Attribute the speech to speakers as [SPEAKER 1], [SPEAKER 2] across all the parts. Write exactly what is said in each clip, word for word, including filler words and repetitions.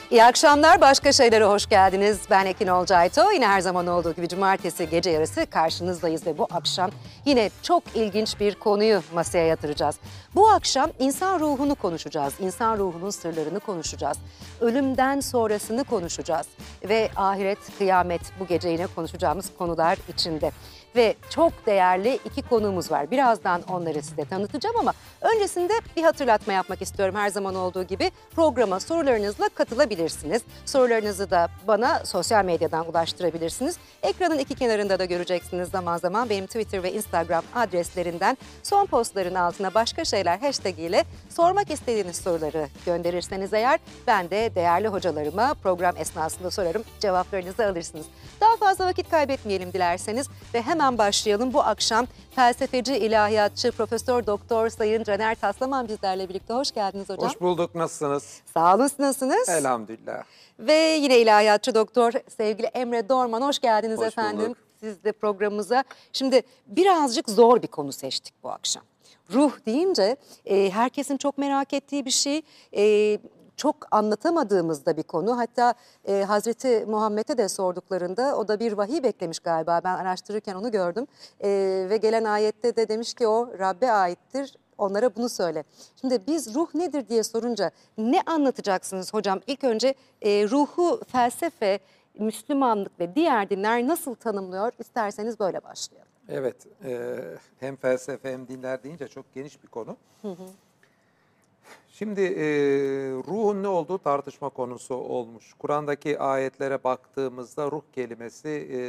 [SPEAKER 1] İyi akşamlar, başka şeylere hoş geldiniz. Ben Ekin Olcayto. Yine her zaman olduğu gibi cumartesi gece yarısı karşınızdayız ve bu akşam yine çok ilginç bir konuyu masaya yatıracağız. Bu akşam insan ruhunu konuşacağız, insan ruhunun sırlarını konuşacağız. Ölümden sonrasını konuşacağız ve ahiret, kıyamet bu gece yine konuşacağımız konular içinde. Ve çok değerli iki konuğumuz var. Birazdan onları size tanıtacağım ama öncesinde bir hatırlatma yapmak istiyorum. Her zaman olduğu gibi programa sorularınızla katılabilirsiniz. Sorularınızı da bana sosyal medyadan ulaştırabilirsiniz. Ekranın iki kenarında da göreceksiniz zaman zaman benim Twitter ve Instagram adreslerinden son postların altına başka şeyler hashtag ile sormak istediğiniz soruları gönderirseniz eğer ben de değerli hocalarıma program esnasında sorarım, cevaplarınızı alırsınız. Daha fazla vakit kaybetmeyelim dilerseniz ve hemen başlayalım. Bu akşam felsefeci, ilahiyatçı, Profesör Doktor Sayın Caner Taslaman bizlerle birlikte. Hoş geldiniz hocam.
[SPEAKER 2] Hoş bulduk. Nasılsınız?
[SPEAKER 1] Sağ olun, nasılsınız?
[SPEAKER 2] Elhamdülillah.
[SPEAKER 1] Ve yine ilahiyatçı doktor sevgili Emre Dorman. Hoş geldiniz
[SPEAKER 2] Hoş
[SPEAKER 1] efendim.
[SPEAKER 2] bulduk.
[SPEAKER 1] Siz de programımıza. Şimdi birazcık zor bir konu seçtik bu akşam. Ruh deyince e, herkesin çok merak ettiği bir şey. E, Çok anlatamadığımız da bir konu. Hatta e, Hazreti Muhammed'e de sorduklarında o da bir vahiy beklemiş galiba. Ben araştırırken onu gördüm. E, ve gelen ayette de demiş ki o Rabbe aittir. Onlara bunu söyle. Şimdi biz ruh nedir diye sorunca ne anlatacaksınız hocam? İlk önce e, ruhu felsefe, Müslümanlık ve diğer dinler nasıl tanımlıyor? İsterseniz böyle başlayalım.
[SPEAKER 2] Evet, e, hem felsefe hem dinler deyince çok geniş bir konu. Hı hı. Şimdi e, ruhun ne olduğu tartışma konusu olmuş. Kur'an'daki ayetlere baktığımızda ruh kelimesi e,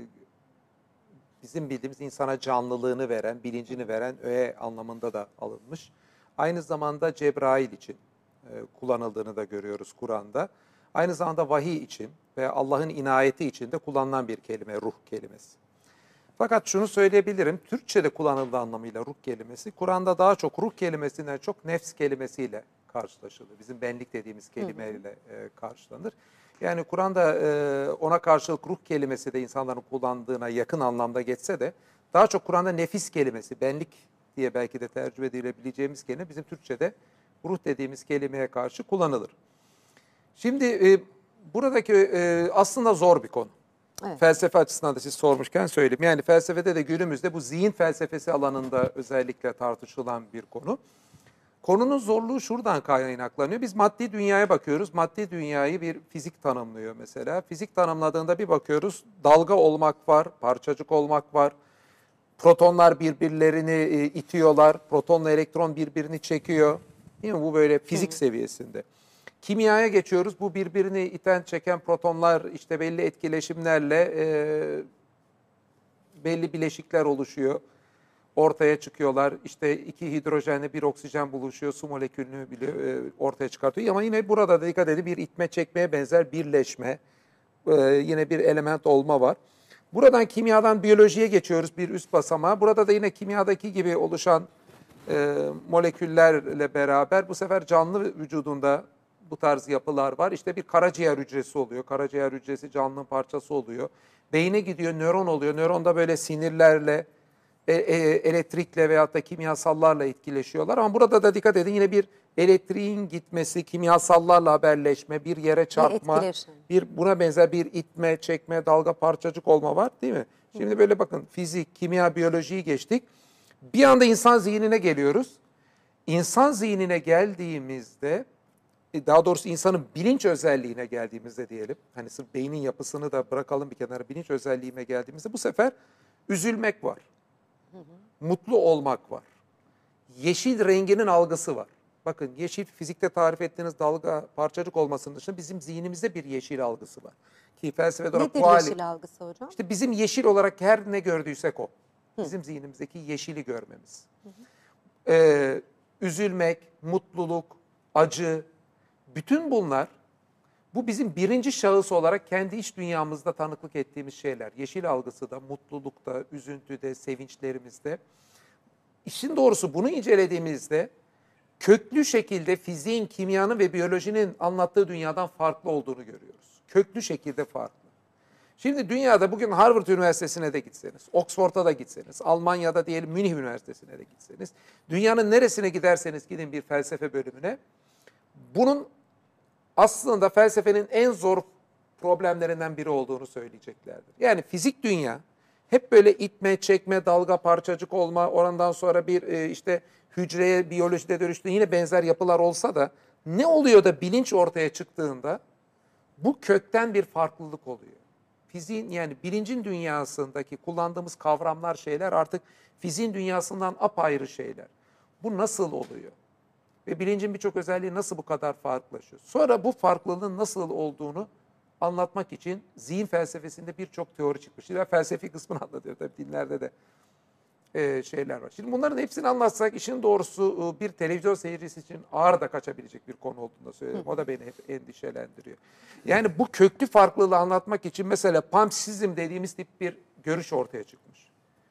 [SPEAKER 2] bizim bildiğimiz insana canlılığını veren, bilincini veren öğe anlamında da alınmış. Aynı zamanda Cebrail için e, kullanıldığını da görüyoruz Kur'an'da. Aynı zamanda vahiy için ve Allah'ın inayeti için de kullanılan bir kelime ruh kelimesi. Fakat şunu söyleyebilirim, Türkçe'de kullanıldığı anlamıyla ruh kelimesi, Kur'an'da daha çok ruh kelimesinden çok nefs kelimesiyle karşılaşılır. Bizim benlik dediğimiz kelimeyle e, karşılanır. Yani Kur'an'da e, ona karşılık ruh kelimesi de insanların kullandığına yakın anlamda geçse de daha çok Kur'an'da nefis kelimesi, benlik diye belki de tercüme edilebileceğimiz kelime bizim Türkçe'de ruh dediğimiz kelimeye karşı kullanılır. Şimdi e, buradaki e, aslında zor bir konu. Evet. Felsefe açısından da siz sormuşken söyleyeyim. Yani felsefede de günümüzde bu zihin felsefesi alanında özellikle tartışılan bir konu. Konunun zorluğu şuradan kaynaklanıyor. Biz maddi dünyaya bakıyoruz. Maddi dünyayı bir fizik tanımlıyor mesela. Fizik tanımladığında bir bakıyoruz. Dalga olmak var, parçacık olmak var. Protonlar birbirlerini itiyorlar. Protonla elektron birbirini çekiyor. Değil mi? Bu böyle fizik Hı. seviyesinde. Kimyaya geçiyoruz. Bu birbirini iten, çeken protonlar işte belli etkileşimlerle e, belli bileşikler oluşuyor. Ortaya çıkıyorlar. İşte iki hidrojenle bir oksijen buluşuyor. Su molekülünü bile e, ortaya çıkartıyor. Ama yine burada da dikkat edin bir itme çekmeye benzer birleşme. E, yine bir element olma var. Buradan kimyadan biyolojiye geçiyoruz bir üst basamağa. Burada da yine kimyadaki gibi oluşan e, moleküllerle beraber bu sefer canlı vücudunda bu tarz yapılar var. İşte bir karaciğer hücresi oluyor. Karaciğer hücresi canlının parçası oluyor. Beyne gidiyor, nöron oluyor. Nöronda böyle sinirlerle, e, e, elektrikle veyahut da kimyasallarla etkileşiyorlar. Ama burada da dikkat edin yine bir elektriğin gitmesi, kimyasallarla haberleşme, bir yere çarpma, bir buna benzer bir itme, çekme, dalga, parçacık olma var değil mi? Şimdi böyle bakın fizik, kimya, biyolojiyi geçtik. Bir anda insan zihnine geliyoruz. İnsan zihnine geldiğimizde daha doğrusu insanın bilinç özelliğine geldiğimizde diyelim, hani sırf beynin yapısını da bırakalım bir kenara, bilinç özelliğine geldiğimizde bu sefer üzülmek var, hı hı. mutlu olmak var, yeşil renginin algısı var. Bakın yeşil fizikte tarif ettiğiniz dalga parçacık olmasının dışında bizim zihnimizde bir yeşil algısı var. Ki felsefede olarak
[SPEAKER 1] nedir
[SPEAKER 2] kuali,
[SPEAKER 1] yeşil algısı hocam? İşte
[SPEAKER 2] bizim yeşil olarak her ne gördüysek o. Bizim hı. zihnimizdeki yeşili görmemiz. Hı hı. Ee, üzülmek, mutluluk, acı, bütün bunlar, bu bizim birinci şahıs olarak kendi iç dünyamızda tanıklık ettiğimiz şeyler. Yeşil algısı da, mutlulukta, üzüntüde, sevinçlerimizde. İşin doğrusu bunu incelediğimizde köklü şekilde fiziğin, kimyanın ve biyolojinin anlattığı dünyadan farklı olduğunu görüyoruz. Köklü şekilde farklı. Şimdi dünyada bugün Harvard Üniversitesi'ne de gitseniz, Oxford'a da gitseniz, Almanya'da diyelim Münih Üniversitesi'ne de gitseniz, dünyanın neresine giderseniz gidin bir felsefe bölümüne, bunun aslında felsefenin en zor problemlerinden biri olduğunu söyleyeceklerdir. Yani fizik dünya hep böyle itme, çekme, dalga, parçacık olma, oradan sonra bir e, işte hücreye, biyolojide dönüştüğü yine benzer yapılar olsa da ne oluyor da bilinç ortaya çıktığında bu kökten bir farklılık oluyor. Fiziğin yani bilincin dünyasındaki kullandığımız kavramlar, şeyler artık fiziğin dünyasından apayrı şeyler. Bu nasıl oluyor? Ve bilincin birçok özelliği nasıl bu kadar farklılaşıyor? Sonra bu farklılığın nasıl olduğunu anlatmak için zihin felsefesinde birçok teori çıkmış. Şimdi felsefi kısmını anlatıyor tabii, dinlerde de e, şeyler var. Şimdi bunların hepsini anlatsak işin doğrusu bir televizyon seyircisi için ağır da kaçabilecek bir konu olduğunu da söylüyorum. O da beni hep endişelendiriyor. Yani bu köklü farklılığı anlatmak için mesela panpsizm dediğimiz tip bir görüş ortaya çıkmış.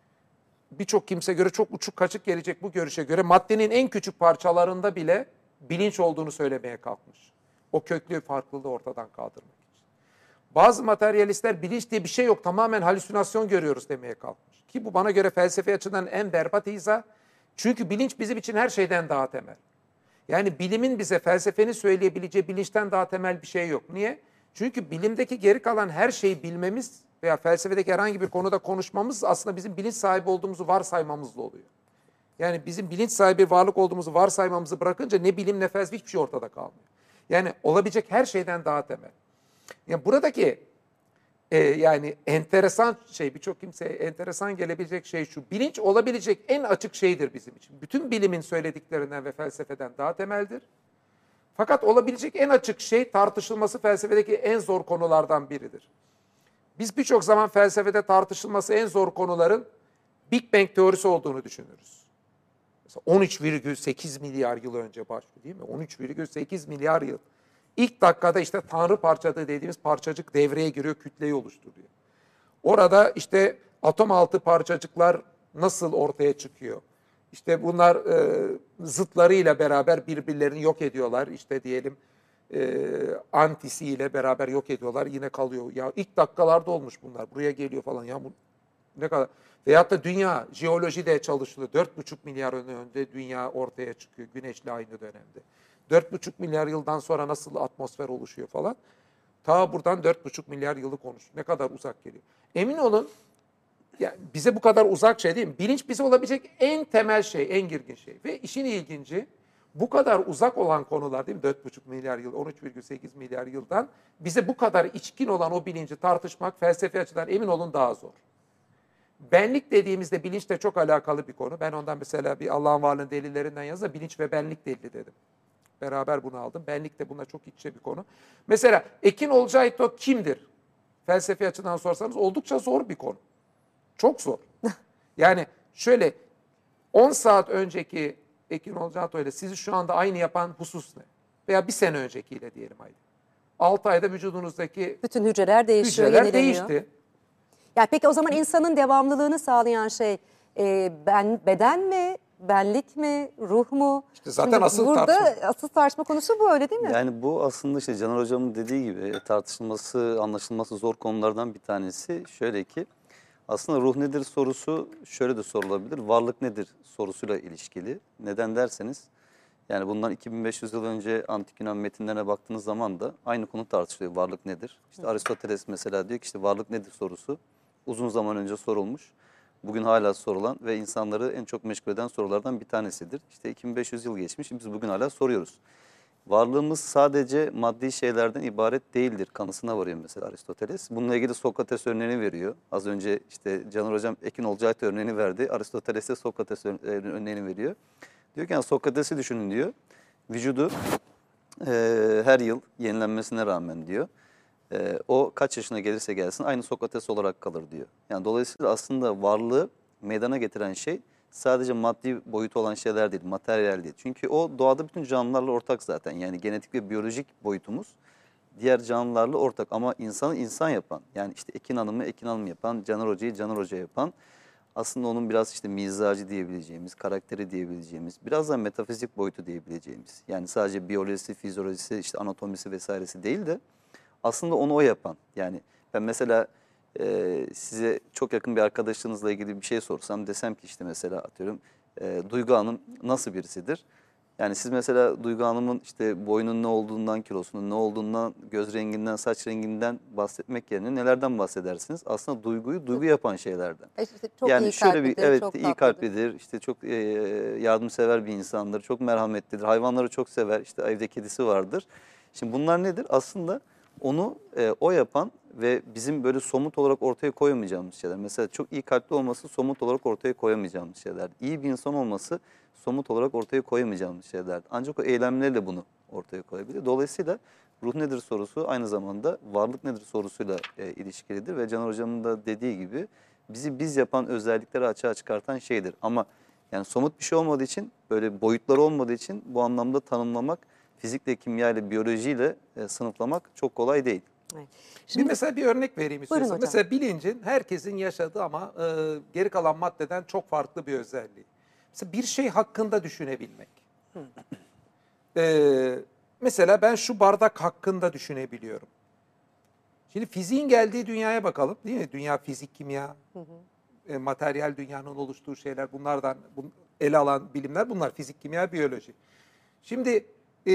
[SPEAKER 2] Birçok kimse göre çok uçuk kaçık gelecek bu görüşe göre maddenin en küçük parçalarında bile bilinç olduğunu söylemeye kalkmış. O köklü farklılığı ortadan kaldırmak için. Bazı materyalistler bilinç diye bir şey yok, tamamen halüsinasyon görüyoruz demeye kalkmış. Ki bu bana göre felsefe açıdan en berbat izah. Çünkü bilinç bizim için her şeyden daha temel. Yani bilimin bize felsefenin söyleyebileceği bilinçten daha temel bir şey yok. Niye? Çünkü bilimdeki geri kalan her şeyi bilmemiz veya felsefedeki herhangi bir konuda konuşmamız aslında bizim bilinç sahibi olduğumuzu varsaymamızla oluyor. Yani bizim bilinç sahibi varlık olduğumuzu varsaymamızı bırakınca ne bilim ne felsefe hiçbir şey ortada kalmıyor. Yani olabilecek her şeyden daha temel. Yani buradaki e, yani enteresan şey, birçok kimseye enteresan gelebilecek şey şu: bilinç olabilecek en açık şeydir bizim için. Bütün bilimin söylediklerinden ve felsefeden daha temeldir. Fakat olabilecek en açık şey, tartışılması felsefedeki en zor konulardan biridir. Biz birçok zaman felsefede tartışılması en zor konuların Big Bang teorisi olduğunu düşünürüz. Mesela on üç virgül sekiz milyar yıl önce başlıyor değil mi? on üç virgül sekiz milyar yıl. İlk dakikada işte Tanrı parçacığı dediğimiz parçacık devreye giriyor, kütleyi oluşturuyor. Orada işte atom altı parçacıklar nasıl ortaya çıkıyor? İşte bunlar e, zıtlarıyla beraber birbirlerini yok ediyorlar. İşte diyelim e, antisiyle beraber yok ediyorlar. Yine kalıyor. Ya ilk dakikalarda olmuş bunlar. Buraya geliyor falan. Ya bu ne kadar? Veyahut da dünya jeolojide çalışılıyor. dört buçuk milyar yıl önce dünya ortaya çıkıyor. Güneşle aynı dönemde. dört buçuk milyar yıldan sonra nasıl atmosfer oluşuyor falan. Ta buradan dört buçuk milyar yılı konuş. Ne kadar uzak geliyor. Emin olun, yani bize bu kadar uzak şey değil mi? Bilinç bize olabilecek en temel şey, en girgin şey. Ve işin ilginci, bu kadar uzak olan konular değil mi? dört buçuk milyar yıl, on üç virgül sekiz milyar yıldan bize bu kadar içkin olan o bilinci tartışmak felsefi açıdan emin olun daha zor. Benlik dediğimizde bilinçle çok alakalı bir konu. Ben ondan mesela bir Allah'ın varlığının delillerinden yazda bilinç ve benlik delili dedim. Beraber bunu aldım. Benlik de buna çok iç içe bir konu. Mesela Ekin Olcayto kimdir? Felsefi açıdan sorsanız oldukça zor bir konu. Çok zor. Yani şöyle, on saat önceki Ekin Olcayto ile sizi şu anda aynı yapan husus ne? Veya bir sene öncekiyle diyelim haydi. altı ayda vücudunuzdaki
[SPEAKER 1] Bütün hücreler değişiyor,
[SPEAKER 2] hücreler
[SPEAKER 1] yenileniyor.
[SPEAKER 2] değişti.
[SPEAKER 1] Yani peki o zaman insanın devamlılığını sağlayan şey e, ben beden mi, benlik mi, ruh mu?
[SPEAKER 2] İşte zaten
[SPEAKER 1] Şimdi
[SPEAKER 2] asıl
[SPEAKER 1] burada
[SPEAKER 2] tartışma.
[SPEAKER 1] asıl tartışma konusu bu, öyle değil mi?
[SPEAKER 3] Yani bu aslında işte Caner Hocam'ın dediği gibi tartışılması, anlaşılması zor konulardan bir tanesi. Şöyle ki aslında ruh nedir sorusu şöyle de sorulabilir. Varlık nedir sorusuyla ilişkili. Neden derseniz yani bundan iki bin beş yüz yıl önce antik Yunan metinlerine baktığınız zaman da aynı konu tartışılıyor. Varlık nedir? İşte Aristoteles mesela diyor ki işte varlık nedir sorusu uzun zaman önce sorulmuş. Bugün hala sorulan ve insanları en çok meşgul eden sorulardan bir tanesidir. İşte iki bin beş yüz yıl geçmiş, biz bugün hala soruyoruz. Varlığımız sadece maddi şeylerden ibaret değildir kanısına varıyor mesela Aristoteles. Bununla ilgili Sokrates örneğini veriyor. Az önce işte Caner Hocam Ekin Olcayto örneğini verdi. Aristoteles de Sokrates örneğini veriyor. Diyor ki yani Sokrates'i düşünün diyor. Vücudu e, her yıl yenilenmesine rağmen diyor. E, o kaç yaşına gelirse gelsin aynı Sokrates olarak kalır diyor. Yani dolayısıyla aslında varlığı meydana getiren şey sadece maddi boyutu olan şeyler değil, materyal değil. Çünkü o doğada bütün canlılarla ortak zaten. Yani genetik ve biyolojik boyutumuz diğer canlılarla ortak. Ama insanı insan yapan, yani işte Ekin Hanım'ı Ekin Hanım yapan, Caner Hoca'yı Caner Hoca yapan, aslında onun biraz işte mizacı diyebileceğimiz, karakteri diyebileceğimiz, biraz da metafizik boyutu diyebileceğimiz. Yani sadece biyolojisi, fizyolojisi, işte anatomisi vesairesi değil de aslında onu o yapan. Yani ben mesela e, size çok yakın bir arkadaşınızla ilgili bir şey sorsam, desem ki işte mesela atıyorum e, Duygu Hanım nasıl birisidir? Yani siz mesela Duygu Hanım'ın işte boyunun ne olduğundan, kilosunun ne olduğundan, göz renginden, saç renginden bahsetmek yerine nelerden bahsedersiniz? Aslında duyguyu duygu yapan şeylerden.
[SPEAKER 1] E işte çok
[SPEAKER 3] Yani
[SPEAKER 1] iyi
[SPEAKER 3] şöyle bir
[SPEAKER 1] kalplidir,
[SPEAKER 3] evet
[SPEAKER 1] çok
[SPEAKER 3] iyi
[SPEAKER 1] tatlıdır.
[SPEAKER 3] kalplidir, işte çok e, yardımsever bir insandır, çok merhametlidir, hayvanları çok sever, işte evde kedisi vardır. Şimdi bunlar nedir? Aslında onu e, o yapan ve bizim böyle somut olarak ortaya koyamayacağımız şeyler. Mesela çok iyi kalpli olması somut olarak ortaya koyamayacağımız şeyler. İyi bir insan olması somut olarak ortaya koyamayacağımız şeyler. Ancak o eylemlerle bunu ortaya koyabilir. Dolayısıyla ruh nedir sorusu aynı zamanda varlık nedir sorusuyla e, ilişkilidir ve Caner Hocam'ın da dediği gibi bizi biz yapan özellikleri açığa çıkartan şeydir. Ama yani somut bir şey olmadığı için, böyle boyutları olmadığı için bu anlamda tanımlamak, fizikle, kimya ile, biyolojiyle e, sınıflamak çok kolay değil.
[SPEAKER 1] Evet.
[SPEAKER 2] Bir
[SPEAKER 1] Şimdi
[SPEAKER 2] mesela bir örnek vereyim
[SPEAKER 1] Buyurun
[SPEAKER 2] istiyorsan.
[SPEAKER 1] hocam.
[SPEAKER 2] Mesela bilincin herkesin yaşadığı ama e, geri kalan maddeden çok farklı bir özelliği. Mesela bir şey hakkında düşünebilmek. E, mesela ben şu bardak hakkında düşünebiliyorum. Şimdi fiziğin geldiği dünyaya bakalım, değil mi? Dünya fizik, kimya, e, materyal dünyanın oluştuğu şeyler, bunlardan bun, ele alan bilimler bunlar. Fizik, kimya, biyoloji. Şimdi e,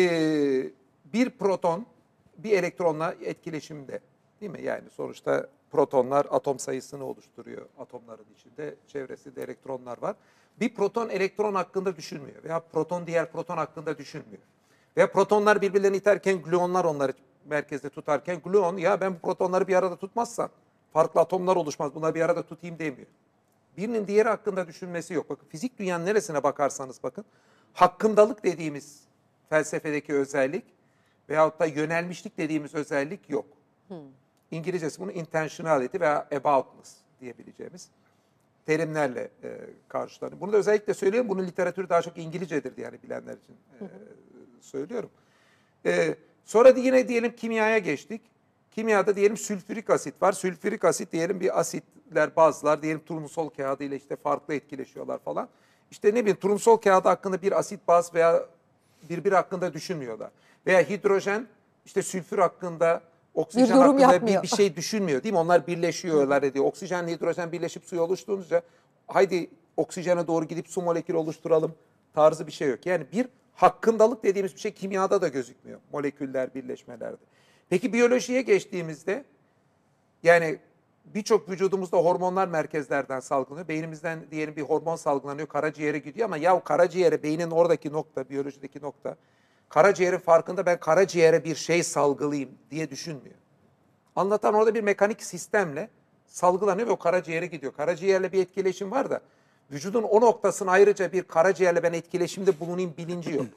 [SPEAKER 2] bir proton bir elektronla etkileşimde, değil mi? Yani sonuçta protonlar atom sayısını oluşturuyor atomların içinde. Çevresinde elektronlar var. Bir proton elektron hakkında düşünmüyor veya proton diğer proton hakkında düşünmüyor. Veya protonlar birbirlerini iterken gluonlar onları merkezde tutarken gluon ya ben bu protonları bir arada tutmazsam farklı atomlar oluşmaz bunları bir arada tutayım demiyor. Birinin diğeri hakkında düşünmesi yok. Bakın fizik dünyanın neresine bakarsanız bakın hakkındalık dediğimiz felsefedeki özellik veyahut da yönelmişlik dediğimiz özellik yok. Hmm. İngilizcesi bunu intentionality veya aboutness diyebileceğimiz terimlerle e, karşılanıyor. Bunu da özellikle söylüyorum. Bunun literatürü daha çok İngilizcedir yani bilenler için e, söylüyorum. E, sonra da yine diyelim kimyaya geçtik. Kimyada diyelim sülfürik asit var. Sülfürik asit diyelim bir asitler, bazlar diyelim turnusol kağıdı ile işte farklı etkileşiyorlar falan. İşte ne bileyim turnusol kağıdı hakkında bir asit baz veya birbiri hakkında düşünmüyorlar. Veya hidrojen işte sülfür hakkında, oksijen
[SPEAKER 1] Bir yorum
[SPEAKER 2] hakkında
[SPEAKER 1] yapmıyor.
[SPEAKER 2] bir, bir şey düşünmüyor değil mi? Onlar birleşiyorlar ediyor. Oksijenle hidrojen birleşip suyu oluşturunca haydi oksijene doğru gidip su molekülü oluşturalım tarzı bir şey yok. Yani bir hakkındalık dediğimiz bir şey kimyada da gözükmüyor. Moleküller, birleşmelerde. Peki biyolojiye geçtiğimizde yani birçok vücudumuzda hormonlar merkezlerden salgılanıyor. Beynimizden diyelim bir hormon salgılanıyor, karaciğere gidiyor ama ya karaciğere, beynin oradaki nokta, biyolojideki nokta, karaciğerin farkında ben karaciğere bir şey salgılayayım diye düşünmüyor. Anlatan orada bir mekanik sistemle salgılanıyor ve o karaciğere gidiyor. Karaciğerle bir etkileşim var da vücudun o noktasını ayrıca bir karaciğerle ben etkileşimde bulunayım bilinci yok.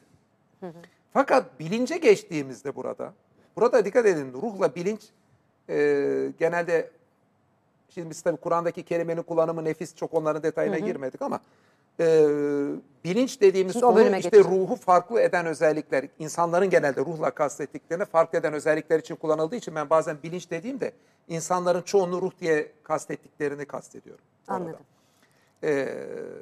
[SPEAKER 2] Fakat bilince geçtiğimizde burada, burada dikkat edin ruhla bilinç e, genelde, şimdi biz tabii Kur'an'daki kelimenin kullanımı nefis çok onların detayına hı hı. girmedik ama e, bilinç dediğimiz
[SPEAKER 1] Şimdi
[SPEAKER 2] konu işte
[SPEAKER 1] geçelim.
[SPEAKER 2] ruhu farklı eden özellikler, insanların genelde ruhla kastettiklerine farklı eden özellikler için kullanıldığı için ben bazen bilinç dediğimde insanların çoğunu ruh diye kastettiklerini kastediyorum.
[SPEAKER 1] Anladım.
[SPEAKER 2] Ee,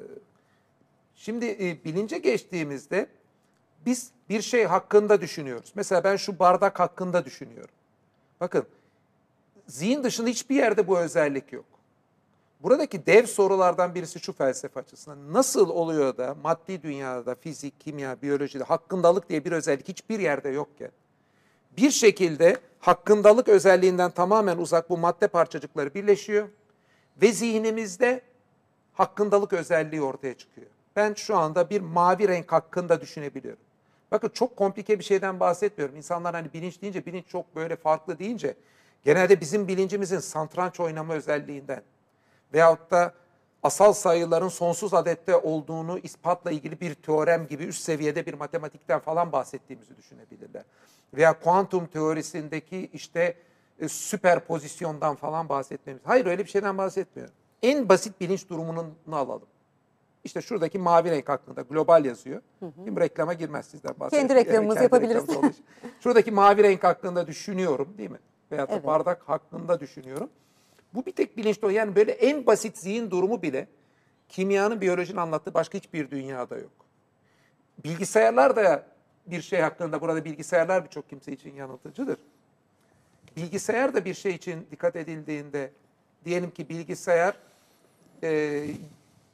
[SPEAKER 2] şimdi e, bilince geçtiğimizde biz bir şey hakkında düşünüyoruz. Mesela ben şu bardak hakkında düşünüyorum. Bakın zihin dışında hiçbir yerde bu özellik yok. Buradaki dev sorulardan birisi şu felsefe açısından. Nasıl oluyor da maddi dünyada, fizik, kimya, biyolojide hakkındalık diye bir özellik hiçbir yerde yokken bir şekilde hakkındalık özelliğinden tamamen uzak bu madde parçacıkları birleşiyor ve zihnimizde hakkındalık özelliği ortaya çıkıyor. Ben şu anda bir mavi renk hakkında düşünebiliyorum. Bakın çok komplike bir şeyden bahsetmiyorum. İnsanlar hani bilinç deyince, bilinç çok böyle farklı deyince genelde bizim bilincimizin satranç oynama özelliğinden veyahut da asal sayıların sonsuz adette olduğunu ispatla ilgili bir teorem gibi üst seviyede bir matematikten falan bahsettiğimizi düşünebilirler. Veya kuantum teorisindeki işte e, süperpozisyondan falan bahsetmemiz. Hayır öyle bir şeyden bahsetmiyorum. En basit bilinç durumunu alalım. İşte şuradaki mavi renk hakkında global yazıyor. Hı hı. Şimdi reklama girmez sizden bahsediyorum.
[SPEAKER 1] Kendi reklamımızı
[SPEAKER 2] kendi
[SPEAKER 1] yapabiliriz.
[SPEAKER 2] Şuradaki mavi renk hakkında düşünüyorum değil mi? Veyahut da
[SPEAKER 1] evet.
[SPEAKER 2] bardak hakkında düşünüyorum. Bu bir tek bilinçli o. Yani böyle en basit zihin durumu bile kimyanın, biyolojinin anlattığı başka hiçbir dünyada yok. Bilgisayarlar da bir şey hakkında, burada bilgisayarlar birçok kimse için yanıltıcıdır. Bilgisayar da bir şey için dikkat edildiğinde, diyelim ki bilgisayar e,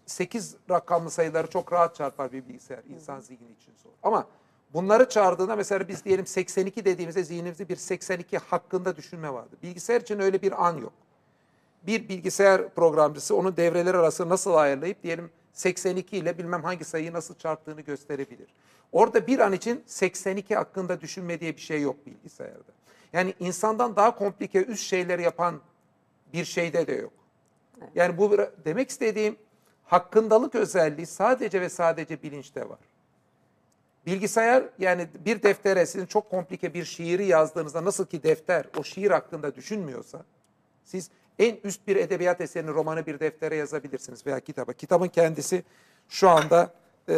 [SPEAKER 2] sekiz rakamlı sayıları çok rahat çarpar bir bilgisayar. İnsan zihni için zor. Ama bunları çağırdığında mesela biz diyelim seksen iki dediğimizde zihnimizde bir seksen iki hakkında düşünme vardır. Bilgisayar için öyle bir an yok. Bir bilgisayar programcısı onun devreler arası nasıl ayarlayıp diyelim seksen iki ile bilmem hangi sayıyı nasıl çarptığını gösterebilir. Orada bir an için seksen iki hakkında düşünme diye bir şey yok bilgisayarda. Yani insandan daha komplike üst şeyleri yapan bir şeyde de yok. Yani bu demek istediğim hakkındalık özelliği sadece ve sadece bilinçte var. Bilgisayar yani bir deftere sizin çok komplike bir şiiri yazdığınızda nasıl ki defter o şiir hakkında düşünmüyorsa siz en üst bir edebiyat eserini, romanı bir deftere yazabilirsiniz veya kitaba. Kitabın kendisi şu anda e,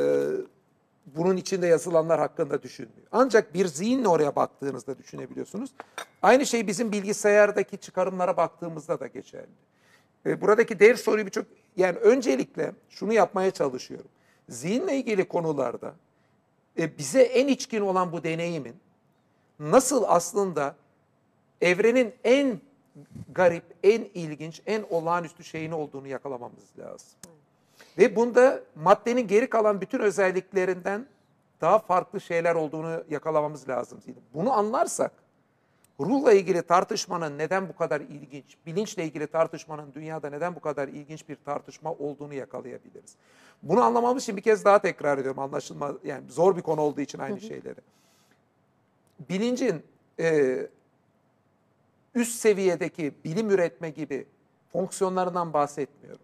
[SPEAKER 2] bunun içinde yazılanlar hakkında düşünmüyor. Ancak bir zihinle oraya baktığınızda düşünebiliyorsunuz. Aynı şey bizim bilgisayardaki çıkarımlara baktığımızda da geçerli. E, buradaki dev soruyu birçok, yani öncelikle şunu yapmaya çalışıyorum. Zihinle ilgili konularda e, bize en içkin olan bu deneyimin nasıl aslında evrenin en garip, en ilginç, en olağanüstü şeyin olduğunu yakalamamız lazım. Ve bunda maddenin geri kalan bütün özelliklerinden daha farklı şeyler olduğunu yakalamamız lazım. Bunu anlarsak ruhla ilgili tartışmanın neden bu kadar ilginç, bilinçle ilgili tartışmanın dünyada neden bu kadar ilginç bir tartışma olduğunu yakalayabiliriz. Bunu anlamamız için bir kez daha tekrar ediyorum, anlaşılma, yani zor bir konu olduğu için aynı şeyleri. Bilincin e, üst seviyedeki bilim üretme gibi fonksiyonlarından bahsetmiyorum.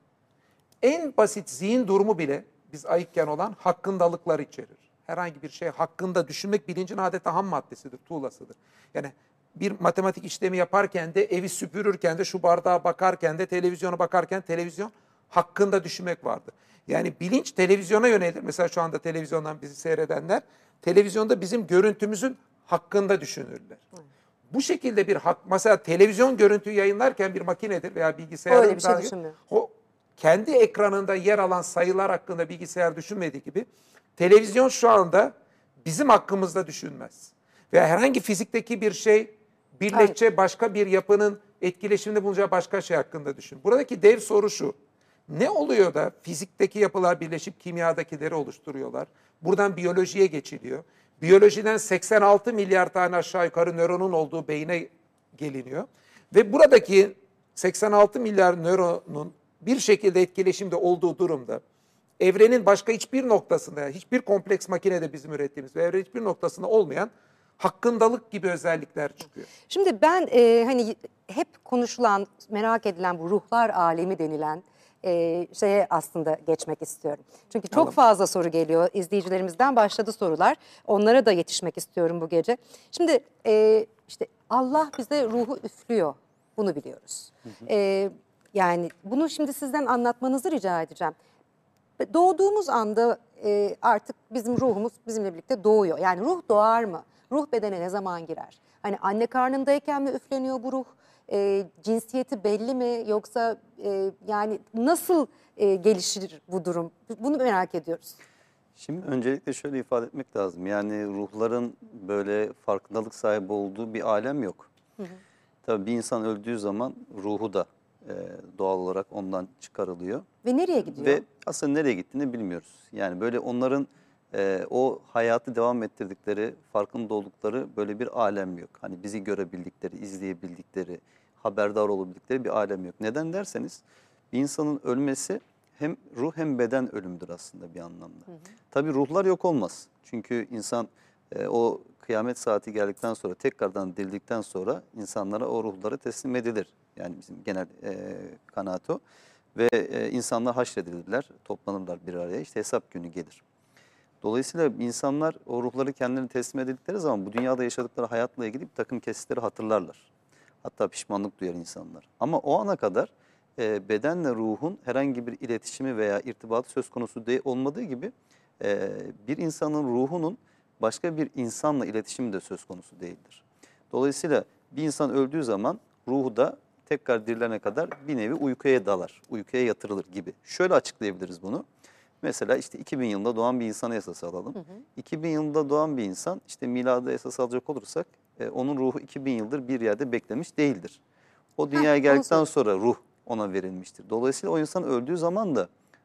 [SPEAKER 2] En basit zihin durumu bile biz ayıkken olan hakkındalıklar içerir. Herhangi bir şey hakkında düşünmek bilincin adeta ham maddesidir, tuğlasıdır. Yani bir matematik işlemi yaparken de, evi süpürürken de, şu bardağa bakarken de, televizyona bakarken televizyon hakkında düşünmek vardır. Yani bilinç televizyona yönelir. Mesela şu anda televizyondan bizi seyredenler, televizyonda bizim görüntümüzün hakkında düşünürler. Hı. Bu şekilde bir hak, mesela televizyon görüntüyü yayınlarken bir makinedir veya bilgisayar.
[SPEAKER 1] Öyle bir şey düşünmüyor.
[SPEAKER 2] O kendi ekranında yer alan sayılar hakkında bilgisayar düşünmediği gibi televizyon şu anda bizim hakkımızda düşünmez. Veya herhangi fizikteki bir şey birleşçe evet. başka bir yapının etkileşiminde bulunacağı başka şey hakkında düşün. Buradaki dev soru şu: ne oluyor da fizikteki yapılar birleşip kimyadakileri oluşturuyorlar? Buradan biyolojiye geçiliyor. Biyolojiden seksen altı milyar tane aşağı yukarı nöronun olduğu beyine geliniyor. Ve buradaki seksen altı milyar nöronun bir şekilde etkileşimde olduğu durumda evrenin başka hiçbir noktasında, hiçbir kompleks makinede bizim ürettiğimiz ve evrenin hiçbir noktasında olmayan hakkındalık gibi özellikler çıkıyor.
[SPEAKER 1] Şimdi ben e, hani hep konuşulan, merak edilen bu ruhlar alemi denilen e, şeye aslında geçmek istiyorum. Çünkü çok
[SPEAKER 2] Tamam.
[SPEAKER 1] fazla soru geliyor. İzleyicilerimizden başladı sorular. Onlara da yetişmek istiyorum bu gece. Şimdi e, işte Allah bize ruhu üflüyor. Bunu biliyoruz. Hı hı. E, yani bunu şimdi sizden anlatmanızı rica edeceğim. Doğduğumuz anda e, artık bizim ruhumuz bizimle birlikte doğuyor. Yani ruh doğar mı? Ruh bedene ne zaman girer? Hani anne karnındayken mi üfleniyor bu ruh? E, cinsiyeti belli mi? Yoksa e, yani nasıl e, gelişir bu durum? Bunu merak ediyoruz.
[SPEAKER 3] Şimdi öncelikle şöyle ifade etmek lazım. Yani ruhların böyle farkındalık sahibi olduğu bir alem yok. Hı hı. Tabii bir insan öldüğü zaman ruhu da e, doğal olarak ondan çıkarılıyor.
[SPEAKER 1] Ve nereye gidiyor?
[SPEAKER 3] Ve aslında nereye gittiğini bilmiyoruz. Yani böyle onların e, o hayatı devam ettirdikleri, farkında oldukları böyle bir alem yok. Hani bizi görebildikleri, izleyebildikleri, haberdar olabildikleri bir alem yok. Neden derseniz bir insanın ölmesi hem ruh hem beden ölümdür aslında bir anlamda. Hı hı. Tabii ruhlar yok olmaz. Çünkü insan e, o kıyamet saati geldikten sonra, tekrardan dirildikten sonra insanlara o ruhları teslim edilir. Yani bizim genel e, kanaat o. Ve e, insanlar haşredilirler, toplanırlar bir araya. İşte hesap günü gelir. Dolayısıyla insanlar o ruhları kendilerine teslim edildikleri zaman bu dünyada yaşadıkları hayatla ilgili bir takım kesitleri hatırlarlar. Hatta pişmanlık duyar insanlar. Ama o ana kadar e, bedenle ruhun herhangi bir iletişimi veya irtibatı söz konusu de, olmadığı gibi e, bir insanın ruhunun başka bir insanla iletişimi de söz konusu değildir. Dolayısıyla bir insan öldüğü zaman ruhu da tekrar dirilene kadar bir nevi uykuya dalar, uykuya yatırılır gibi. Şöyle açıklayabiliriz bunu. Mesela işte iki bin yılında doğan bir insana esas alalım. Hı hı. iki bin yılında doğan bir insan, işte milada esas alacak olursak, e, onun ruhu iki bin yıldır bir yerde beklemiş değildir. O dünyaya ha, geldikten sonra ruh ona verilmiştir. Dolayısıyla o insan öldüğü zaman da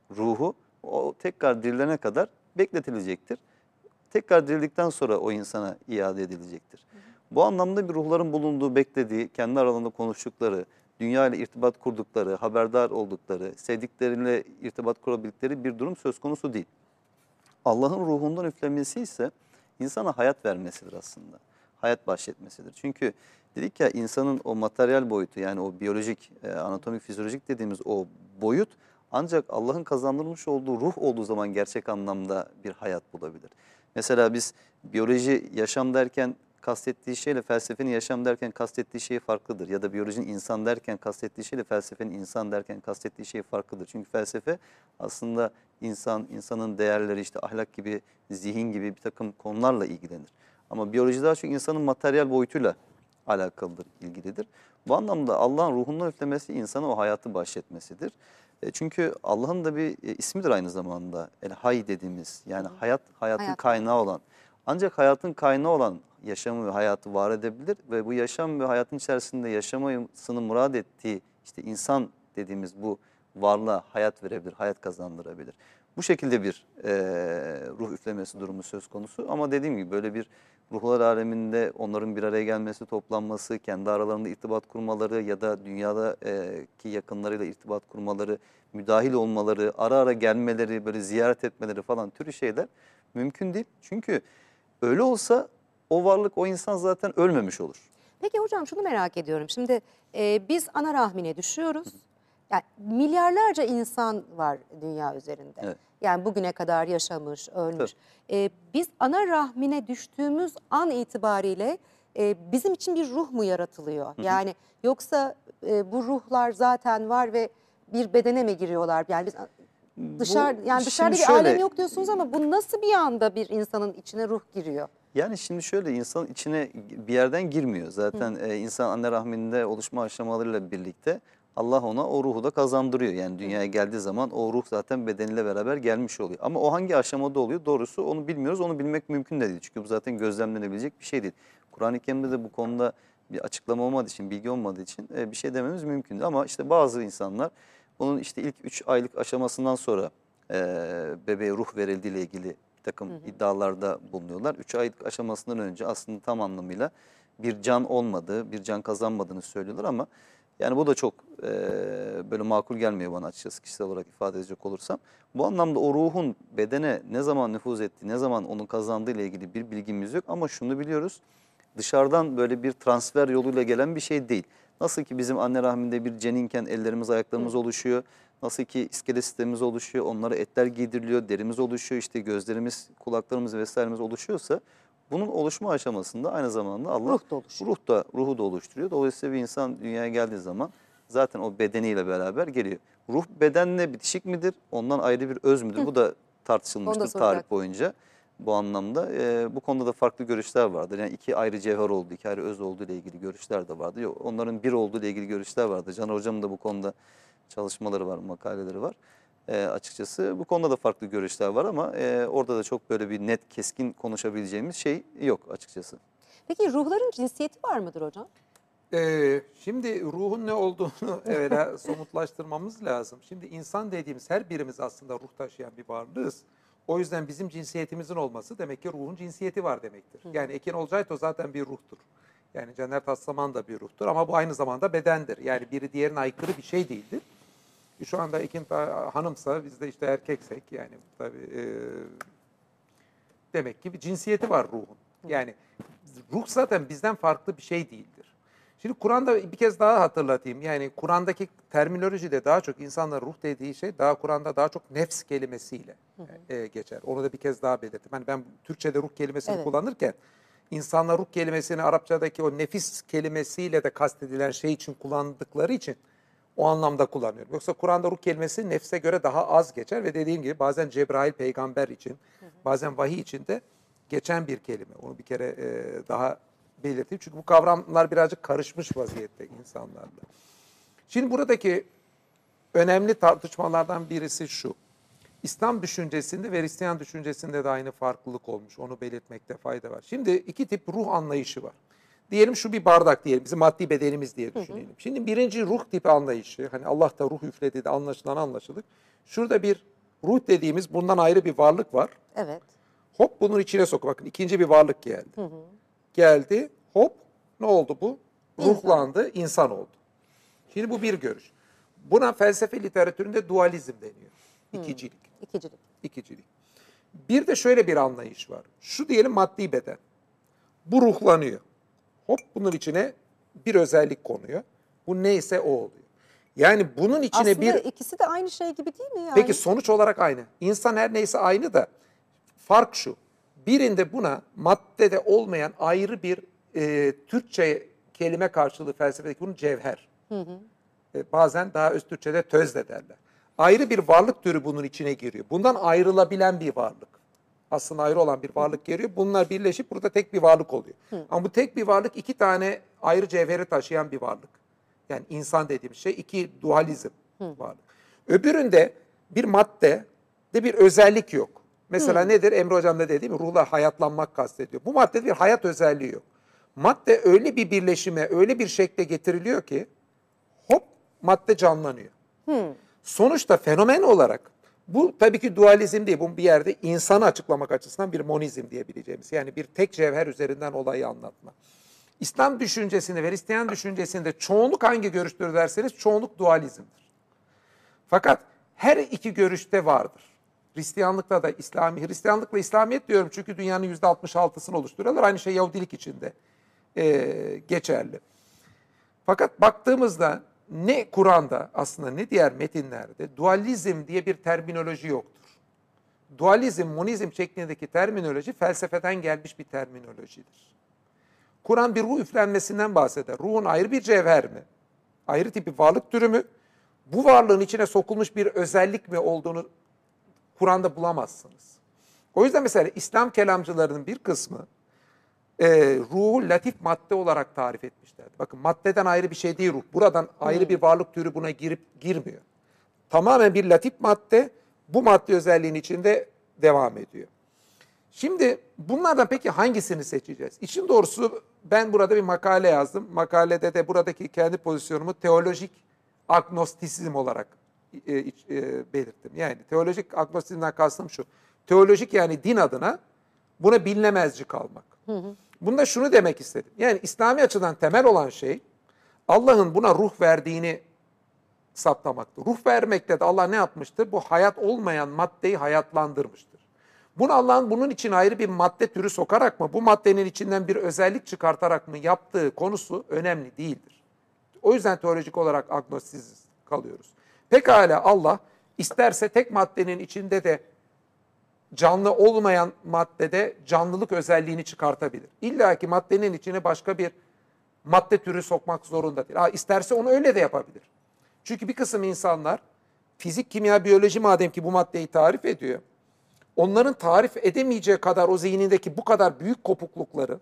[SPEAKER 3] ruhu o tekrar dirilene kadar bekletilecektir. Tekrar dirildikten sonra o insana iade edilecektir. Hı hı. Bu anlamda bir ruhların bulunduğu, beklediği, kendi aralarında konuştukları, dünya ile irtibat kurdukları, haberdar oldukları, sevdikleriyle irtibat kurabildikleri bir durum söz konusu değil. Allah'ın ruhundan üflemesi ise insana hayat vermesidir aslında. Hayat bahşetmesidir. Çünkü dedik ya, insanın o materyal boyutu, yani o biyolojik, e, anatomik, fizyolojik dediğimiz o boyut ancak Allah'ın kazandırmış olduğu ruh olduğu zaman gerçek anlamda bir hayat bulabilir. Mesela biz biyoloji yaşam derken kastettiği şeyle felsefenin yaşam derken kastettiği şey farklıdır. Ya da biyolojinin insan derken kastettiği şeyle felsefenin insan derken kastettiği şey farklıdır. Çünkü felsefe aslında insan, insanın değerleri, işte ahlak gibi, zihin gibi bir takım konularla ilgilenir. Ama biyoloji daha çok insanın materyal boyutuyla alakalıdır, ilgilidir. Bu anlamda Allah'ın ruhundan üflemesi insana o hayatı bahşetmesidir. E çünkü Allah'ın da bir e, ismidir aynı zamanda. El Hay dediğimiz, yani hayat, hayatın
[SPEAKER 1] Hayat.
[SPEAKER 3] kaynağı olan. Ancak hayatın kaynağı olan yaşamı ve hayatı var edebilir ve bu yaşam ve hayatın içerisinde yaşamasını murad ettiği işte insan dediğimiz bu varlığa hayat verebilir, hayat kazandırabilir. Bu şekilde bir e, ruh üflemesi durumu söz konusu ama dediğim gibi böyle bir ruhlar aleminde onların bir araya gelmesi, toplanması, kendi aralarında irtibat kurmaları ya da dünyadaki yakınlarıyla irtibat kurmaları, müdahil olmaları, ara ara gelmeleri, böyle ziyaret etmeleri falan türü şeyler mümkün değil. Çünkü öyle olsa o varlık, o insan zaten ölmemiş olur.
[SPEAKER 1] Peki hocam, şunu merak ediyorum. Şimdi e, biz ana rahmine düşüyoruz. Yani milyarlarca insan var dünya üzerinde.
[SPEAKER 3] Evet.
[SPEAKER 1] Yani bugüne kadar yaşamış, ölmüş. E, biz ana rahmine düştüğümüz an itibariyle e, bizim için bir ruh mu yaratılıyor?
[SPEAKER 3] Hı hı.
[SPEAKER 1] Yani yoksa e, bu ruhlar zaten var ve bir bedene mi giriyorlar? Yani biz dışarı
[SPEAKER 3] Bu,
[SPEAKER 1] yani dışarıda bir
[SPEAKER 3] şöyle,
[SPEAKER 1] alem yok diyorsunuz ama bu nasıl bir anda bir insanın içine ruh giriyor?
[SPEAKER 3] Yani şimdi şöyle, insan içine bir yerden girmiyor. Zaten e, insan anne rahminde oluşma aşamalarıyla birlikte Allah ona o ruhu da kazandırıyor. Yani dünyaya geldiği zaman o ruh zaten bedeniyle beraber gelmiş oluyor. Ama o hangi aşamada oluyor doğrusu onu bilmiyoruz. Onu bilmek mümkün de değil. Çünkü bu zaten gözlemlenebilecek bir şey değil. Kur'an-ı Kerim'de de bu konuda bir açıklama olmadığı için, bilgi olmadığı için e, bir şey dememiz mümkün değil. Ama işte bazı insanlar bunun işte ilk üç aylık aşamasından sonra e, bebeğe ruh verildiğiyle ilgili bir takım hı hı. iddialarda bulunuyorlar. üç aylık aşamasından önce aslında tam anlamıyla bir can olmadığı, bir can kazanmadığını söylüyorlar ama yani bu da çok e, böyle makul gelmiyor bana açıkçası, kişisel olarak ifade edecek olursam. Bu anlamda o ruhun bedene ne zaman nüfuz ettiği, ne zaman onu kazandığı ile ilgili bir bilgimiz yok. Ama şunu biliyoruz, dışarıdan böyle bir transfer yoluyla gelen bir şey değil. Nasıl ki bizim anne rahminde bir ceninken ellerimiz, ayaklarımız Hı. oluşuyor. Nasıl ki iskelet sistemimiz oluşuyor, onlara etler giydiriliyor, derimiz oluşuyor, işte gözlerimiz, kulaklarımız vesairemiz oluşuyorsa bunun oluşma aşamasında aynı zamanda Allah
[SPEAKER 1] ruh da,
[SPEAKER 3] ruh da, ruhu da oluşturuyor. Dolayısıyla bir insan dünyaya geldiği zaman zaten o bedeniyle beraber geliyor. Ruh bedenle bitişik midir? Ondan ayrı bir öz müdür? Hı. Bu da tartışılmıştır tarih boyunca. Bu anlamda e, bu konuda da farklı görüşler vardır. Yani iki ayrı cevher olduğu, iki ayrı öz olduğu ile ilgili görüşler de vardır. Yok, onların bir olduğu ile ilgili görüşler vardır. Can Hocam'ın da bu konuda çalışmaları var, makaleleri var. E, açıkçası bu konuda da farklı görüşler var ama e, orada da çok böyle bir net, keskin konuşabileceğimiz şey yok açıkçası.
[SPEAKER 1] Peki ruhların cinsiyeti var mıdır hocam?
[SPEAKER 2] Ee, şimdi ruhun ne olduğunu evvela somutlaştırmamız lazım. Şimdi insan dediğimiz her birimiz aslında ruh taşıyan bir varlığız. O yüzden bizim cinsiyetimizin olması demek ki ruhun cinsiyeti var demektir. Hı. Yani Ekin Olcayto zaten bir ruhtur. Yani Caner Taslaman da bir ruhtur ama bu aynı zamanda bedendir. Yani biri diğerine aykırı bir şey değildir. Şu anda Ekin hanımsa biz de işte erkeksek yani tabii e, demek ki bir cinsiyeti var ruhun. Yani ruh zaten bizden farklı bir şey değildir. Şimdi Kur'an'da bir kez daha hatırlatayım. Yani Kur'an'daki terminolojide daha çok insanlar ruh dediği şey daha Kur'an'da daha çok nefs kelimesiyle hı hı. E, geçer. Onu da bir kez daha belirttim. Hani ben Türkçe'de ruh kelimesini evet. kullanırken insanlar ruh kelimesini Arapçadaki o nefis kelimesiyle de kastedilen şey için kullandıkları için o anlamda kullanıyorum. Yoksa Kur'an'da ruh kelimesi nefse göre daha az geçer ve dediğim gibi bazen Cebrail peygamber için, hı hı. bazen vahiy için de geçen bir kelime. Onu bir kere e, daha belirteyim. Çünkü bu kavramlar birazcık karışmış vaziyette insanlarla. Şimdi buradaki önemli tartışmalardan birisi şu. İslam düşüncesinde ve Hristiyan düşüncesinde de aynı farklılık olmuş. Onu belirtmekte fayda var. Şimdi iki tip ruh anlayışı var. Diyelim şu bir bardak diyelim. Bizim maddi bedenimiz diye düşünelim. Hı hı. Şimdi birinci ruh tipi anlayışı. Hani Allah da ruh üfledi de anlaşılan anlaşılır. Şurada bir ruh dediğimiz bundan ayrı bir varlık var.
[SPEAKER 1] Evet.
[SPEAKER 2] Hop bunun içine sokuyor. Bakın ikinci bir varlık geldi. Hı hı. Geldi, hop ne oldu bu? Ruhlandı, insan. insan oldu. Şimdi bu bir görüş. Buna felsefe literatüründe dualizm deniyor. İkicilik.
[SPEAKER 1] Hmm. İkicilik.
[SPEAKER 2] İkicilik. Bir de şöyle bir anlayış var. Şu diyelim maddi beden. Bu ruhlanıyor. Hop bunun içine bir özellik konuyor. Bu neyse o oluyor. Yani bunun içine
[SPEAKER 1] Aslında
[SPEAKER 2] bir...
[SPEAKER 1] ikisi de aynı şey gibi değil mi? Yani?
[SPEAKER 2] Peki sonuç olarak aynı. İnsan her neyse aynı da fark şu. Birinde buna maddede olmayan ayrı bir e, Türkçe kelime karşılığı felsefedeki bunun cevher. Hı hı. E, bazen daha öz Türkçe'de töz de derler. Ayrı bir varlık türü bunun içine giriyor. Bundan ayrılabilen bir varlık. Aslında ayrı olan bir varlık geliyor. Bunlar birleşip burada tek bir varlık oluyor. Hı. Ama bu tek bir varlık iki tane ayrı cevheri taşıyan bir varlık. Yani insan dediğimiz şey iki dualizm Hı. varlık. Öbüründe bir madde de bir özellik yok. Mesela Hı. nedir? Emre Hocam da dediğim ruhla hayatlanmak kastediyor. Bu maddede bir hayat özelliği yok. Madde öyle bir birleşime, öyle bir şekle getiriliyor ki hop madde canlanıyor. Hı. Sonuçta fenomen olarak bu tabii ki dualizm değil. Bu bir yerde insanı açıklamak açısından bir monizm diyebileceğimiz. Yani bir tek cevher üzerinden olayı anlatma. İslam düşüncesinde ve Hristiyan düşüncesinde çoğunluk hangi görüştür derseniz çoğunluk dualizmdir. Fakat her iki görüşte vardır. Hristiyanlıkta da İslami, Hristiyanlıkla İslamiyet diyorum çünkü dünyanın yüzde altmış altısını oluşturuyorlar. Aynı şey Yahudilik içinde e, geçerli. Fakat baktığımızda ne Kur'an'da aslında ne diğer metinlerde dualizm diye bir terminoloji yoktur. Dualizm, monizm şeklindeki terminoloji felsefeden gelmiş bir terminolojidir. Kur'an bir ruh üflenmesinden bahseder. Ruhun ayrı bir cevher mi? Ayrı tip bir varlık türü mü? Bu varlığın içine sokulmuş bir özellik mi olduğunu Kur'an'da bulamazsınız. O yüzden mesela İslam kelamcılarının bir kısmı e, ruhu latif madde olarak tarif etmişlerdi. Bakın maddeden ayrı bir şey değil ruh. Buradan ayrı hmm. bir varlık türü buna girip girmiyor. Tamamen bir latif madde bu madde özelliğinin içinde devam ediyor. Şimdi bunlardan peki hangisini seçeceğiz? İşin doğrusu ben burada bir makale yazdım. Makalede de buradaki kendi pozisyonumu teolojik agnostisizm olarak e, e, belirttim. Yani teolojik agnostizmden kastım şu. Teolojik yani din adına buna bilinemezci kalmak. Hı hı. Bunda şunu demek istedim. Yani İslami açıdan temel olan şey Allah'ın buna ruh verdiğini saptamaktır. Ruh vermekte de Allah ne yapmıştır? Bu hayat olmayan maddeyi hayatlandırmıştır. Bunu Allah'ın bunun için ayrı bir madde türü sokarak mı, bu maddenin içinden bir özellik çıkartarak mı yaptığı konusu önemli değildir. O yüzden teolojik olarak agnostiz kalıyoruz. Pekala Allah isterse tek maddenin içinde de canlı olmayan maddede canlılık özelliğini çıkartabilir. İlla ki maddenin içine başka bir madde türü sokmak zorunda değil. Ha, isterse onu öyle de yapabilir. Çünkü bir kısım insanlar fizik, kimya, biyoloji madem ki bu maddeyi tarif ediyor, onların tarif edemeyeceği kadar o zihnindeki bu kadar büyük kopuklukları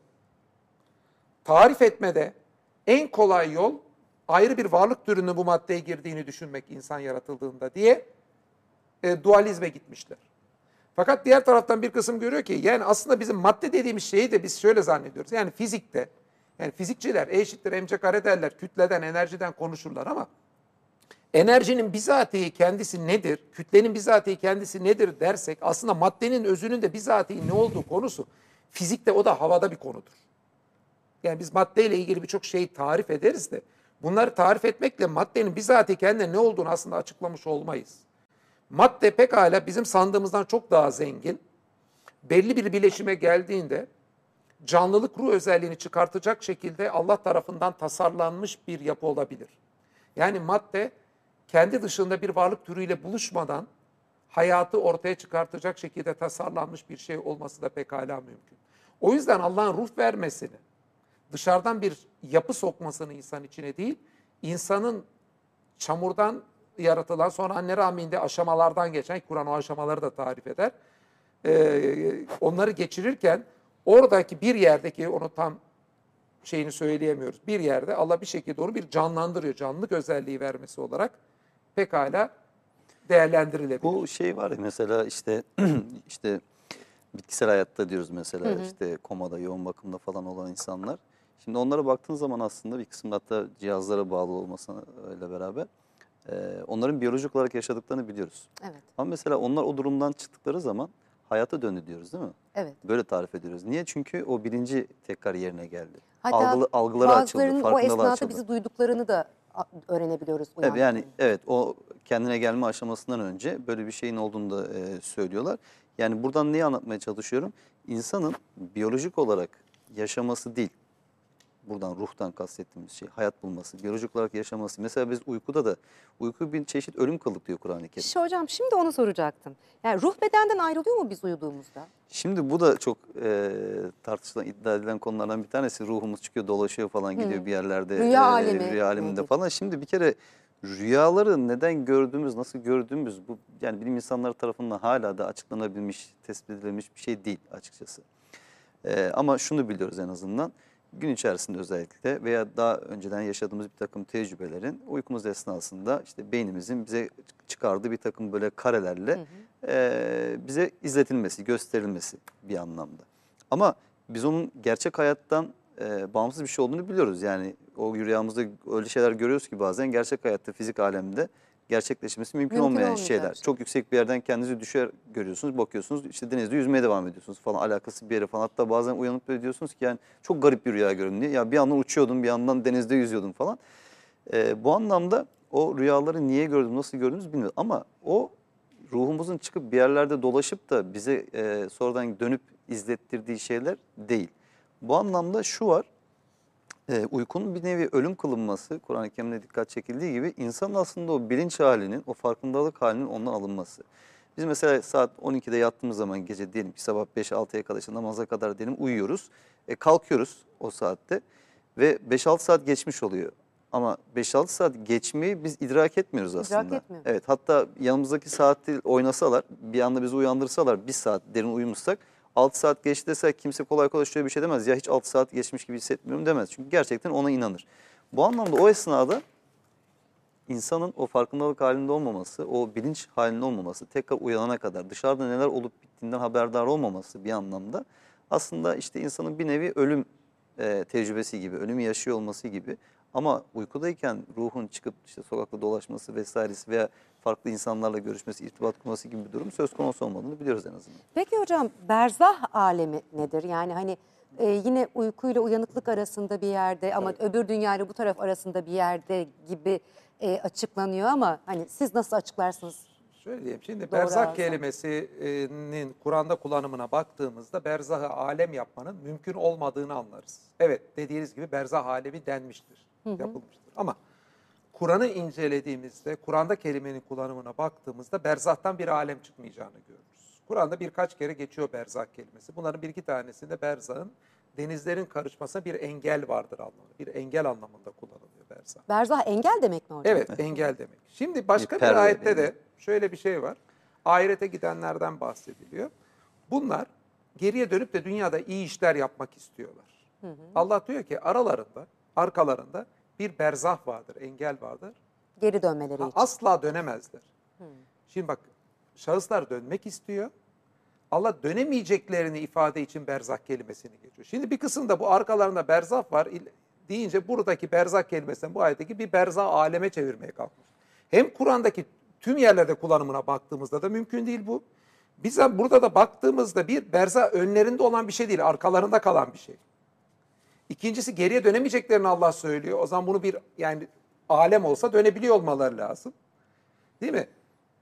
[SPEAKER 2] tarif etmede en kolay yol ayrı bir varlık türünün bu maddeye girdiğini düşünmek insan yaratıldığında diye e, dualizme gitmişler. Fakat diğer taraftan bir kısım görüyor ki yani aslında bizim madde dediğimiz şeyi de biz şöyle zannediyoruz. Yani fizikte, yani fizikçiler E eşittir mc kare derler, kütleden, enerjiden konuşurlar ama enerjinin bizatihi kendisi nedir, kütlenin bizatihi kendisi nedir dersek aslında maddenin özünün de bizatihi ne olduğu konusu fizikte o da havada bir konudur. Yani biz maddeyle ilgili birçok şeyi tarif ederiz de bunları tarif etmekle maddenin bizatihi kendine ne olduğunu aslında açıklamış olmayız. Madde pekala bizim sandığımızdan çok daha zengin. Belli bir bileşime geldiğinde canlılık ruh özelliğini çıkartacak şekilde Allah tarafından tasarlanmış bir yapı olabilir. Yani madde kendi dışında bir varlık türüyle buluşmadan hayatı ortaya çıkartacak şekilde tasarlanmış bir şey olması da pekala mümkün. O yüzden Allah'ın ruh vermesini, dışarıdan bir yapı sokmasını insan içine değil, insanın çamurdan yaratılan sonra anne rahminde aşamalardan geçen, Kur'an o aşamaları da tarif eder. Ee, onları geçirirken oradaki bir yerdeki onu tam şeyini söyleyemiyoruz. Bir yerde Allah bir şekilde onu bir canlandırıyor. Canlılık özelliği vermesi olarak pekala değerlendirilebilir.
[SPEAKER 3] Bu şey var ya mesela işte işte bitkisel hayatta diyoruz mesela hı hı. işte komada, yoğun bakımda falan olan insanlar. Şimdi onlara baktığın zaman aslında bir kısmında hatta cihazlara bağlı olmasıyla beraber e, onların biyolojik olarak yaşadıklarını biliyoruz.
[SPEAKER 1] Evet.
[SPEAKER 3] Ama mesela onlar o durumdan çıktıkları zaman hayata döndü diyoruz değil mi?
[SPEAKER 1] Evet.
[SPEAKER 3] Böyle tarif ediyoruz. Niye? Çünkü o bilinci tekrar yerine geldi.
[SPEAKER 1] Hatta
[SPEAKER 3] Algılı, algıları açıldı,
[SPEAKER 1] bazılarının o
[SPEAKER 3] farkındalığı
[SPEAKER 1] esnada
[SPEAKER 3] açıldı.
[SPEAKER 1] bizi duyduklarını da a- öğrenebiliyoruz.
[SPEAKER 3] Evet, yani
[SPEAKER 1] uyandıklarını.
[SPEAKER 3] evet, o kendine gelme aşamasından önce böyle bir şeyin olduğunu da e, söylüyorlar. Yani buradan neyi anlatmaya çalışıyorum? İnsanın biyolojik olarak yaşaması değil, buradan ruhtan kastettiğimiz şey, hayat bulması, biyolojik olarak yaşaması. Mesela biz uykuda da, uyku bir çeşit ölüm kılık diyor Kur'an-ı Kerim.
[SPEAKER 1] Şu hocam şimdi onu soracaktım. Yani ruh bedenden ayrılıyor mu biz uyuduğumuzda?
[SPEAKER 3] Şimdi bu da çok e, tartışılan, iddia edilen konulardan bir tanesi. Ruhumuz çıkıyor, dolaşıyor falan, gidiyor bir yerlerde.
[SPEAKER 1] Rüya
[SPEAKER 3] e,
[SPEAKER 1] alemi
[SPEAKER 3] Rüya aleminde
[SPEAKER 1] nedir?
[SPEAKER 3] falan. Şimdi bir kere rüyaları neden gördüğümüz, nasıl gördüğümüz, bu yani bilim insanları tarafından hala da açıklanabilmiş, tespit edilmiş bir şey değil açıkçası. E, ama şunu biliyoruz en azından. Gün içerisinde özellikle veya daha önceden yaşadığımız bir takım tecrübelerin uykumuz esnasında işte beynimizin bize çıkardığı bir takım böyle karelerle e, bize izletilmesi, gösterilmesi bir anlamda. Ama biz onun gerçek hayattan e, bağımsız bir şey olduğunu biliyoruz. Yani o rüyamızda öyle şeyler görüyoruz ki bazen gerçek hayatta, fizik alemde gerçekleşmesi mümkün,
[SPEAKER 1] Mümkün
[SPEAKER 3] olmayan
[SPEAKER 1] olmayacak
[SPEAKER 3] şeyler.
[SPEAKER 1] şey.
[SPEAKER 3] Çok yüksek bir yerden kendinizi düşer görüyorsunuz, bakıyorsunuz işte denizde yüzmeye devam ediyorsunuz falan, alakası bir yere falan. Hatta bazen uyanıp böyle diyorsunuz ki yani çok garip bir rüya gördüm diye. Ya bir yandan uçuyordum, bir yandan denizde yüzüyordum falan. Ee, bu anlamda o rüyaları niye gördüm, nasıl gördüğümüzü bilmiyoruz. Ama o ruhumuzun çıkıp bir yerlerde dolaşıp da bize e, sonradan dönüp izlettirdiği şeyler değil. Bu anlamda şu var. E, uykunun bir nevi ölüm kılınması, Kur'an-ı Kerim'de dikkat çekildiği gibi insanın aslında o bilinç halinin, o farkındalık halinin ondan alınması. Biz mesela saat on ikide yattığımız zaman gece diyelim ki sabah beş altıya kadar işte namaza kadar diyelim uyuyoruz. E, kalkıyoruz o saatte ve beş altı saat geçmiş oluyor. Ama beş altı saat geçmeyi biz idrak etmiyoruz
[SPEAKER 1] İdrak
[SPEAKER 3] aslında.
[SPEAKER 1] etmiyoruz.
[SPEAKER 3] Evet, hatta yanımızdaki saati oynasalar, bir anda bizi uyandırsalar, bir saat derin uyumuşsak, altı saat geçti desek kimse kolay kolay şöyle bir şey demez. Ya hiç altı saat geçmiş gibi hissetmiyorum demez. Çünkü gerçekten ona inanır. Bu anlamda o esnada insanın o farkındalık halinde olmaması, o bilinç halinde olmaması, tekrar uyanana kadar dışarıda neler olup bittiğinden haberdar olmaması bir anlamda aslında işte insanın bir nevi ölüm e, tecrübesi gibi, ölümü yaşıyor olması gibi. Ama uykudayken ruhun çıkıp işte sokakta dolaşması vesairesi veya farklı insanlarla görüşmesi, irtibat kurması gibi bir durum söz konusu olmadığını biliyoruz en azından.
[SPEAKER 1] Peki hocam berzah alemi nedir? Yani hani e, yine uykuyla uyanıklık arasında bir yerde ama öbür dünyayla bu taraf arasında bir yerde gibi e, açıklanıyor ama hani siz nasıl açıklarsınız?
[SPEAKER 2] Şöyle diyeyim, şimdi
[SPEAKER 1] Doğru
[SPEAKER 2] berzah
[SPEAKER 1] alsam.
[SPEAKER 2] kelimesinin Kur'an'da kullanımına baktığımızda berzahı alem yapmanın mümkün olmadığını anlarız. Evet, dediğiniz gibi berzah alemi denmiştir, yapılmıştır. Ama Kur'an'ı incelediğimizde, Kur'an'da kelimenin kullanımına baktığımızda berzahtan bir alem çıkmayacağını görürüz. Kur'an'da birkaç kere geçiyor berzah kelimesi. Bunların bir iki tanesinde berzahın denizlerin karışmasına bir engel vardır anlamında. Bir engel anlamında kullanılıyor berzah.
[SPEAKER 1] Berzah engel demek mi hocam?
[SPEAKER 2] Evet, engel demek. Şimdi başka
[SPEAKER 3] Bir
[SPEAKER 2] bir,
[SPEAKER 3] perde
[SPEAKER 2] ayette
[SPEAKER 3] değil
[SPEAKER 2] de
[SPEAKER 3] mi?
[SPEAKER 2] şöyle bir şey var. Ahirete gidenlerden bahsediliyor. Bunlar geriye dönüp de dünyada iyi işler yapmak istiyorlar. Allah diyor ki aralarında, arkalarında bir berzah vardır, engel vardır.
[SPEAKER 1] Geri dönmeleri
[SPEAKER 2] Ha,
[SPEAKER 1] için.
[SPEAKER 2] asla dönemezler. Şimdi bak, şahıslar dönmek istiyor. Allah dönemeyeceklerini ifade için berzah kelimesini geçiyor. Şimdi bir kısımda bu arkalarında berzah var il- deyince buradaki berzah kelimesinden bu ayetteki bir berzah aleme çevirmeye kalkmış. Hem Kur'an'daki tüm yerlerde kullanımına baktığımızda da mümkün değil bu. Biz de burada da baktığımızda bir berzah önlerinde olan bir şey değil, arkalarında kalan bir şey. İkincisi geriye dönemeyeceklerini Allah söylüyor. O zaman bunu bir yani alem olsa dönebiliyor olmaları lazım. Değil mi?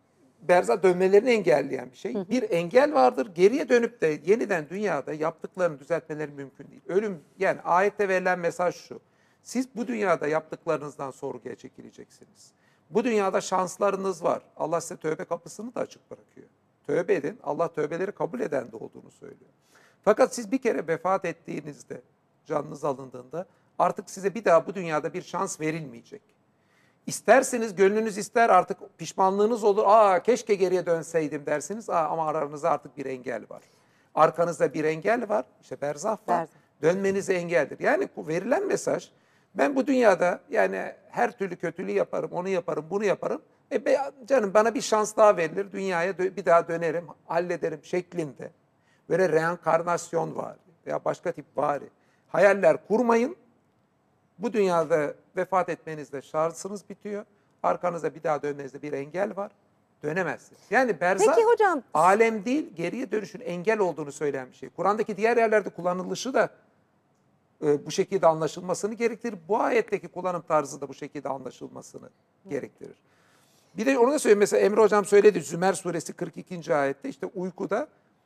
[SPEAKER 2] Berzah dönmelerini engelleyen bir şey. Bir engel vardır. Geriye dönüp de yeniden dünyada yaptıklarını düzeltmeleri mümkün değil. Ölüm, yani ayette verilen mesaj şu. Siz bu dünyada yaptıklarınızdan sorguya çekileceksiniz. Bu dünyada şanslarınız var. Allah size tövbe kapısını da açık bırakıyor. Tövbe edin. Allah tövbeleri kabul eden de olduğunu söylüyor. Fakat siz bir kere vefat ettiğinizde, canınız alındığında artık size bir daha bu dünyada bir şans verilmeyecek. İsterseniz, gönlünüz ister, artık pişmanlığınız olur. Aa keşke geriye dönseydim dersiniz. Aa, ama aranızda artık bir engel var. Arkanızda bir engel var. İşte berzah var.
[SPEAKER 1] Berzah.
[SPEAKER 2] Dönmenize engeldir. Yani bu verilen mesaj, ben bu dünyada yani her türlü kötülüğü yaparım, onu yaparım, bunu yaparım. E be, canım bana bir şans daha verilir. Dünyaya dö- bir daha dönerim, hallederim şeklinde. Böyle reenkarnasyon var veya başka tip vari hayaller kurmayın. Bu dünyada vefat etmenizde şansınız bitiyor. Arkanızda bir daha dönmenizde bir engel var. Dönemezsiniz. Yani berzah
[SPEAKER 1] Peki hocam.
[SPEAKER 2] alem değil, geriye dönüşün engel olduğunu söyleyen bir şey. Kur'an'daki diğer yerlerde kullanılışı da e, bu şekilde anlaşılmasını gerektirir. Bu ayetteki kullanım tarzı da bu şekilde anlaşılmasını gerektirir. Bir de onu da söyleyeyim. Mesela Emre Hocam söyledi. Zümer suresi kırk ikinci ayette işte uykuda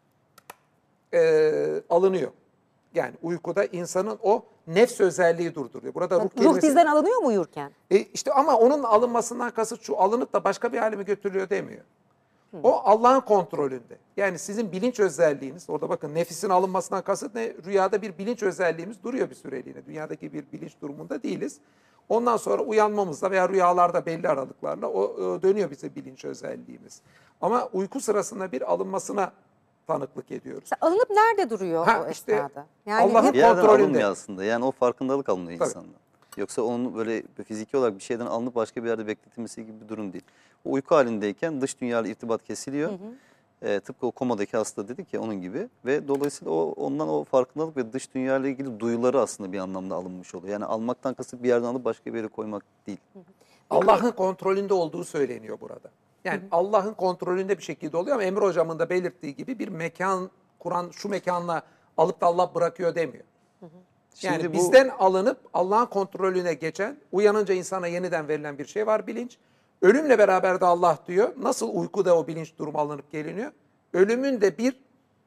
[SPEAKER 2] e, alınıyor. Yani uykuda insanın o nefs özelliği durduruyor. Burada ruh,
[SPEAKER 1] Ruh
[SPEAKER 2] kelimesi...
[SPEAKER 1] bizden alınıyor mu uyurken?
[SPEAKER 2] E işte ama onun alınmasından kasıt şu, alınıp da başka bir hale mi götürülüyor demiyor. O Allah'ın kontrolünde. Yani sizin bilinç özelliğiniz, orada bakın nefisin alınmasından kasıt ne? Rüyada bir bilinç özelliğimiz duruyor bir süreliğine. Dünyadaki bir bilinç durumunda değiliz. Ondan sonra uyanmamızda veya rüyalarda belli aralıklarla o, o dönüyor bize bilinç özelliğimiz. Ama uyku sırasında bir alınmasına tanıklık ediyoruz.
[SPEAKER 1] Mesela alınıp nerede duruyor
[SPEAKER 2] Ha,
[SPEAKER 1] o
[SPEAKER 2] işte
[SPEAKER 1] esnada?
[SPEAKER 2] Allah'ın
[SPEAKER 1] hep-
[SPEAKER 3] Bir yerden
[SPEAKER 2] kontrolünde.
[SPEAKER 3] alınmıyor aslında. Yani o farkındalık alınıyor
[SPEAKER 2] Tabii.
[SPEAKER 3] insandan. Yoksa onun böyle fiziki olarak bir şeyden alınıp başka bir yerde bekletilmesi gibi bir durum değil. O uyku halindeyken dış dünyayla irtibat kesiliyor. Ee, tıpkı o komadaki hasta dedik ya onun gibi. Ve dolayısıyla o ondan o farkındalık ve dış dünyayla ilgili duyuları aslında bir anlamda alınmış oluyor. Yani almaktan kasıt bir yerden alıp başka bir yere koymak değil.
[SPEAKER 2] Allah'ın kontrolünde olduğu söyleniyor burada. Yani Allah'ın kontrolünde bir şekilde oluyor ama Emre Hocam'ın da belirttiği gibi bir mekan, Kur'an şu mekanla alıp da Allah bırakıyor demiyor. Yani
[SPEAKER 3] Şimdi bu-
[SPEAKER 2] bizden alınıp Allah'ın kontrolüne geçen, uyanınca insana yeniden verilen bir şey var bilinç. Ölümle beraber de Allah diyor. Nasıl uykuda o bilinç durumu alınıp geliniyor? Ölümün de bir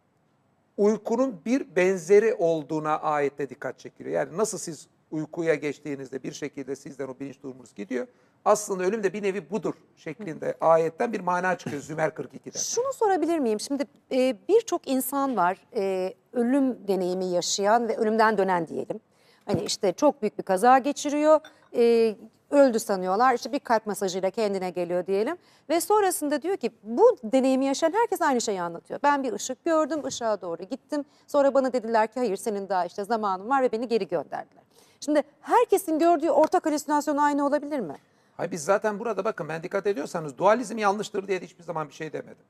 [SPEAKER 2] uykunun bir benzeri olduğuna ayette dikkat çekiliyor. Yani nasıl siz uykuya geçtiğinizde bir şekilde sizden o bilinç durumunuz gidiyor. Aslında ölüm de bir nevi budur şeklinde ayetten bir mana çıkıyor Zümer kırk ikiden.
[SPEAKER 1] Şunu sorabilir miyim? Şimdi e, birçok insan var e, ölüm deneyimi yaşayan ve ölümden dönen diyelim. Hani işte çok büyük bir kaza geçiriyor, e, öldü sanıyorlar. İşte bir kalp masajıyla kendine geliyor diyelim. Ve sonrasında diyor ki bu deneyimi yaşayan herkes aynı şeyi anlatıyor. Ben bir ışık gördüm, ışığa doğru gittim. Sonra bana dediler ki hayır senin daha işte zamanın var ve beni geri gönderdiler. Şimdi herkesin gördüğü ortak halüsinasyon aynı olabilir mi?
[SPEAKER 2] Hayır biz zaten burada bakın ben dikkat ediyorsanız dualizm yanlıştır diye de hiçbir zaman bir şey demedim.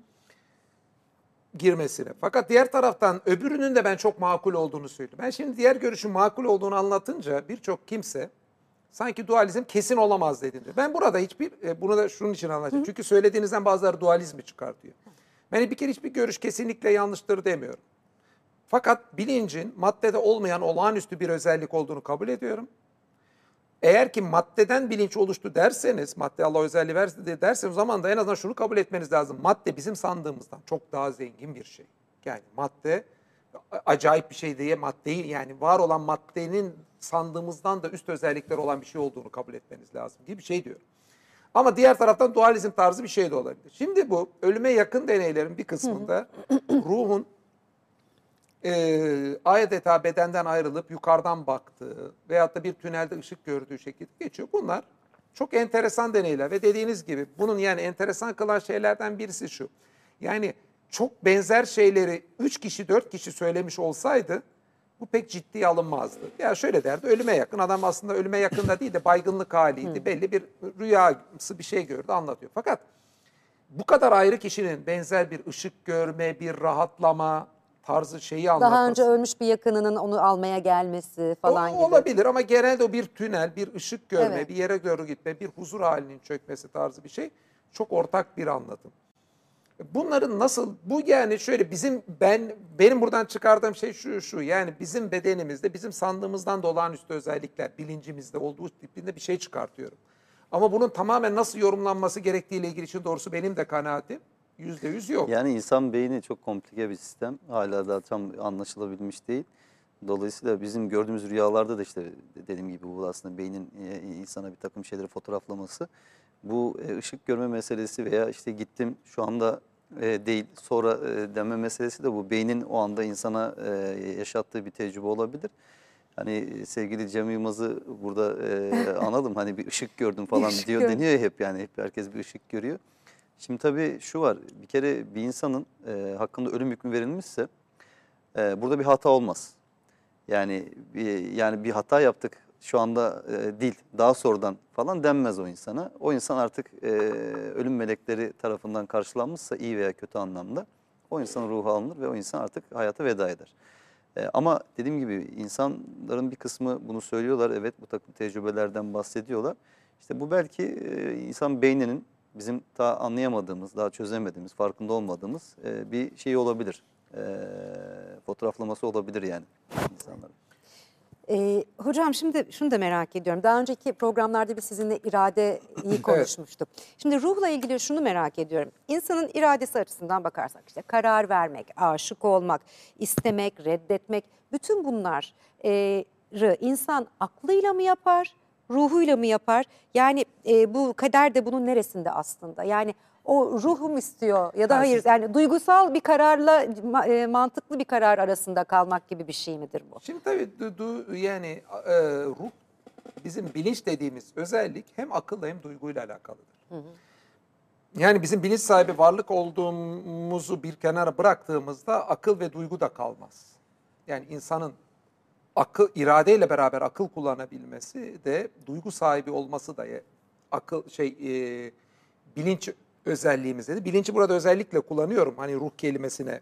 [SPEAKER 2] Girmesine. Fakat diğer taraftan öbürünün de ben çok makul olduğunu söyledim. Ben şimdi diğer görüşün makul olduğunu anlatınca birçok kimse sanki dualizm kesin olamaz dedi diyor. Ben burada hiçbir, e, bunu da şunun için anlatacağım. Çünkü söylediğinizden bazıları dualizmi çıkartıyor. Ben bir kere hiçbir görüş kesinlikle yanlıştır demiyorum. Fakat bilincin maddede olmayan olağanüstü bir özellik olduğunu kabul ediyorum. Eğer ki maddeden bilinç oluştu derseniz, madde Allah özelliği versin diye derseniz o zaman da en azından şunu kabul etmeniz lazım. Madde bizim sandığımızdan çok daha zengin bir şey. Yani madde acayip bir şey diye maddeyi yani var olan maddenin sandığımızdan da üst özellikler olan bir şey olduğunu kabul etmeniz lazım gibi bir şey diyor. Ama diğer taraftan dualizm tarzı bir şey de olabilir. Şimdi bu ölüme yakın deneylerin bir kısmında ruhun e, adeta bedenden ayrılıp yukarıdan baktığı veyahut da bir tünelde ışık gördüğü şekilde geçiyor. Bunlar çok enteresan deneyler ve dediğiniz gibi bunun yani enteresan kılan şeylerden birisi şu. Yani çok benzer şeyleri üç kişi dört kişi söylemiş olsaydı bu pek ciddiye alınmazdı. Ya şöyle derdi ölüme yakın adam aslında ölüme yakın da değil de baygınlık haliydi. Belli bir rüyası bir şey gördü anlatıyor. Fakat bu kadar ayrı kişinin benzer bir ışık görme, bir rahatlama tarzı şeyi anlatması.
[SPEAKER 1] Daha önce ölmüş bir yakınının onu almaya gelmesi falan
[SPEAKER 2] O-
[SPEAKER 1] gibi.
[SPEAKER 2] Olabilir ama genelde o bir tünel, bir ışık görme,
[SPEAKER 1] Evet.
[SPEAKER 2] bir yere doğru gitme, bir huzur halinin çökmesi tarzı bir şey. Çok ortak bir anlatım. Bunların nasıl, bu yani şöyle bizim, ben benim buradan çıkardığım şey şu şu. Yani bizim bedenimizde, bizim sandığımızdan da olağanüstü özellikler, bilincimizde olduğu tipinde bir şey çıkartıyorum. Ama bunun tamamen nasıl yorumlanması gerektiğiyle ilgili için doğrusu benim de kanaatim yüzde yüz yok.
[SPEAKER 3] Yani insan beyni çok komplike bir sistem. Hala da tam anlaşılabilmiş değil. Dolayısıyla bizim gördüğümüz rüyalarda da işte dediğim gibi bu aslında beynin e, insana bir takım şeyleri fotoğraflaması. Bu e, ışık görme meselesi veya işte gittim şu anda e, değil sonra e, deme meselesi de bu beynin o anda insana e, yaşattığı bir tecrübe olabilir. Hani sevgili Cem Yılmaz'ı burada e, analım hani bir ışık gördüm falan
[SPEAKER 1] Işık
[SPEAKER 3] diyor
[SPEAKER 1] gördüm.
[SPEAKER 3] deniyor ya hep yani hep herkes bir ışık görüyor. Şimdi tabii şu var, bir kere bir insanın e, hakkında ölüm hükmü verilmişse e, burada bir hata olmaz. Yani bir, yani bir hata yaptık şu anda e, değil, daha sonradan falan denmez o insana. O insan artık e, ölüm melekleri tarafından karşılanmışsa iyi veya kötü anlamda o insanın ruhu alınır ve o insan artık hayata veda eder. E, ama dediğim gibi insanların bir kısmı bunu söylüyorlar, evet bu takım tecrübelerden bahsediyorlar. İşte bu belki e, insan beyninin bizim daha anlayamadığımız, daha çözemediğimiz, farkında olmadığımız e, bir şey olabilir. E, fotoğraflaması olabilir yani insanların.
[SPEAKER 1] Ee, hocam şimdi şunu da merak ediyorum. Daha önceki programlarda biz sizinle iradeyi konuşmuştuk. Şimdi ruhla ilgili şunu merak ediyorum. İnsanın iradesi açısından bakarsak işte karar vermek, aşık olmak, istemek, reddetmek, bütün bunları insan aklıyla mı yapar, ruhuyla mı yapar? Yani e, bu kader de bunun neresinde aslında? Yani o ruhum istiyor ya da
[SPEAKER 2] Ha,
[SPEAKER 1] hayır,
[SPEAKER 2] siz-
[SPEAKER 1] yani duygusal bir kararla ma- e, mantıklı bir karar arasında kalmak gibi bir şey midir bu?
[SPEAKER 2] Şimdi tabii du, du- yani e, ruh, bizim bilinç dediğimiz özellik hem akılla hem duyguyla alakalıdır. Yani bizim bilinç sahibi varlık olduğumuzu bir kenara bıraktığımızda akıl ve duygu da kalmaz. Yani insanın akıl, iradeyle beraber akıl kullanabilmesi de duygu sahibi olması da ye- akıl şey e, bilinç özelliğimizde de. Bilinci burada özellikle kullanıyorum. Hani ruh kelimesine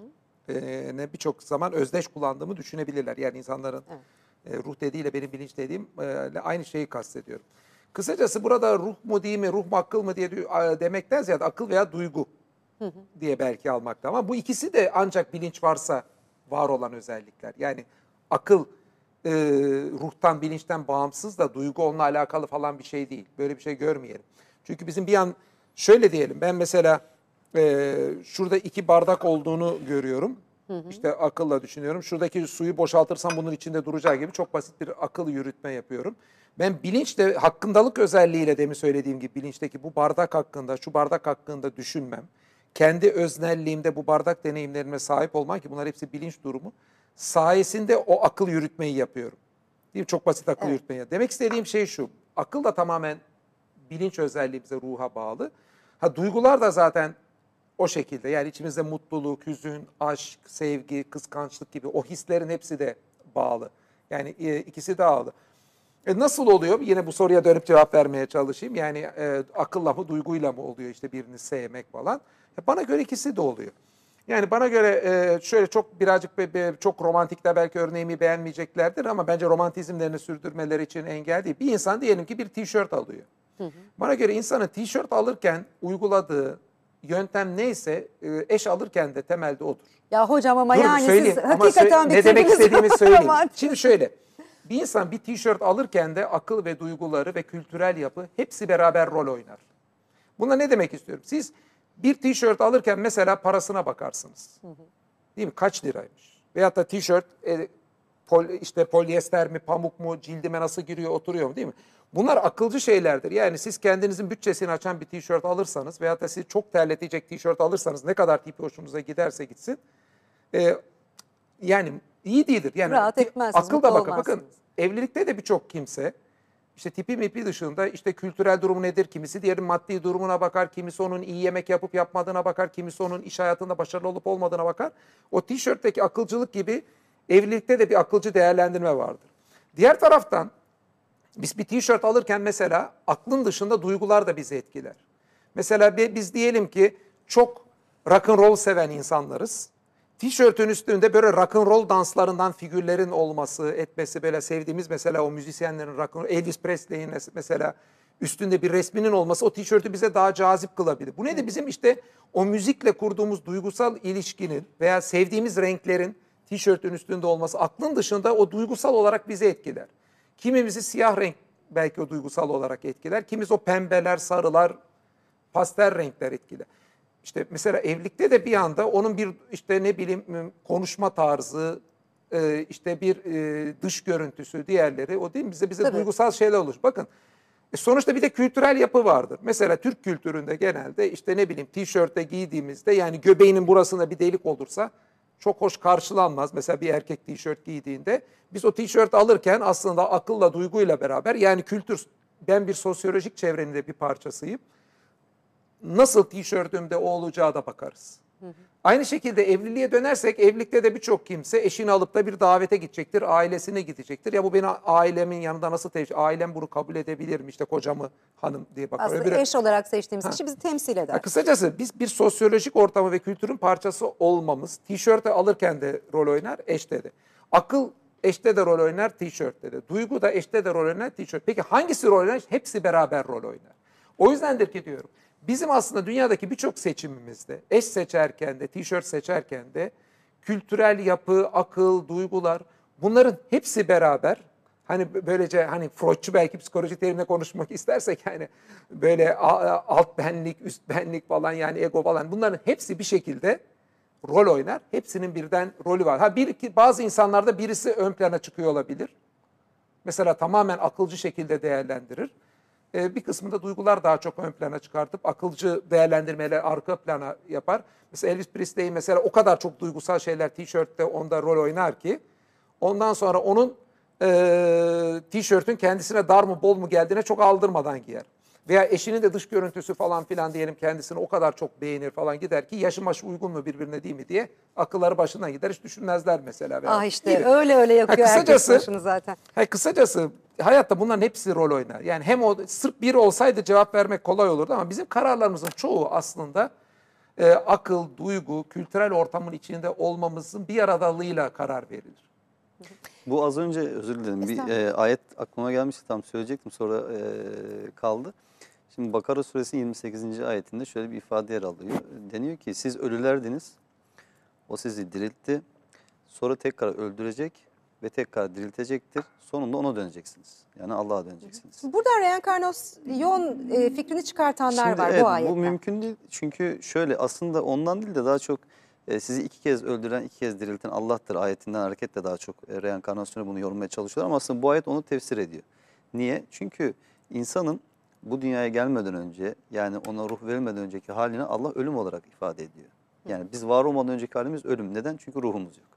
[SPEAKER 2] e, ne birçok zaman özdeş kullandığımı düşünebilirler. Yani insanların e, ruh dediğiyle benim bilinç dediğim e, aynı şeyi kastediyorum. Kısacası burada ruh mu değil mi, ruh mu akıl mı diye dü- demekten ziyade akıl veya duygu diye belki almakta. Ama bu ikisi de ancak bilinç varsa var olan özellikler. Yani akıl e, ruhtan, bilinçten bağımsız da duygu onunla alakalı falan bir şey değil. Böyle bir şey görmeyelim. Çünkü bizim bir an şöyle diyelim, ben mesela e, şurada iki bardak olduğunu görüyorum. İşte akılla düşünüyorum. Şuradaki suyu boşaltırsam bunun içinde duracağı gibi çok basit bir akıl yürütme yapıyorum. Ben bilinçle, hakkındalık özelliğiyle demin söylediğim gibi bilinçteki bu bardak hakkında, şu bardak hakkında düşünmem, kendi öznelliğimde bu bardak deneyimlerime sahip olmak, ki bunlar hepsi bilinç durumu, sayesinde o akıl yürütmeyi yapıyorum. Değil mi? Çok basit akıl
[SPEAKER 1] Evet.
[SPEAKER 2] yürütmeyi. Demek istediğim şey şu, akıl da tamamen bilinç özelliğimize, ruha bağlı. Ha, duygular da zaten o şekilde, yani içimizde mutluluk, hüzün, aşk, sevgi, kıskançlık gibi o hislerin hepsi de bağlı. Yani e, ikisi de bağlı. E nasıl oluyor? Yine bu soruya dönüp cevap vermeye çalışayım. Yani e, akılla mı, duyguyla mı oluyor işte birini sevmek falan? E, bana göre ikisi de oluyor. Yani bana göre e, şöyle çok birazcık be, be, çok romantikte belki örneğimi beğenmeyeceklerdir ama bence romantizmlerini sürdürmeleri için engel değil. Bir insan diyelim ki bir tişört alıyor. Bana göre insanın tişört alırken uyguladığı yöntem neyse e, eş alırken de temelde odur.
[SPEAKER 1] Ya hocam ama
[SPEAKER 2] Dur,
[SPEAKER 1] yani
[SPEAKER 2] söyleyeyim.
[SPEAKER 1] siz
[SPEAKER 2] Ama
[SPEAKER 1] hakikaten
[SPEAKER 2] sö- ne demek
[SPEAKER 1] bitirdiniz
[SPEAKER 2] istediğimi söyleyeyim.
[SPEAKER 1] romantik.
[SPEAKER 2] Şimdi şöyle, bir insan bir tişört alırken de akıl ve duyguları ve kültürel yapı hepsi beraber rol oynar. Buna ne demek istiyorum? Siz bir tişört alırken mesela parasına bakarsınız. Değil mi? Kaç liraymış? Veyahut da tişört e, pol, işte polyester mi, pamuk mu, cildime nasıl giriyor, oturuyor mu, değil mi? Bunlar akılcı şeylerdir. Yani siz kendinizin bütçesini açan bir tişört alırsanız veyahut da sizi çok terletecek tişört alırsanız, ne kadar tipi hoşunuza giderse gitsin, e, yani iyi değildir. Yani
[SPEAKER 1] Rahat
[SPEAKER 2] ti-
[SPEAKER 1] etmezsiniz,
[SPEAKER 2] akıl da
[SPEAKER 1] mutlu
[SPEAKER 2] bakın. Bakın
[SPEAKER 1] olmazsınız.
[SPEAKER 2] evlilikte de birçok kimse işte tipi mipi dışında işte kültürel durumu nedir? Kimisi diğerinin maddi durumuna bakar, kimisi onun iyi yemek yapıp yapmadığına bakar, kimisi onun iş hayatında başarılı olup olmadığına bakar. O tişörtteki akılcılık gibi evlilikte de bir akılcı değerlendirme vardır. Diğer taraftan biz bir tişört alırken mesela aklın dışında duygular da bizi etkiler. Mesela biz diyelim ki çok rock and roll seven insanlarız. Tişörtün üstünde böyle rock and roll danslarından figürlerin olması, etmesi, böyle sevdiğimiz mesela o müzisyenlerin rock and roll, Elvis Presley'in mesela üstünde bir resminin olması o tişörtü bize daha cazip kılabilir. Bu ne de bizim işte o müzikle kurduğumuz duygusal ilişkinin veya sevdiğimiz renklerin tişörtün üstünde olması aklın dışında o duygusal olarak bizi etkiler. Kimimizi siyah renk belki o duygusal olarak etkiler. Kimisi o pembeler, sarılar, pastel renkler etkiler. İşte mesela evlilikte de bir anda onun bir işte ne bileyim konuşma tarzı, e, işte bir e, dış görüntüsü, diğerleri o değil mi? Bize bize
[SPEAKER 1] Tabii.
[SPEAKER 2] duygusal şeyler olur. Bakın e, sonuçta bir de kültürel yapı vardır. Mesela Türk kültüründe genelde işte ne bileyim tişörtte giydiğimizde yani göbeğinin burasında bir delik olursa çok hoş karşılanmaz. Mesela bir erkek tişört giydiğinde biz o tişört alırken aslında akılla, duyguyla beraber yani kültür, ben bir sosyolojik çevrenin de bir parçasıyım. Nasıl tişörtümde o olacağı da bakarız. Hı hı. Aynı şekilde evliliğe dönersek evlilikte de birçok kimse eşini alıp da bir davete gidecektir, ailesine gidecektir. Ya bu beni ailemin yanında nasıl temsil, ailem bunu kabul edebilir mi işte kocamı hanım diye bakar.
[SPEAKER 1] Aslında
[SPEAKER 2] Öbürü,
[SPEAKER 1] eş olarak seçtiğimiz
[SPEAKER 2] Ha.
[SPEAKER 1] kişi bizi temsil eder.
[SPEAKER 2] Ya kısacası biz bir sosyolojik ortamı ve kültürün parçası olmamız tişörtü alırken de rol oynar, eşte de. Akıl eşte de rol oynar tişörtte de. Duygu da eşte de rol oynar tişört. Peki hangisi rol oynar? Hepsi beraber rol oynar. O yüzdendir ki diyorum. Bizim aslında dünyadaki birçok seçimimizde, eş seçerken de, tişört seçerken de kültürel yapı, akıl, duygular, bunların hepsi beraber, hani böylece hani Freudçu belki psikoloji terimle konuşmak istersek, yani böyle alt benlik, üst benlik falan, yani ego falan, bunların hepsi bir şekilde rol oynar. Hepsinin birden rolü var. Ha, bir, bazı insanlarda birisi ön plana çıkıyor olabilir. Mesela tamamen akılcı şekilde değerlendirir. Ee, bir kısmında duygular daha çok ön plana çıkartıp akılcı değerlendirmeler arka plana yapar. Mesela Elvis Presley mesela o kadar çok duygusal şeyler tişörtte onda rol oynar ki ondan sonra onun e, tişörtün kendisine dar mı bol mu geldiğine çok aldırmadan giyer. Veya eşinin de dış görüntüsü falan filan diyelim kendisini o kadar çok beğenir falan, gider ki yaşı maşı uygun mu birbirine değil mi diye akılları başından gider, hiç düşünmezler mesela.
[SPEAKER 1] Ah işte öyle öyle yapıyor
[SPEAKER 2] ha,
[SPEAKER 1] herkes başını zaten.
[SPEAKER 2] Ha, kısacası hayatta bunların hepsi rol oynar. Yani hem o sırf bir olsaydı cevap vermek kolay olurdu ama bizim kararlarımızın çoğu aslında e, akıl, duygu, kültürel ortamın içinde olmamızın bir aradalığıyla karar verilir.
[SPEAKER 3] Bu az önce, özür dilerim, bir e, ayet aklıma gelmişti, tam söyleyecektim, sonra e, kaldı. Şimdi Bakara suresinin yirmi sekizinci ayetinde şöyle bir ifade yer alıyor. Deniyor ki siz ölülerdiniz, o sizi diriltti, sonra tekrar öldürecek ve tekrar diriltecektir. Sonunda ona döneceksiniz. Yani Allah'a döneceksiniz.
[SPEAKER 1] Buradan reenkarnasyon e, fikrini çıkartanlar
[SPEAKER 3] Şimdi
[SPEAKER 1] var
[SPEAKER 3] evet,
[SPEAKER 1] bu ayetten.
[SPEAKER 3] bu mümkün değil. Çünkü şöyle, aslında ondan değil de daha çok e, sizi iki kez öldüren, iki kez dirilten Allah'tır ayetinden hareketle daha çok e, reenkarnasyonu bunu yorumlamaya çalışıyorlar. Ama aslında bu ayet onu tefsir ediyor. Niye? Çünkü insanın bu dünyaya gelmeden önce, yani ona ruh verilmeden önceki halini Allah ölüm olarak ifade ediyor. Yani biz var olmadan önceki halimiz ölüm. Neden? Çünkü ruhumuz yok.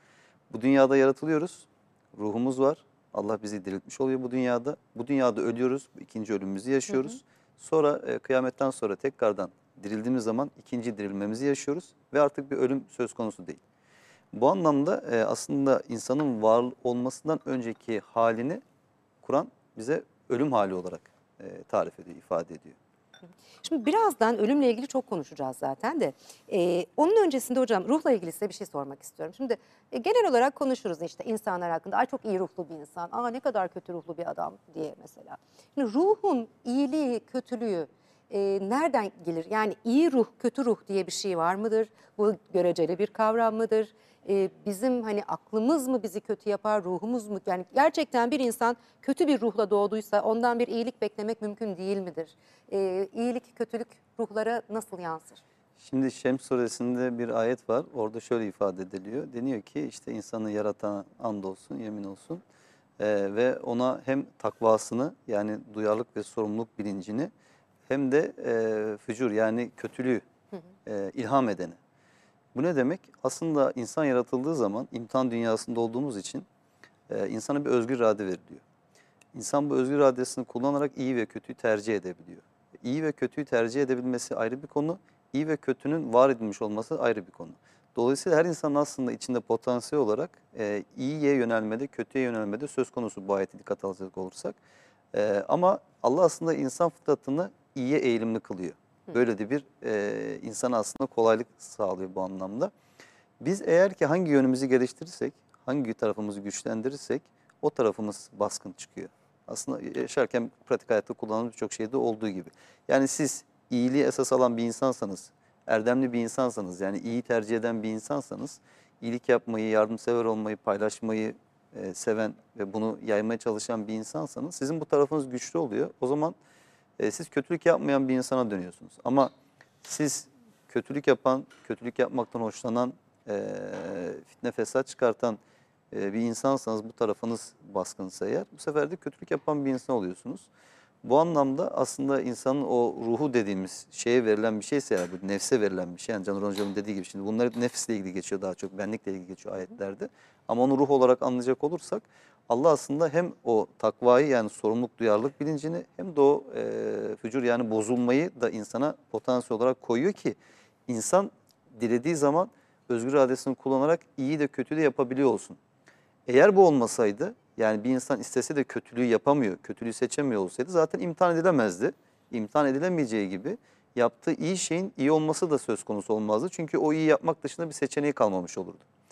[SPEAKER 3] Bu dünyada yaratılıyoruz, ruhumuz var. Allah bizi diriltmiş oluyor bu dünyada. Bu dünyada ölüyoruz, ikinci ölümümüzü yaşıyoruz. Hı hı. Sonra e, kıyametten sonra tekrardan dirildiğimiz zaman ikinci dirilmemizi yaşıyoruz ve artık bir ölüm söz konusu değil. Bu anlamda e, aslında insanın var olmasından önceki halini Kur'an bize ölüm hali olarak e, tarif ediyor, ifade ediyor.
[SPEAKER 1] Şimdi birazdan ölümle ilgili çok konuşacağız zaten de. Ee, onun öncesinde hocam ruhla ilgili size bir şey sormak istiyorum. Şimdi e, genel olarak konuşuruz işte insanlar hakkında. Ay çok iyi ruhlu bir insan, aa ne kadar kötü ruhlu bir adam diye mesela. Şimdi ruhun iyiliği, kötülüğü e, nereden gelir? Yani iyi ruh, kötü ruh diye bir şey var mıdır? Bu göreceli bir kavram mıdır? Ee, bizim hani aklımız mı bizi kötü yapar, ruhumuz mu? Yani gerçekten bir insan kötü bir ruhla doğduysa ondan bir iyilik beklemek mümkün değil midir? Ee, iyilik, kötülük ruhlara nasıl yansır?
[SPEAKER 3] Şimdi Şems suresinde bir ayet var. Orada şöyle ifade ediliyor. Deniyor ki işte insanı yaratana andolsun, yemin olsun. Ee, ve ona hem takvasını, yani duyarlılık ve sorumluluk bilincini, hem de e, fücur, yani kötülüğü e, ilham edene. Bu ne demek? Aslında insan yaratıldığı zaman imtihan dünyasında olduğumuz için e, insana bir özgür irade veriliyor. İnsan bu özgür iradesini kullanarak iyi ve kötüyü tercih edebiliyor. İyi ve kötüyü tercih edebilmesi ayrı bir konu, iyi ve kötünün var edilmiş olması ayrı bir konu. Dolayısıyla her insanın aslında içinde potansiyel olarak e, iyiye yönelmede, kötüye yönelmede söz konusu, bu ayeti dikkat alacak olursak. E, ama Allah aslında insan fıtratını iyiye eğilimli kılıyor. Böyle de bir e, insana aslında kolaylık sağlıyor bu anlamda. Biz eğer ki hangi yönümüzü geliştirirsek, hangi tarafımızı güçlendirirsek o tarafımız baskın çıkıyor. Aslında yaşarken pratik hayatta kullanılan birçok şeyde olduğu gibi. Yani siz iyiliği esas alan bir insansanız, erdemli bir insansanız, yani iyi tercih eden bir insansanız, iyilik yapmayı, yardımsever olmayı, paylaşmayı e, seven ve bunu yaymaya çalışan bir insansanız sizin bu tarafınız güçlü oluyor. O zaman e, siz kötülük yapmayan bir insana dönüyorsunuz. Ama siz kötülük yapan, kötülük yapmaktan hoşlanan, e, fitne fesat çıkartan e, bir insansanız, bu tarafınız baskınsa eğer, bu sefer de kötülük yapan bir insan oluyorsunuz. Bu anlamda aslında insanın o ruhu dediğimiz şeye verilen bir şeyse, yani bu nefse verilen bir şey. Yani Caner Hocam'ın dediği gibi, şimdi bunlar hep nefisle ilgili geçiyor, daha çok benlikle ilgili geçiyor ayetlerde. Ama onu ruh olarak anlayacak olursak, Allah aslında hem o takvayı, yani sorumluluk, duyarlılık bilincini, hem de o e, fücur, yani bozulmayı da insana potansiyel olarak koyuyor ki insan dilediği zaman özgür iradesini kullanarak iyi de kötü de yapabiliyor olsun. Eğer bu olmasaydı, yani bir insan istese de kötülüğü yapamıyor, kötülüğü seçemiyor olsaydı zaten imtihan edilemezdi. İmtihan edilemeyeceği gibi yaptığı iyi şeyin iyi olması da söz konusu olmazdı. Çünkü o iyi yapmak dışında bir seçeneği kalmamış olurdu.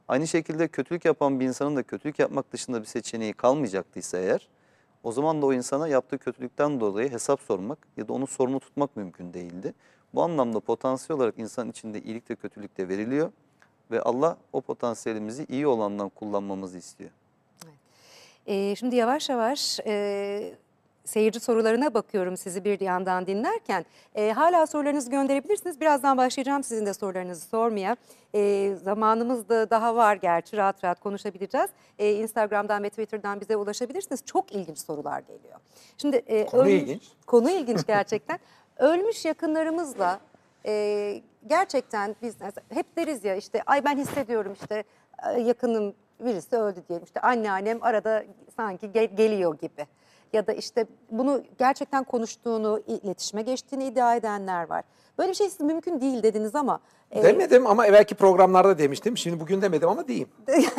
[SPEAKER 3] Aynı şekilde kötülük yapan bir insanın da kötülük yapmak dışında bir seçeneği kalmayacaktıysa eğer, o zaman da o insana yaptığı kötülükten dolayı hesap sormak ya da onu sorumlu tutmak mümkün değildi. Bu anlamda potansiyel olarak insanın içinde iyilik de kötülük de veriliyor ve Allah o potansiyelimizi iyi olandan kullanmamızı istiyor.
[SPEAKER 1] Ee, şimdi yavaş yavaş e, seyirci sorularına bakıyorum sizi bir yandan dinlerken. E, hala sorularınızı gönderebilirsiniz. Birazdan başlayacağım sizin de sorularınızı sormaya. E, zamanımız da daha var gerçi, rahat rahat konuşabileceğiz. E, Instagram'dan ve Twitter'dan bize ulaşabilirsiniz. Çok ilginç sorular geliyor. Şimdi e,
[SPEAKER 2] Konu
[SPEAKER 1] ölmüş-
[SPEAKER 2] ilginç.
[SPEAKER 1] Konu ilginç gerçekten. Ölmüş yakınlarımızla e, gerçekten biz hep deriz ya, işte ay ben hissediyorum, işte e, yakınım birisi öldü diyelim, işte anneannem arada sanki gel- geliyor gibi. Ya da işte bunu gerçekten konuştuğunu, iletişime geçtiğini iddia edenler var. Böyle bir şey siz mümkün değil dediniz ama e,
[SPEAKER 2] Demedim ama evvelki programlarda demiştim. Şimdi bugün demedim ama diyeyim.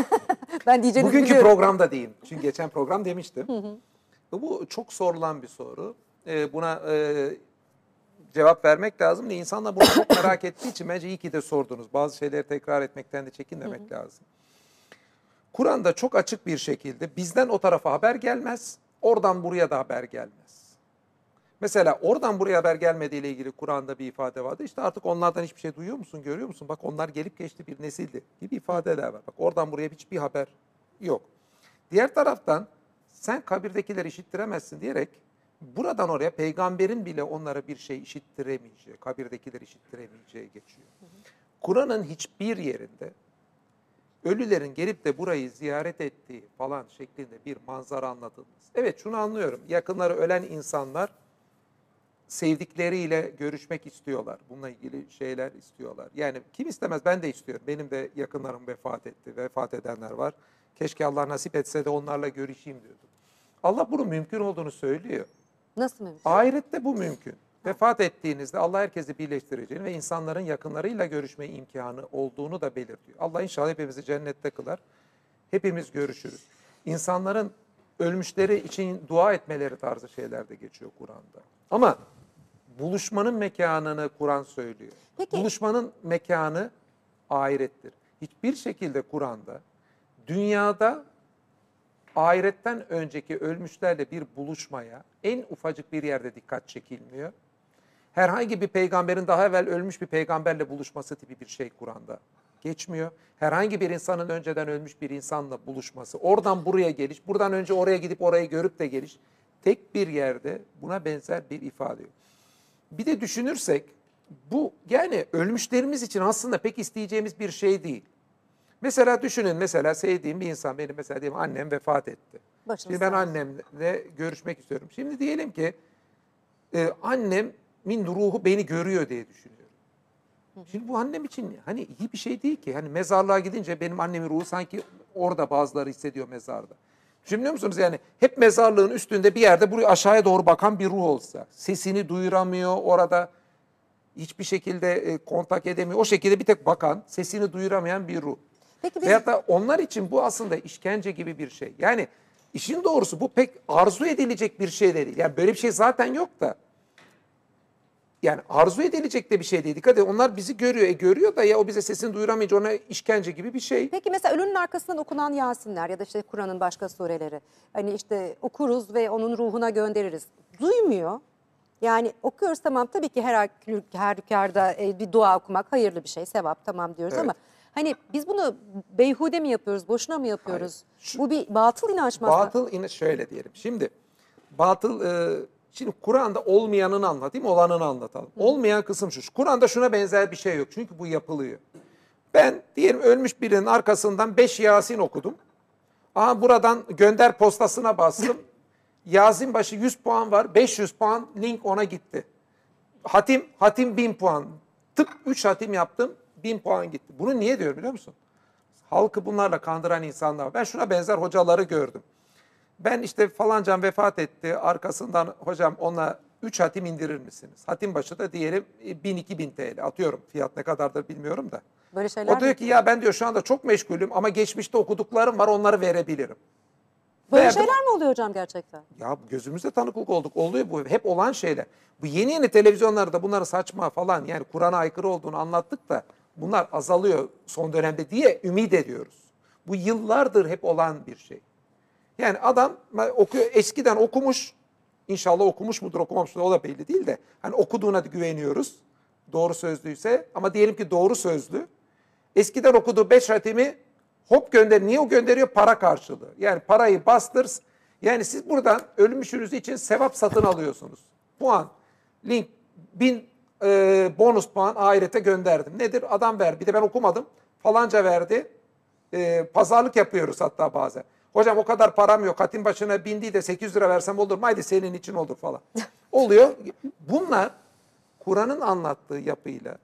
[SPEAKER 1] ben diyeceğinizi
[SPEAKER 2] Bugünkü
[SPEAKER 1] biliyorum.
[SPEAKER 2] programda diyeyim. Çünkü geçen program demiştim. Bu çok sorulan bir soru. Ee, buna e, cevap vermek lazım. İnsanlar bunu çok merak ettiği için bence iyi ki de sordunuz. Bazı şeyleri tekrar etmekten de çekinmemek lazım. Kur'an'da çok açık bir şekilde bizden o tarafa haber gelmez, oradan buraya da haber gelmez. Mesela oradan buraya haber gelmediği ile ilgili Kur'an'da bir ifade vardı. İşte artık onlardan hiçbir şey duyuyor musun, görüyor musun? Bak onlar gelip geçti bir nesildi gibi ifadeler var. Bak oradan buraya hiçbir haber yok. Diğer taraftan sen kabirdekileri işittiremezsin diyerek buradan oraya peygamberin bile onlara bir şey işittiremeyeceği, kabirdekileri işittiremeyeceği geçiyor. Kur'an'ın hiçbir yerinde ölülerin gelip de burayı ziyaret ettiği falan şeklinde bir manzara anlatılmaz. Evet, şunu anlıyorum. Yakınları ölen insanlar sevdikleriyle görüşmek istiyorlar. Bununla ilgili şeyler istiyorlar. Yani kim istemez, ben de istiyorum. Benim de yakınlarım vefat etti. Vefat edenler var. Keşke Allah nasip etse de onlarla görüşeyim diyordum. Allah bunun mümkün olduğunu söylüyor.
[SPEAKER 1] Nasıl mümkün?
[SPEAKER 2] Ahirette bu mümkün. Vefat ettiğinizde Allah herkesi birleştireceğini ve insanların yakınlarıyla görüşme imkanı olduğunu da belirtiyor. Allah inşallah hepimizi cennette kılar. Hepimiz görüşürüz. İnsanların ölmüşleri için dua etmeleri tarzı şeyler de geçiyor Kur'an'da. Ama buluşmanın mekanını Kur'an söylüyor.
[SPEAKER 1] Peki.
[SPEAKER 2] Buluşmanın mekanı ahirettir. Hiçbir şekilde Kur'an'da dünyada ahiretten önceki ölmüşlerle bir buluşmaya en ufacık bir yerde dikkat çekilmiyor. Herhangi bir peygamberin daha evvel ölmüş bir peygamberle buluşması tipi bir şey Kur'an'da geçmiyor. Herhangi bir insanın önceden ölmüş bir insanla buluşması, oradan buraya geliş, buradan önce oraya gidip orayı görüp de geliş, tek bir yerde buna benzer bir ifade yok. Bir de düşünürsek bu yani ölmüşlerimiz için aslında pek isteyeceğimiz bir şey değil. Mesela düşünün, mesela sevdiğim bir insan, benim mesela diyelim annem vefat etti.
[SPEAKER 1] Başınız
[SPEAKER 2] Şimdi ben
[SPEAKER 1] sağ olsun.
[SPEAKER 2] annemle görüşmek istiyorum. Şimdi diyelim ki e, annemin ruhu beni görüyor diye düşünüyorum. Şimdi bu annem için hani iyi bir şey değil ki. Hani mezarlığa gidince benim annemin ruhu sanki orada, bazıları hissediyor mezarda. Şimdi biliyor musunuz, yani hep mezarlığın üstünde bir yerde buraya aşağıya doğru bakan bir ruh olsa, sesini duyuramıyor orada, hiçbir şekilde e, kontak edemiyor. O şekilde bir tek bakan, sesini duyuramayan bir ruh.
[SPEAKER 1] Peki biz
[SPEAKER 2] Veyahut da onlar için bu aslında işkence gibi bir şey. Yani işin doğrusu bu pek arzu edilecek bir şey de değil. Yani böyle bir şey zaten yok da. Yani arzu edilecek de bir şey değil. Dikkat edin, onlar bizi görüyor. E görüyor da ya o bize sesini duyuramayınca ona işkence gibi bir şey.
[SPEAKER 1] Peki mesela ölünün arkasından okunan Yasinler ya da işte Kur'an'ın başka sureleri, hani işte okuruz ve onun ruhuna göndeririz. Duymuyor. Yani okuyoruz, tamam, tabii ki her halükarda e, bir dua okumak hayırlı bir şey, sevap, tamam diyoruz
[SPEAKER 2] Evet.
[SPEAKER 1] ama hani biz bunu beyhude mi yapıyoruz, boşuna mı yapıyoruz?
[SPEAKER 2] Hayır. Şu-
[SPEAKER 1] Bu bir batıl inanç mı aslında?
[SPEAKER 2] Batıl yine şöyle diyelim. Şimdi batıl e, şimdi Kur'an'da olmayanını anlatayım, olanını anlatalım. Olmayan kısım şu. Kur'an'da şuna benzer bir şey yok. Çünkü bu yapılıyor. Ben diyelim ölmüş birinin arkasından beş Yasin okudum. Aha buradan gönder postasına bastım. Yasin başı yüz puan var. beş yüz puan link ona gitti. Hatim hatim bin puan. Tıp üç hatim yaptım. bin puan gitti. Bunu niye diyorum biliyor musun? Halkı bunlarla kandıran insanlar var. Ben şuna benzer hocaları gördüm. Ben işte falancan vefat etti. Arkasından hocam ona üç hatim indirir misiniz? Hatim başı da diyelim bin iki bin T L. Atıyorum, fiyat ne kadardır bilmiyorum da.
[SPEAKER 1] Böyle şeyler
[SPEAKER 2] O diyor
[SPEAKER 1] mi?
[SPEAKER 2] ki ya ben diyor şu anda çok meşgulüm ama geçmişte okuduklarım var, onları verebilirim.
[SPEAKER 1] Böyle
[SPEAKER 2] Verdim.
[SPEAKER 1] şeyler mi oluyor hocam gerçekten?
[SPEAKER 2] Ya gözümüzde tanıklık olduk. Oluyor bu. Hep olan şeyler. Bu yeni yeni televizyonlarda bunların saçma falan, yani Kur'an'a aykırı olduğunu anlattık da bunlar azalıyor son dönemde diye ümit ediyoruz. Bu yıllardır hep olan bir şey. Yani adam okuyor, eskiden okumuş, inşallah okumuş mudur okumamış mıdır o da belli değil de hani okuduğuna da güveniyoruz doğru sözlüyse, ama diyelim ki doğru sözlü. Eskiden okuduğu beş hatimi hop gönder. Niye o gönderiyor? Para karşılığı. Yani parayı bastır. Yani siz buradan ölmüşünüz için sevap satın alıyorsunuz. Puan, link, bin e, bonus puan ahirete gönderdim. Nedir? Adam ver. Bir de ben okumadım. Falanca verdi. E, pazarlık yapıyoruz hatta bazen. Hocam o kadar param yok. Hatim başına bin değil de sekiz yüz lira versem olur mu? Haydi senin için olur falan. Oluyor. Bunlar Kur'an'ın anlattığı yapıyla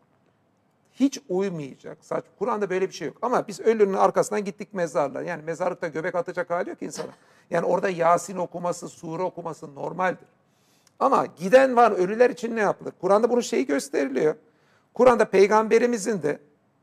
[SPEAKER 2] hiç uymayacak. Saç. Kur'an'da böyle bir şey yok. Ama biz ölünün arkasından gittik mezarlığa. Yani mezarlıkta göbek atacak hali yok insana. Yani orada Yasin okuması, sure okuması normaldir. Ama giden var, ölüler için ne yapılır? Kur'an'da bunun şeyi gösteriliyor. Kur'an'da peygamberimizin de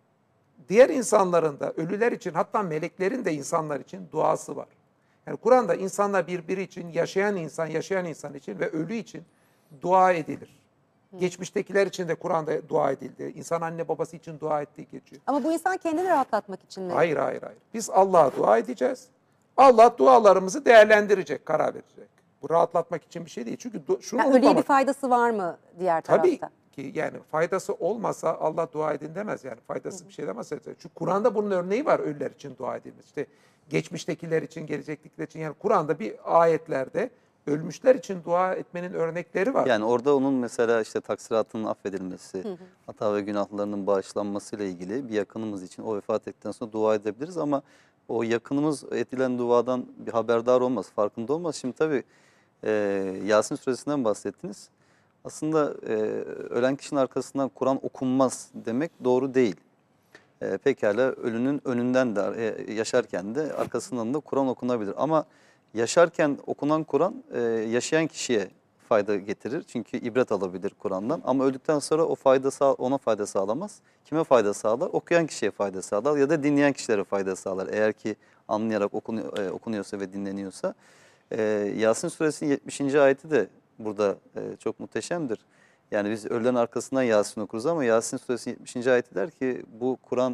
[SPEAKER 2] diğer insanların da ölüler için, hatta meleklerin de insanlar için duası var. Yani Kur'an'da insanlar birbiri için, yaşayan insan, yaşayan insan için ve ölü için dua edilir. Geçmiştekiler için de Kur'an'da dua edildi. İnsan anne babası için dua ettiği geçiyor.
[SPEAKER 1] Ama bu insan kendini rahatlatmak için mi?
[SPEAKER 2] Hayır, hayır, hayır. Biz Allah'a dua edeceğiz. Allah dualarımızı değerlendirecek, karar verecek. Bu rahatlatmak için bir şey değil. Çünkü şunu
[SPEAKER 1] Yani ölüye bir
[SPEAKER 2] unutmamak.
[SPEAKER 1] faydası var mı diğer tarafta?
[SPEAKER 2] Tabii ki yani faydası olmasa Allah dua edin demez yani. Faydasız bir şey demez. Çünkü Kur'an'da bunun örneği var, ölüler için dua edilmesi. İşte geçmiştekiler için, gelecektekiler için. Yani Kur'an'da bir ayetlerde ölmüşler için dua etmenin örnekleri var.
[SPEAKER 3] Yani orada onun mesela işte taksiratının affedilmesi, hı hı. hata ve günahlarının bağışlanmasıyla ilgili bir yakınımız için o vefat ettikten sonra dua edebiliriz ama o yakınımız edilen duadan bir haberdar olmaz, farkında olmaz. Şimdi tabii e, Yasin suresinden bahsettiniz. Aslında e, ölen kişinin arkasından Kur'an okunmaz demek doğru değil. E, pekala ölünün önünden de e, yaşarken de arkasından da Kur'an okunabilir. Ama yaşarken okunan Kur'an e, yaşayan kişiye fayda getirir. Çünkü ibret alabilir Kur'an'dan. Ama öldükten sonra o fayda ona fayda sağlamaz. Kime fayda sağlar? Okuyan kişiye fayda sağlar ya da dinleyen kişilere fayda sağlar. Eğer ki anlayarak okunuyor, e, okunuyorsa ve dinleniyorsa. E, Yasin suresinin yetmişinci ayeti de burada e, çok muhteşemdir. Yani biz ölülerin arkasından Yasin okuruz ama Yasin suresinin yetmişinci ayeti der ki bu Kur'an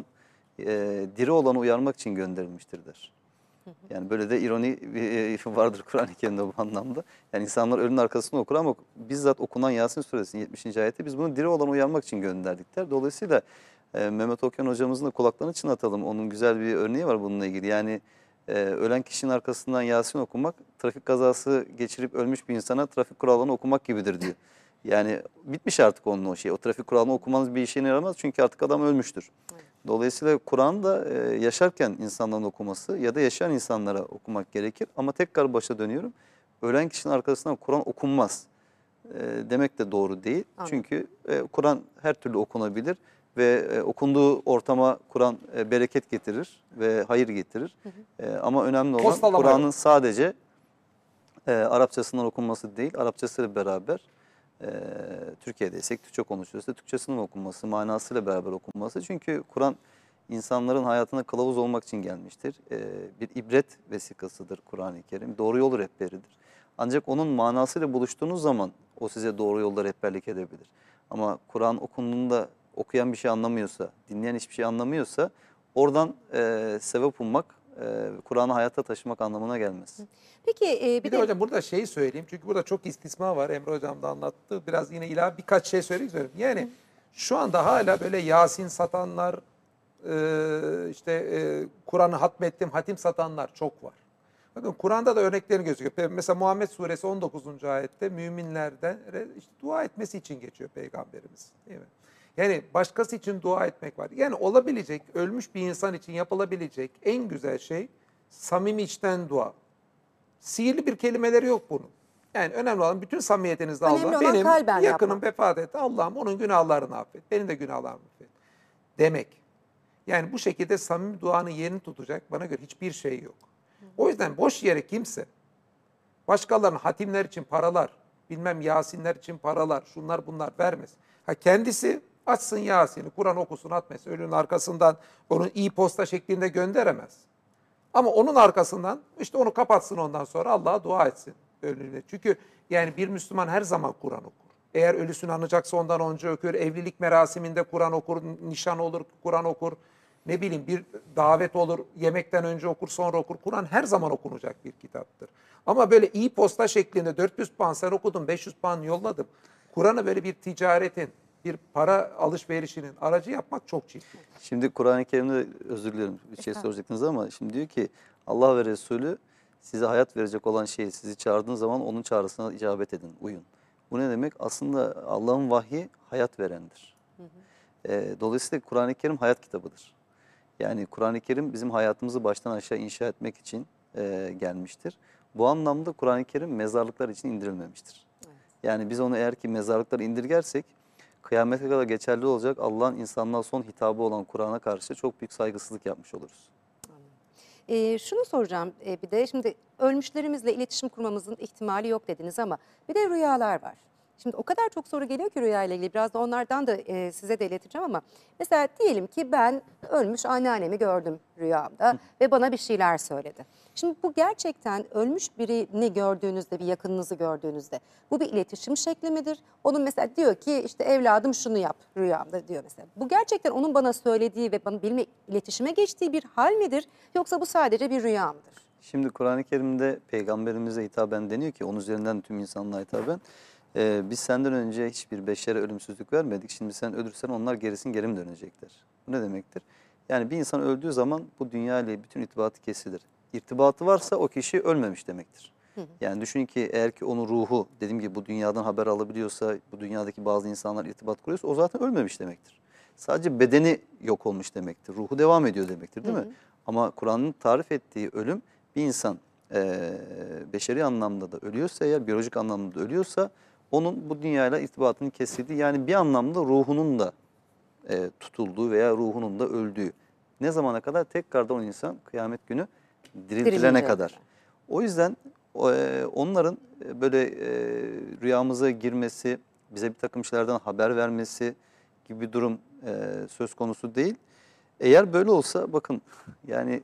[SPEAKER 3] e, diri olanı uyarmak için gönderilmiştir der. Yani böyle de ironi bir vardır Kur'an-ı Kerim'de bu anlamda. Yani insanlar ölünün arkasını okur ama bizzat okunan Yasin suresinin yetmişinci ayeti biz bunu diri olanı uyarmak için gönderdik der. Dolayısıyla e, Mehmet Okyan hocamızın da kulaklarını çınlatalım. Onun güzel bir örneği var bununla ilgili. Yani e, ölen kişinin arkasından Yasin okumak trafik kazası geçirip ölmüş bir insana trafik kurallarını okumak gibidir diyor. Yani bitmiş artık onun o şey. O trafik kuralını okumanız bir işine yaramaz çünkü artık adam ölmüştür. Dolayısıyla Kur'an'da e, yaşarken insanların okuması ya da yaşayan insanlara okumak gerekir. Ama tekrar başa dönüyorum. Ölen kişinin arkasından Kur'an okunmaz e, demek de doğru değil. Anladım. Çünkü e, Kur'an her türlü okunabilir ve e, okunduğu ortama Kur'an e, bereket getirir ve hayır getirir. Hı hı. E, ama önemli olan Kur'an'ın sadece e, Arapçasından okunması değil, Arapçasıyla beraber e, Türkiye'deysek Türkçe konuşuyorsa Türkçesinin okunması, manasıyla beraber okunması. Çünkü Kur'an insanların hayatına kılavuz olmak için gelmiştir. E, bir ibret vesikasıdır Kur'an-ı Kerim. Doğru yol rehberidir. Ancak onun manasıyla buluştuğunuz zaman o size doğru yolda rehberlik edebilir. Ama Kur'an okunduğunda okuyan bir şey anlamıyorsa, dinleyen hiçbir şey anlamıyorsa oradan e, sevap ummak, e, Kur'an'ı hayata taşımak anlamına gelmez.
[SPEAKER 1] Peki e, bir,
[SPEAKER 2] bir
[SPEAKER 1] de,
[SPEAKER 2] de hocam burada şeyi söyleyeyim. Çünkü burada çok istisna var. Emre hocam da anlattı. Biraz yine ilave birkaç şey söyleyeyim. söyleyeyim. Yani Hı. şu anda hala böyle Yasin satanlar, e, işte e, Kur'an'ı hatmettim, hatim satanlar çok var. Bakın Kur'an'da da örnekleri gözüküyor. Mesela Muhammed Suresi on dokuzuncu ayette müminlerden işte dua etmesi için geçiyor Peygamberimiz. Değil mi? Yani başkası için dua etmek var. Yani olabilecek, ölmüş bir insan için yapılabilecek en güzel şey samimi içten dua. Sihirli bir kelimeleri yok bunun. Yani önemli olan bütün samimiyetinizle Allah benim yakınım yapma. Vefat etti. Allah'ım onun günahlarını affet. Benim de günahlarımı affet. Demek. Yani bu şekilde samimi duanın yerini tutacak bana göre hiçbir şey yok. O yüzden boş yere kimse başkalarının hatimler için paralar, bilmem Yasinler için paralar, şunlar bunlar vermez. Ha kendisi açsın Yasin'i, Kur'an okusun, atmasın. Ölünün arkasından onun e-posta şeklinde gönderemez. Ama onun arkasından işte onu kapatsın ondan sonra Allah'a dua etsin. Ölüne. Çünkü yani bir Müslüman her zaman Kur'an okur. Eğer ölüsünü anacaksa ondan önce okur. Evlilik merasiminde Kur'an okur. Nişan olur, Kur'an okur. Ne bileyim bir davet olur. Yemekten önce okur, sonra okur. Kur'an her zaman okunacak bir kitaptır. Ama böyle iyi posta şeklinde dört yüz puan sen okudun, beş yüz puan yolladım. Kur'an'ı böyle bir ticaretin, bir para alışverişinin aracı yapmak çok çirkin.
[SPEAKER 3] Şimdi Kur'an-ı Kerim'de, özür dilerim bir şey soracaktınız ama şimdi diyor ki Allah ve Resulü size hayat verecek olan şeyi sizi çağırdığı zaman onun çağrısına icabet edin, uyun. Bu ne demek? Aslında Allah'ın vahyi hayat verendir. Hı hı. E, dolayısıyla Kur'an-ı Kerim hayat kitabıdır. Yani Kur'an-ı Kerim bizim hayatımızı baştan aşağı inşa etmek için e, gelmiştir. Bu anlamda Kur'an-ı Kerim mezarlıklar için indirilmemiştir. Evet. Yani biz onu eğer ki mezarlıklara indirgersek kıyamete kadar geçerli olacak Allah'ın insanlığa son hitabı olan Kur'an'a karşı çok büyük saygısızlık yapmış oluruz.
[SPEAKER 1] E, şunu soracağım e, bir de şimdi ölmüşlerimizle iletişim kurmamızın ihtimali yok dediniz ama bir de rüyalar var. Şimdi o kadar çok soru geliyor ki rüya ile ilgili biraz da onlardan da e, size de ileteceğim ama mesela diyelim ki ben ölmüş anneannemi gördüm rüyamda Hı. ve bana bir şeyler söyledi. Şimdi bu gerçekten ölmüş birini gördüğünüzde, bir yakınınızı gördüğünüzde bu bir iletişim şekli midir? Onun mesela diyor ki işte evladım şunu yap rüyamda diyor mesela. Bu gerçekten onun bana söylediği ve bana benimle iletişime geçtiği bir hal midir? Yoksa bu sadece bir rüya mıdır?
[SPEAKER 3] Şimdi Kur'an-ı Kerim'de Peygamberimize hitaben deniyor ki onun üzerinden tüm insanlığa hitaben Ee, biz senden önce hiçbir beşere ölümsüzlük vermedik. Şimdi sen ölürsen onlar gerisin geri mi dönecekler? Bu ne demektir? Yani bir insan öldüğü zaman bu dünya ile bütün irtibatı kesilir. İrtibatı varsa o kişi ölmemiş demektir. Hı hı. Yani düşünün ki eğer ki onun ruhu dediğim gibi bu dünyadan haber alabiliyorsa, bu dünyadaki bazı insanlar irtibat kuruyorsa o zaten ölmemiş demektir. Sadece bedeni yok olmuş demektir. Ruhu devam ediyor demektir değil hı hı. mi? Ama Kur'an'ın tarif ettiği ölüm bir insan e, beşeri anlamda da ölüyorsa eğer biyolojik anlamda da ölüyorsa onun bu dünyayla irtibatının kesildiği yani bir anlamda ruhunun da e, tutulduğu veya ruhunun da öldüğü. Ne zamana kadar? Tekrardan o insan kıyamet günü diriltilene kadar. O yüzden e, onların böyle e, rüyamıza girmesi, bize bir takım şeylerden haber vermesi gibi bir durum e, söz konusu değil. Eğer böyle olsa bakın yani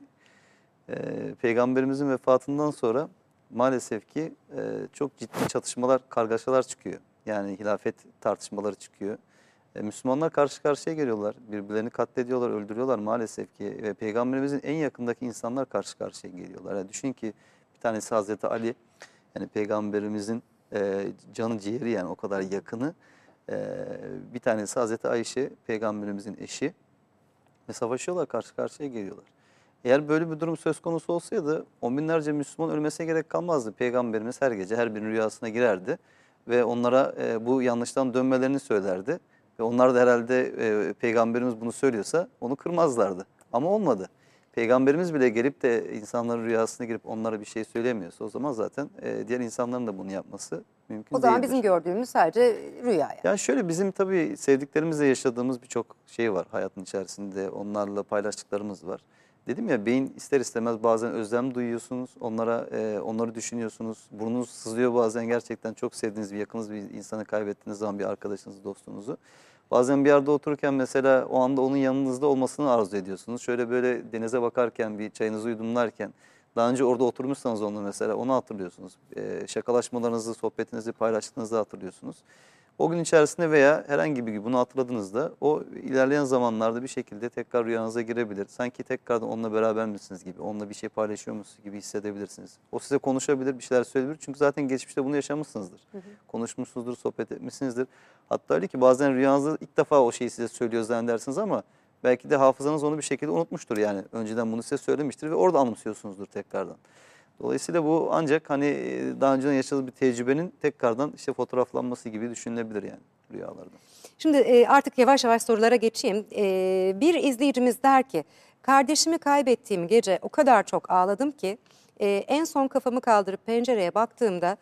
[SPEAKER 3] e, Peygamberimizin vefatından sonra maalesef ki e, çok ciddi çatışmalar, kargaşalar çıkıyor. Yani hilafet tartışmaları çıkıyor. E, Müslümanlar karşı karşıya geliyorlar. Birbirlerini katlediyorlar, öldürüyorlar maalesef ki. Ve Peygamberimizin en yakındaki insanlar karşı karşıya geliyorlar. Yani düşün ki bir tanesi Hazreti Ali, yani Peygamberimizin e, canı ciğeri yani o kadar yakını. E, bir tanesi Hazreti Ayşe, Peygamberimizin eşi. Ve savaşıyorlar, karşı karşıya geliyorlar. Eğer böyle bir durum söz konusu olsaydı on binlerce Müslüman ölmesine gerek kalmazdı. Peygamberimiz her gece her birinin rüyasına girerdi ve onlara e, bu yanlıştan dönmelerini söylerdi. Ve onlar da herhalde e, Peygamberimiz bunu söylüyorsa onu kırmazlardı. Ama olmadı. Peygamberimiz bile gelip de insanların rüyasına girip onlara bir şey söylemiyorsa o zaman zaten e, diğer insanların da bunu yapması mümkün değildir.
[SPEAKER 1] O zaman bizim gördüğümüz sadece rüya yani.
[SPEAKER 3] Yani şöyle bizim tabii sevdiklerimizle yaşadığımız birçok şey var hayatın içerisinde. Onlarla paylaştıklarımız var. Dedim ya beyin ister istemez bazen özlem duyuyorsunuz. Onlara e, onları düşünüyorsunuz. Burnunuz sızlıyor bazen gerçekten çok sevdiğiniz bir yakınız bir insanı kaybettiğiniz zaman bir arkadaşınızı, dostunuzu. Bazen bir yerde otururken mesela o anda onun yanınızda olmasını arzu ediyorsunuz. Şöyle böyle denize bakarken bir çayınızı yudumlarken daha önce orada oturmuşsanız onunla mesela onu hatırlıyorsunuz. E, şakalaşmalarınızı, sohbetinizi paylaştığınızı hatırlıyorsunuz. O gün içerisinde veya herhangi bir gün bunu hatırladığınızda o ilerleyen zamanlarda bir şekilde tekrar rüyanıza girebilir. Sanki tekrardan onunla beraber misiniz gibi, onunla bir şey paylaşıyormuş gibi hissedebilirsiniz. O size konuşabilir, bir şeyler söyleyebilir. Çünkü zaten geçmişte bunu yaşamışsınızdır. Hı hı. Konuşmuşsunuzdur, sohbet etmişsinizdir. Hatta öyle ki bazen rüyanızda ilk defa o şeyi size söylüyor zannedersiniz ama belki de hafızanız onu bir şekilde unutmuştur yani. Önceden bunu size söylemiştir ve orada anımsıyorsunuzdur tekrardan. Dolayısıyla bu ancak hani daha önceden yaşadığınız bir tecrübenin tekrardan işte fotoğraflanması gibi düşünülebilir yani rüyalarda.
[SPEAKER 1] Şimdi artık yavaş yavaş sorulara geçeyim. Bir izleyicimiz der ki kardeşimi kaybettiğim gece o kadar çok ağladım ki en son kafamı kaldırıp pencereye baktığımda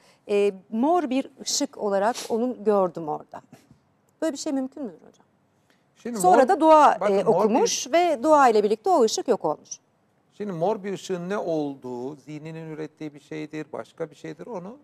[SPEAKER 1] mor bir ışık olarak onu gördüm orada. Böyle bir şey mümkün müdür hocam? Şimdi Sonra mor, da dua bakın, e, okumuş bir, ve dua ile birlikte o ışık yok olmuş.
[SPEAKER 2] Şimdi mor bir ışığın ne olduğu, zihninin ürettiği bir şeydir, başka bir şeydir onu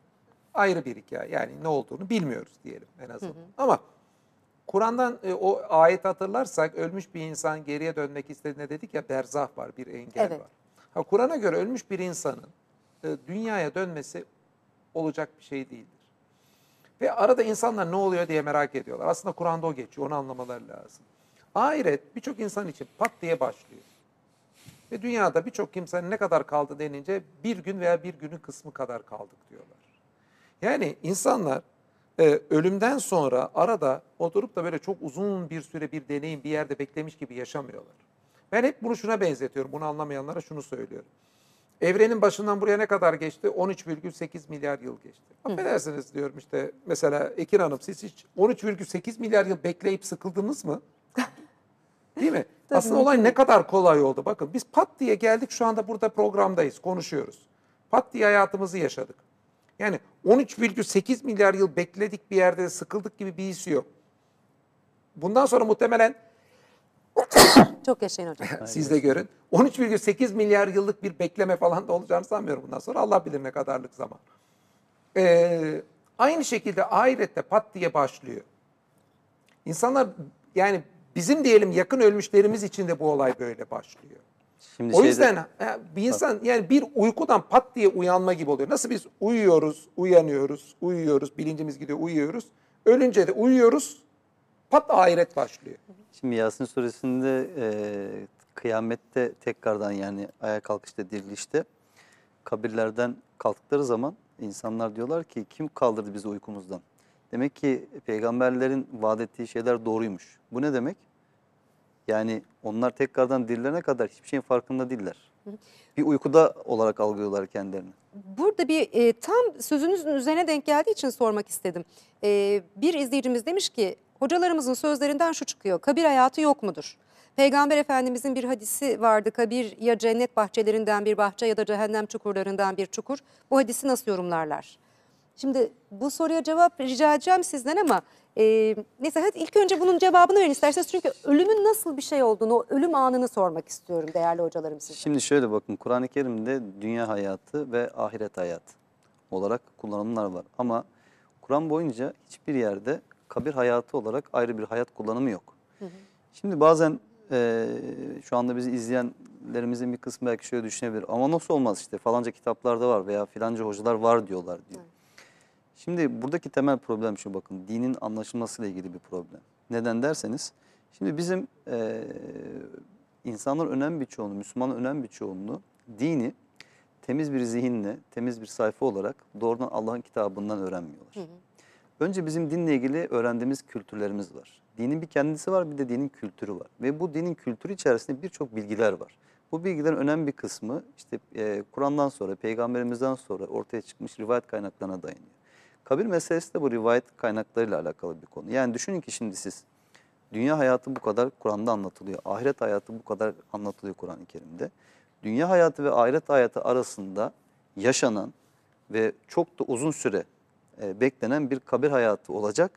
[SPEAKER 2] ayrı bir hikaye. Yani ne olduğunu bilmiyoruz diyelim en azından. Hı hı. Ama Kur'an'dan e, o ayet hatırlarsak ölmüş bir insan geriye dönmek istediğinde dedik ya berzah var, bir engel evet. var. Ha, Kur'an'a göre ölmüş bir insanın e, dünyaya dönmesi olacak bir şey değildir. Ve arada insanlar ne oluyor diye merak ediyorlar. Aslında Kur'an'da o geçiyor, onu anlamaları lazım. Ahiret birçok insan için pat diye başlıyor. Ve dünyada birçok kimsenin ne kadar kaldı denince bir gün veya bir günün kısmı kadar kaldık diyorlar. Yani insanlar e, ölümden sonra arada oturup da böyle çok uzun bir süre bir deneyim bir yerde beklemiş gibi yaşamıyorlar. Ben hep bunu şuna benzetiyorum. Bunu anlamayanlara şunu söylüyorum. Evrenin başından buraya ne kadar geçti? on üç virgül sekiz milyar yıl geçti. Affedersiniz diyorum işte mesela Ekin Hanım, siz hiç on üç virgül sekiz milyar yıl bekleyip sıkıldınız mı? Değil mi? Aslında olay ne kadar kolay oldu. Bakın biz pat diye geldik, şu anda burada programdayız, konuşuyoruz. Pat diye hayatımızı yaşadık. Yani on üç virgül sekiz milyar yıl bekledik bir yerde, sıkıldık gibi bir his yok. Bundan sonra muhtemelen
[SPEAKER 1] Çok yaşayın hocam.
[SPEAKER 2] siz de görün. on üç virgül sekiz milyar yıllık bir bekleme falan da olacağını sanmıyorum bundan sonra. Allah bilir ne kadarlık zaman. Ee, aynı şekilde ahirette pat diye başlıyor. İnsanlar yani bizim diyelim yakın ölmüşlerimiz için de bu olay böyle başlıyor.
[SPEAKER 3] Şimdi
[SPEAKER 2] O
[SPEAKER 3] şeyde-
[SPEAKER 2] yüzden e, bir insan yani bir uykudan pat diye uyanma gibi oluyor. Nasıl biz uyuyoruz, uyanıyoruz, uyuyoruz, bilincimiz gidiyor, uyuyoruz. Ölünce de uyuyoruz, pat ahiret başlıyor.
[SPEAKER 3] Şimdi Yasin suresinde e, kıyamette tekrardan yani ayağa kalkışta, dirilişte kabirlerden kalktıkları zaman insanlar diyorlar ki kim kaldırdı bizi uykumuzdan? Demek ki peygamberlerin vaat ettiği şeyler doğruymuş. Bu ne demek? Yani onlar tekrardan dirilene kadar hiçbir şeyin farkında değiller. Bir uykuda olarak algılıyorlar kendilerini.
[SPEAKER 1] Burada bir e, tam sözünüzün üzerine denk geldiği için sormak istedim. E, bir izleyicimiz demiş ki hocalarımızın sözlerinden şu çıkıyor. Kabir hayatı yok mudur? Peygamber Efendimizin bir hadisi vardı. Kabir ya cennet bahçelerinden bir bahçe ya da cehennem çukurlarından bir çukur. Bu hadisi nasıl yorumlarlar? Şimdi bu soruya cevap rica edeceğim sizden ama e, neyse hadi ilk önce bunun cevabını verin isterseniz. Çünkü ölümün nasıl bir şey olduğunu, o ölüm anını sormak istiyorum değerli hocalarım size.
[SPEAKER 3] Şimdi şöyle bakın, Kur'an-ı Kerim'de dünya hayatı ve ahiret hayatı olarak kullanımlar var. Ama Kur'an boyunca hiçbir yerde kabir hayatı olarak ayrı bir hayat kullanımı yok. Hı hı. Şimdi bazen e, şu anda bizi izleyenlerimizin bir kısmı belki şöyle düşünebilir. Ama nasıl olmaz işte falanca kitaplarda var veya filanca hocalar var diyorlar diyor. Evet. Şimdi buradaki temel problem şu, bakın, dinin anlaşılmasıyla ilgili bir problem. Neden derseniz, şimdi bizim e, insanların önemli bir çoğunluğu, Müslümanların önemli bir çoğunluğu dini temiz bir zihinle, temiz bir sayfa olarak doğrudan Allah'ın kitabından öğrenmiyorlar. Hı hı. Önce bizim dinle ilgili öğrendiğimiz kültürlerimiz var. Dinin bir kendisi var, bir de dinin kültürü var. Ve bu dinin kültürü içerisinde birçok bilgiler var. Bu bilgilerin önemli bir kısmı işte e, Kur'an'dan sonra, Peygamberimizden sonra ortaya çıkmış rivayet kaynaklarına dayanıyor. Kabir meselesi de bu rivayet kaynaklarıyla alakalı bir konu. Yani düşünün ki şimdi siz, dünya hayatı bu kadar Kur'an'da anlatılıyor. Ahiret hayatı bu kadar anlatılıyor Kur'an-ı Kerim'de. Dünya hayatı ve ahiret hayatı arasında yaşanan ve çok da uzun süre e, beklenen bir kabir hayatı olacak.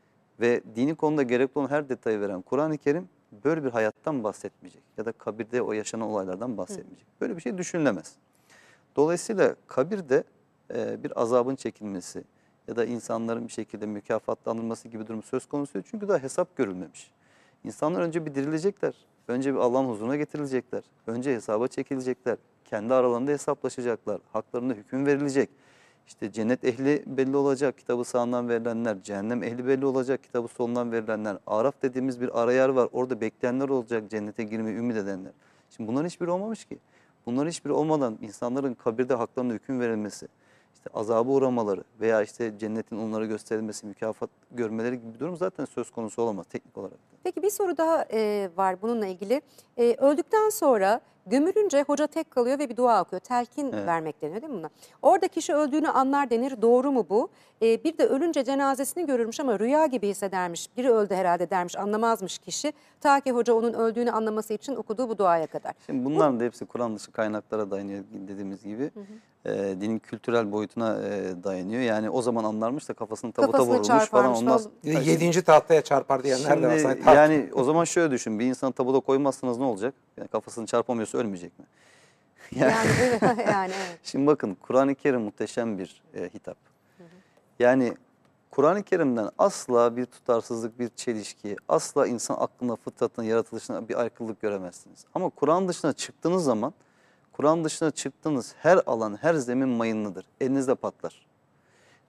[SPEAKER 3] Ve dini konuda gerekli olan her detayı veren Kur'an-ı Kerim böyle bir hayattan bahsetmeyecek. Ya da kabirde o yaşanan olaylardan bahsetmeyecek. Böyle bir şey düşünülemez. Dolayısıyla kabirde e, bir azabın çekilmesi ya da insanların bir şekilde mükafatlandırılması gibi durum söz konusu değil. Çünkü daha hesap görülmemiş. İnsanlar önce bir dirilecekler. Önce bir Allah'ın huzuruna getirilecekler. Önce hesaba çekilecekler. Kendi aralarında hesaplaşacaklar. Haklarına hüküm verilecek. İşte cennet ehli belli olacak, kitabı sağından verilenler. Cehennem ehli belli olacak, kitabı solundan verilenler. Araf dediğimiz bir ara yer var. Orada bekleyenler olacak, cennete girmeyi ümit edenler. Şimdi bunların hiçbiri olmamış ki. Bunların hiçbiri olmadan insanların kabirde haklarına hüküm verilmesi, işte azabı uğramaları veya işte cennetin onlara gösterilmesi, mükafat görmeleri gibi bir durum zaten söz konusu olamaz teknik olarak.
[SPEAKER 1] Peki bir soru daha e, var bununla ilgili. E, öldükten sonra gömülünce hoca tek kalıyor ve bir dua okuyor. Telkin
[SPEAKER 3] Evet.
[SPEAKER 1] vermek deniyor değil mi buna? Orada kişi öldüğünü anlar denir. Doğru mu bu? E, bir de ölünce cenazesini görürmüş ama rüya gibi hissedermiş. Biri öldü herhalde dermiş, anlamazmış kişi. Ta ki hoca onun öldüğünü anlaması için okuduğu bu duaya kadar.
[SPEAKER 3] Şimdi bunların bu, da hepsi Kur'an dışı kaynaklara dayanıyor dediğimiz gibi. Hı hı. E, dinin kültürel boyutuna e, dayanıyor. Yani o zaman anlarmış da kafasını tabuta
[SPEAKER 1] Kafasını
[SPEAKER 3] vurulmuş falan. Ondan,
[SPEAKER 2] Yedinci tahtaya çarpar diyenler de var.
[SPEAKER 3] Şimdi, yani o zaman şöyle düşün, bir insanı tabuta koymazsanız ne olacak? Yani kafasını çarpamıyorsa ölmeyecek mi?
[SPEAKER 1] Yani, yani, evet, yani evet.
[SPEAKER 3] Şimdi bakın, Kur'an-ı Kerim muhteşem bir e, hitap. Hı hı. Yani Kur'an-ı Kerim'den asla bir tutarsızlık, bir çelişki, asla insan aklına, fıtratına, yaratılışına bir aykırılık göremezsiniz. Ama Kur'an dışına çıktığınız zaman, Kur'an dışına çıktığınız her alan, her zemin mayınlıdır. Elinizde patlar.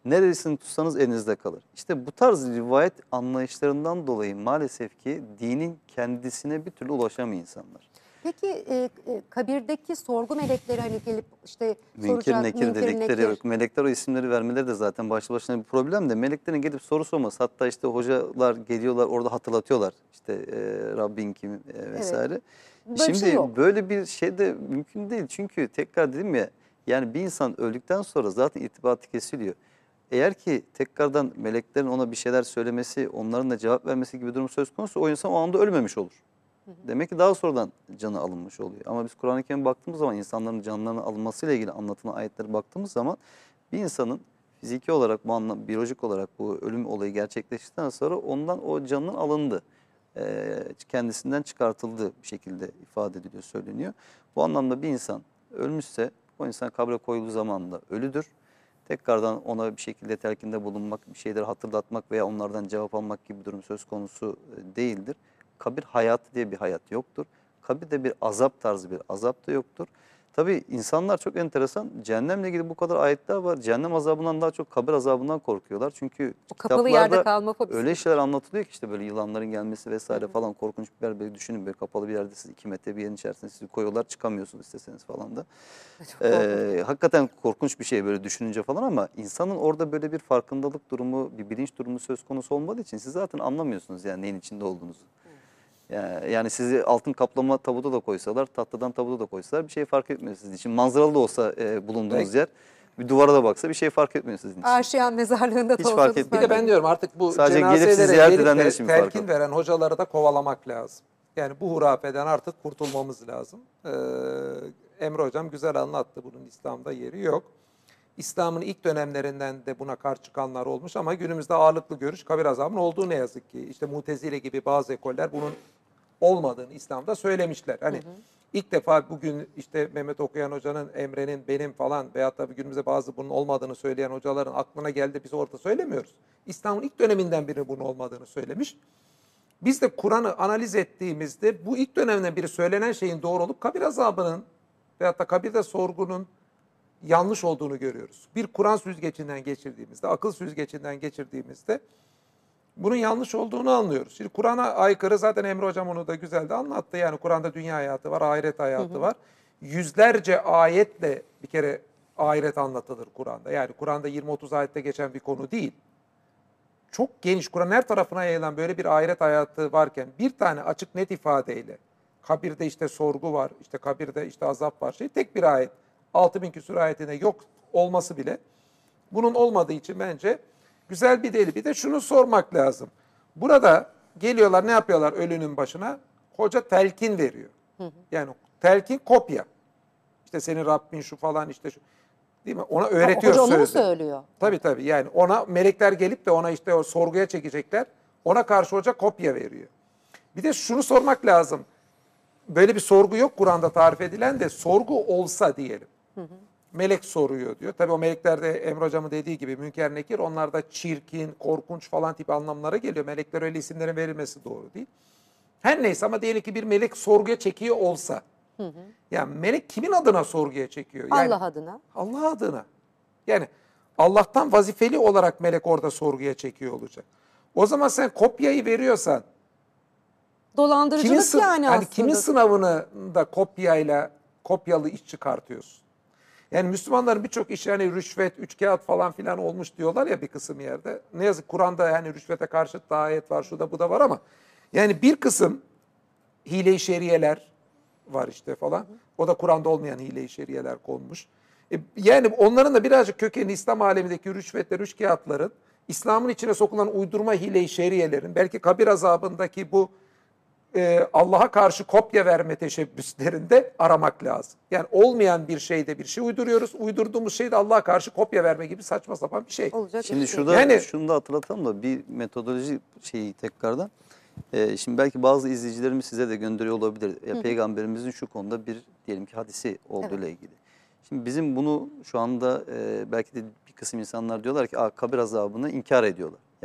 [SPEAKER 3] Neresini tutsanız elinizde kalır. İşte bu tarz rivayet anlayışlarından dolayı maalesef ki dinin kendisine bir türlü ulaşamıyor insanlar.
[SPEAKER 1] Peki e, e, kabirdeki sorgu melekleri hani gelip işte
[SPEAKER 3] Münkir
[SPEAKER 1] soracak,
[SPEAKER 3] nekir
[SPEAKER 1] münkir
[SPEAKER 3] dedikleri
[SPEAKER 1] nekir.
[SPEAKER 3] yok. Melekler o isimleri vermeleri de zaten başlı başına bir problem de meleklerin gelip soru sorması. Hatta işte hocalar geliyorlar orada hatırlatıyorlar işte e, Rabbin kim e, vesaire.
[SPEAKER 1] Böyle bir
[SPEAKER 3] Şimdi
[SPEAKER 1] şey yok.
[SPEAKER 3] böyle bir şey de mümkün değil. Çünkü tekrar dedim ya yani bir insan öldükten sonra zaten irtibatı kesiliyor. Eğer ki tekrardan meleklerin ona bir şeyler söylemesi, onların da cevap vermesi gibi durum söz konusu o insan o anda ölmemiş olur. Demek ki daha sonradan canı alınmış oluyor. Ama biz Kur'an-ı Kerim'e baktığımız zaman insanların canlarının alınmasıyla ilgili anlatılan ayetlere baktığımız zaman bir insanın fiziki olarak, bu anlam, biyolojik olarak bu ölüm olayı gerçekleştikten sonra ondan o canının alındı. Ee, kendisinden çıkartıldığı bir şekilde ifade ediliyor, söyleniyor. Bu anlamda bir insan ölmüşse o insan kabre koyulduğu zaman da ölüdür. Tekrardan ona bir şekilde telkinde bulunmak, bir şeyleri hatırlatmak veya onlardan cevap almak gibi bir durum söz konusu değildir. Kabir hayatı diye bir hayat yoktur. Kabirde bir azap tarzı bir azap da yoktur. Tabii insanlar çok enteresan. Cehennemle ilgili bu kadar ayetler var. Cehennem azabından daha çok kabir azabından korkuyorlar. Çünkü
[SPEAKER 1] O kapalı yerde
[SPEAKER 3] kitaplarda
[SPEAKER 1] kalma fobisi.
[SPEAKER 3] öyle şeyler anlatılıyor ki işte böyle yılanların gelmesi vesaire Hı -hı. falan korkunç bir yer. Böyle düşünün böyle kapalı bir yerde siz iki metre bir yerin içerisinde sizi koyuyorlar çıkamıyorsunuz isteseniz falan da. Ee, hakikaten korkunç bir şey böyle düşününce falan ama insanın orada böyle bir farkındalık durumu, bir bilinç durumu söz konusu olmadığı için siz zaten anlamıyorsunuz yani neyin içinde olduğunuzu. Yani, yani sizi altın kaplama tabuda da koysalar, tahtadan tabuda da koysalar bir şey fark etmiyor sizin için. Manzaralı da olsa e, bulunduğunuz Peki. yer, bir duvara da baksa bir şey fark etmiyor sizin için.
[SPEAKER 1] Arşiyan mezarlığında
[SPEAKER 3] Hiç fark etmiyor.
[SPEAKER 2] Bir de ben diyorum artık bu
[SPEAKER 3] Sadece
[SPEAKER 2] cenazelere gelip
[SPEAKER 3] edenler
[SPEAKER 2] de
[SPEAKER 3] için fark
[SPEAKER 2] telkin veren hocaları da kovalamak lazım. Yani bu hurafeden artık kurtulmamız lazım. Ee, Emre Hocam güzel anlattı, bunun İslam'da yeri yok. İslam'ın ilk dönemlerinden de buna karşı çıkanlar olmuş ama günümüzde ağırlıklı görüş kabir azabının olduğu ne yazık ki. İşte Mutezile gibi bazı ekoller bunun olmadığını İslam'da söylemişler. Hani hı hı. ilk defa bugün işte Mehmet Okuyan Hoca'nın, Emre'nin, benim falan veyahut da günümüzde bazı bunun olmadığını söyleyen hocaların aklına geldi, biz orada söylemiyoruz. İslam'ın ilk döneminden biri bunun olmadığını söylemiş. Biz de Kur'an'ı analiz ettiğimizde bu ilk dönemden biri söylenen şeyin doğru olup kabir azabının veyahut da kabirde sorgunun yanlış olduğunu görüyoruz. Bir Kur'an süzgecinden geçirdiğimizde, akıl süzgecinden geçirdiğimizde bunun yanlış olduğunu anlıyoruz. Şimdi Kur'an'a aykırı, zaten Emre Hocam onu da güzel de anlattı. Yani Kur'an'da dünya hayatı var, ahiret hayatı hı hı. var. Yüzlerce ayetle bir kere ahiret anlatılır Kur'an'da. Yani Kur'an'da yirmi otuz ayette geçen bir konu değil. Çok geniş, Kur'an her tarafına yayılan böyle bir ahiret hayatı varken bir tane açık net ifadeyle kabirde işte sorgu var, işte kabirde işte azap var. Şey, tek bir ayet, altı bin küsur ayetinde yok olması bile bunun olmadığı için bence güzel bir delil. Bir de şunu sormak lazım. Burada geliyorlar, ne yapıyorlar ölünün başına? Hoca telkin veriyor. Hı hı. Yani telkin kopya. İşte senin Rabbin şu falan işte şu. Değil mi? Ona öğretiyor
[SPEAKER 1] sözü. Hoca onu mu
[SPEAKER 3] sözü.
[SPEAKER 1] söylüyor?
[SPEAKER 3] Tabii tabii. Yani ona melekler gelip de ona işte o sorguya çekecekler. Ona karşı hoca kopya veriyor. Bir de şunu sormak lazım. Böyle bir sorgu yok Kur'an'da tarif edilen de, sorgu olsa diyelim. Hı hı. Melek soruyor diyor. Tabii o melekler de Emre Hocam'ın dediği gibi münker nekir, onlar da çirkin, korkunç falan tip anlamlara geliyor. Melekler öyle isimlerin verilmesi doğru değil. Her neyse ama diyelim ki bir melek sorguya çekiyor olsa. Hı hı. Yani melek kimin adına sorguya çekiyor? Yani
[SPEAKER 1] Allah adına.
[SPEAKER 3] Allah adına. Yani Allah'tan vazifeli olarak melek orada sorguya çekiyor olacak. O zaman sen kopyayı veriyorsan,
[SPEAKER 1] dolandırıcılık
[SPEAKER 3] kimin,
[SPEAKER 1] yani
[SPEAKER 3] hani
[SPEAKER 1] aslında.
[SPEAKER 3] kimin sınavını da kopyayla, kopyalı iş çıkartıyorsun? Yani Müslümanların birçok işi hani rüşvet, üç kağıt falan filan olmuş diyorlar ya bir kısım yerde. Ne yazık Kur'an'da yani rüşvete karşı da ayet var, şu da bu da var ama yani bir kısım hile-i şeriyeler var işte falan. O da Kur'an'da olmayan hile-i şeriyeler konmuş. E, yani onların da birazcık kökeni İslam alemindeki rüşvetler, üç kağıtların, İslam'ın içine sokulan uydurma hile-i şeriyelerin, belki kabir azabındaki bu e, Allah'a karşı kopya verme teşebbüslerinde aramak lazım. Yani olmayan bir şeyde bir şey uyduruyoruz. Uydurduğumuz şey de Allah'a karşı kopya verme gibi saçma sapan bir şey.
[SPEAKER 1] Olacak
[SPEAKER 3] Şimdi
[SPEAKER 1] bir şey.
[SPEAKER 3] şurada yani, şunu da hatırlatalım da bir metodoloji şeyi tekrardan. Ee, şimdi belki bazı izleyicilerimiz size de gönderiyor olabilir. Ya, Peygamberimizin şu konuda bir diyelim ki hadisi olduğuyla evet. ilgili. Şimdi bizim bunu şu anda e, belki de bir kısım insanlar diyorlar ki kabir azabını inkar ediyorlar. Ya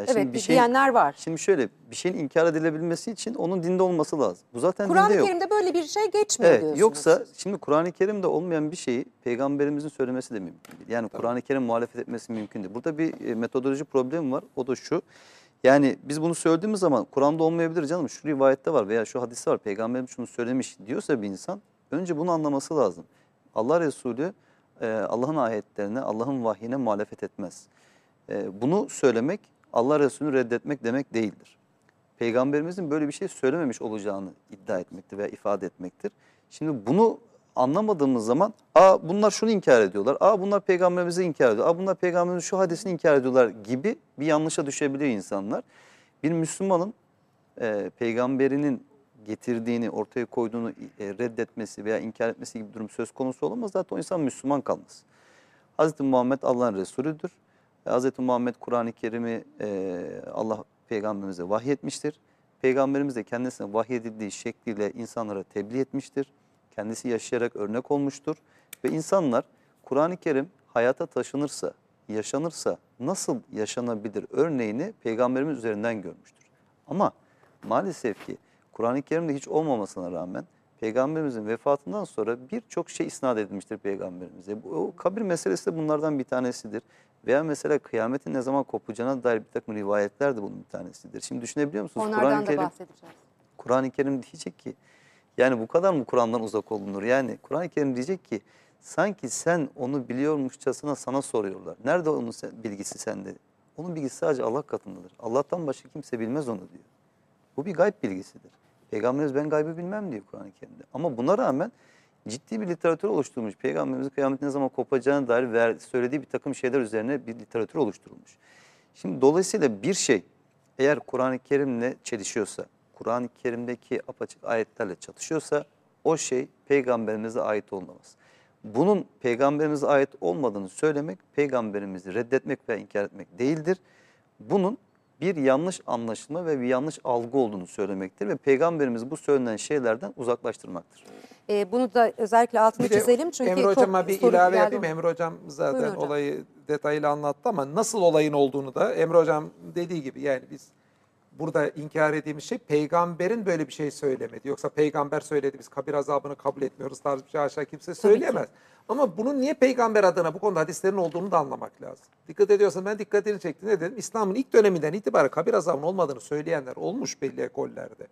[SPEAKER 3] Ya
[SPEAKER 1] Evet,
[SPEAKER 3] şimdi bir şey,
[SPEAKER 1] diyenler var.
[SPEAKER 3] şimdi şöyle bir şeyin inkar edilebilmesi için onun dinde olması lazım. Bu zaten dinde
[SPEAKER 1] Kur'an-ı
[SPEAKER 3] yok.
[SPEAKER 1] Kerim'de böyle bir şey geçmiyor
[SPEAKER 3] Evet,
[SPEAKER 1] diyorsunuz.
[SPEAKER 3] yoksa şimdi Kur'an-ı Kerim'de olmayan bir şeyi peygamberimizin söylemesi de mümkün değil. Yani Kur'an-ı Kerim muhalefet etmesi mümkün değil. Burada bir e, metodoloji problemi var. O da şu. Yani biz bunu söylediğimiz zaman Kur'an'da olmayabilir canım. Şu rivayette var veya şu hadiste var. Peygamberim şunu söylemiş diyorsa bir insan önce bunu anlaması lazım. Allah Resulü e, Allah'ın ayetlerine, Allah'ın vahyine muhalefet etmez. E, bunu söylemek Allah Resulü'nü reddetmek demek değildir. Peygamberimizin böyle bir şey söylememiş olacağını iddia etmektir veya ifade etmektir. Şimdi bunu anlamadığımız zaman aa bunlar şunu inkar ediyorlar, aa bunlar peygamberimizi inkar ediyor, aa bunlar peygamberimizin şu hadisini inkar ediyorlar gibi bir yanlışa düşebiliyor insanlar. Bir Müslümanın e, peygamberinin getirdiğini, ortaya koyduğunu e, reddetmesi veya inkar etmesi gibi bir durum söz konusu olamaz. Zaten o insan Müslüman kalmaz. Hazreti Muhammed Allah'ın Resulüdür. Hazreti Muhammed Kur'an-ı Kerim'i e, Allah Peygamberimize vahyetmiştir. Peygamberimiz de kendisine vahyedildiği şekliyle insanlara tebliğ etmiştir. Kendisi yaşayarak örnek olmuştur. Ve insanlar Kur'an-ı Kerim hayata taşınırsa, yaşanırsa nasıl yaşanabilir örneğini Peygamberimiz üzerinden görmüştür. Ama maalesef ki Kur'an-ı Kerim'de hiç olmamasına rağmen Peygamberimizin vefatından sonra birçok şey isnat edilmiştir Peygamberimize. Bu, o kabir meselesi de bunlardan bir tanesidir. Veya mesela kıyametin ne zaman kopacağına dair bir takım rivayetler de bunun bir tanesidir. Şimdi düşünebiliyor musunuz?
[SPEAKER 1] Onlardan
[SPEAKER 3] Kur'an-ı
[SPEAKER 1] da
[SPEAKER 3] Kerim,
[SPEAKER 1] bahsedeceğiz.
[SPEAKER 3] Kur'an-ı Kerim diyecek ki, yani bu kadar mı Kur'an'dan uzak olunur? Yani Kur'an-ı Kerim diyecek ki, sanki sen onu biliyormuşçasına sana soruyorlar. Nerede onun sen, bilgisi sende? Onun bilgisi sadece Allah katındadır. Allah'tan başka kimse bilmez onu diyor. Bu bir gayb bilgisidir. Peygamberimiz ben gaybı bilmem diyor Kur'an-ı Kerim'de. Ama buna rağmen ciddi bir literatür oluşturmuş. Peygamberimizin kıyametin ne zaman kopacağına dair ver, söylediği bir takım şeyler üzerine bir literatür oluşturulmuş. Şimdi dolayısıyla bir şey eğer Kur'an-ı Kerim'le çelişiyorsa, Kur'an-ı Kerim'deki apaçık ayetlerle çatışıyorsa o şey peygamberimize ait olmaz. Bunun peygamberimize ait olmadığını söylemek, peygamberimizi reddetmek veya inkar etmek değildir. Bunun bir yanlış anlaşılma ve bir yanlış algı olduğunu söylemektir ve peygamberimizi bu söylenen şeylerden uzaklaştırmaktır.
[SPEAKER 1] Ee, bunu da özellikle altını
[SPEAKER 2] Bir de
[SPEAKER 1] çizelim çünkü
[SPEAKER 2] Emre
[SPEAKER 1] çok
[SPEAKER 2] Hocam'a bir
[SPEAKER 1] soru
[SPEAKER 2] ilave
[SPEAKER 1] geldi
[SPEAKER 2] yapayım.
[SPEAKER 1] ona.
[SPEAKER 2] Emre Hocam zaten
[SPEAKER 1] Buyurun hocam.
[SPEAKER 2] olayı detaylı anlattı ama nasıl olayın olduğunu da Emre Hocam dediği gibi yani biz burada inkar ettiğimiz şey peygamberin böyle bir şey söylemedi. Yoksa peygamber söyledi biz kabir azabını kabul etmiyoruz tarzı bir şey aşağı kimse söyleyemez. Ama bunun niye peygamber adına bu konuda hadislerin olduğunu da anlamak lazım. Dikkat ediyorsan ben dikkatini çektim. Ne dedim? İslam'ın ilk döneminden itibaren kabir azabının olmadığını söyleyenler olmuş belli ekollerde.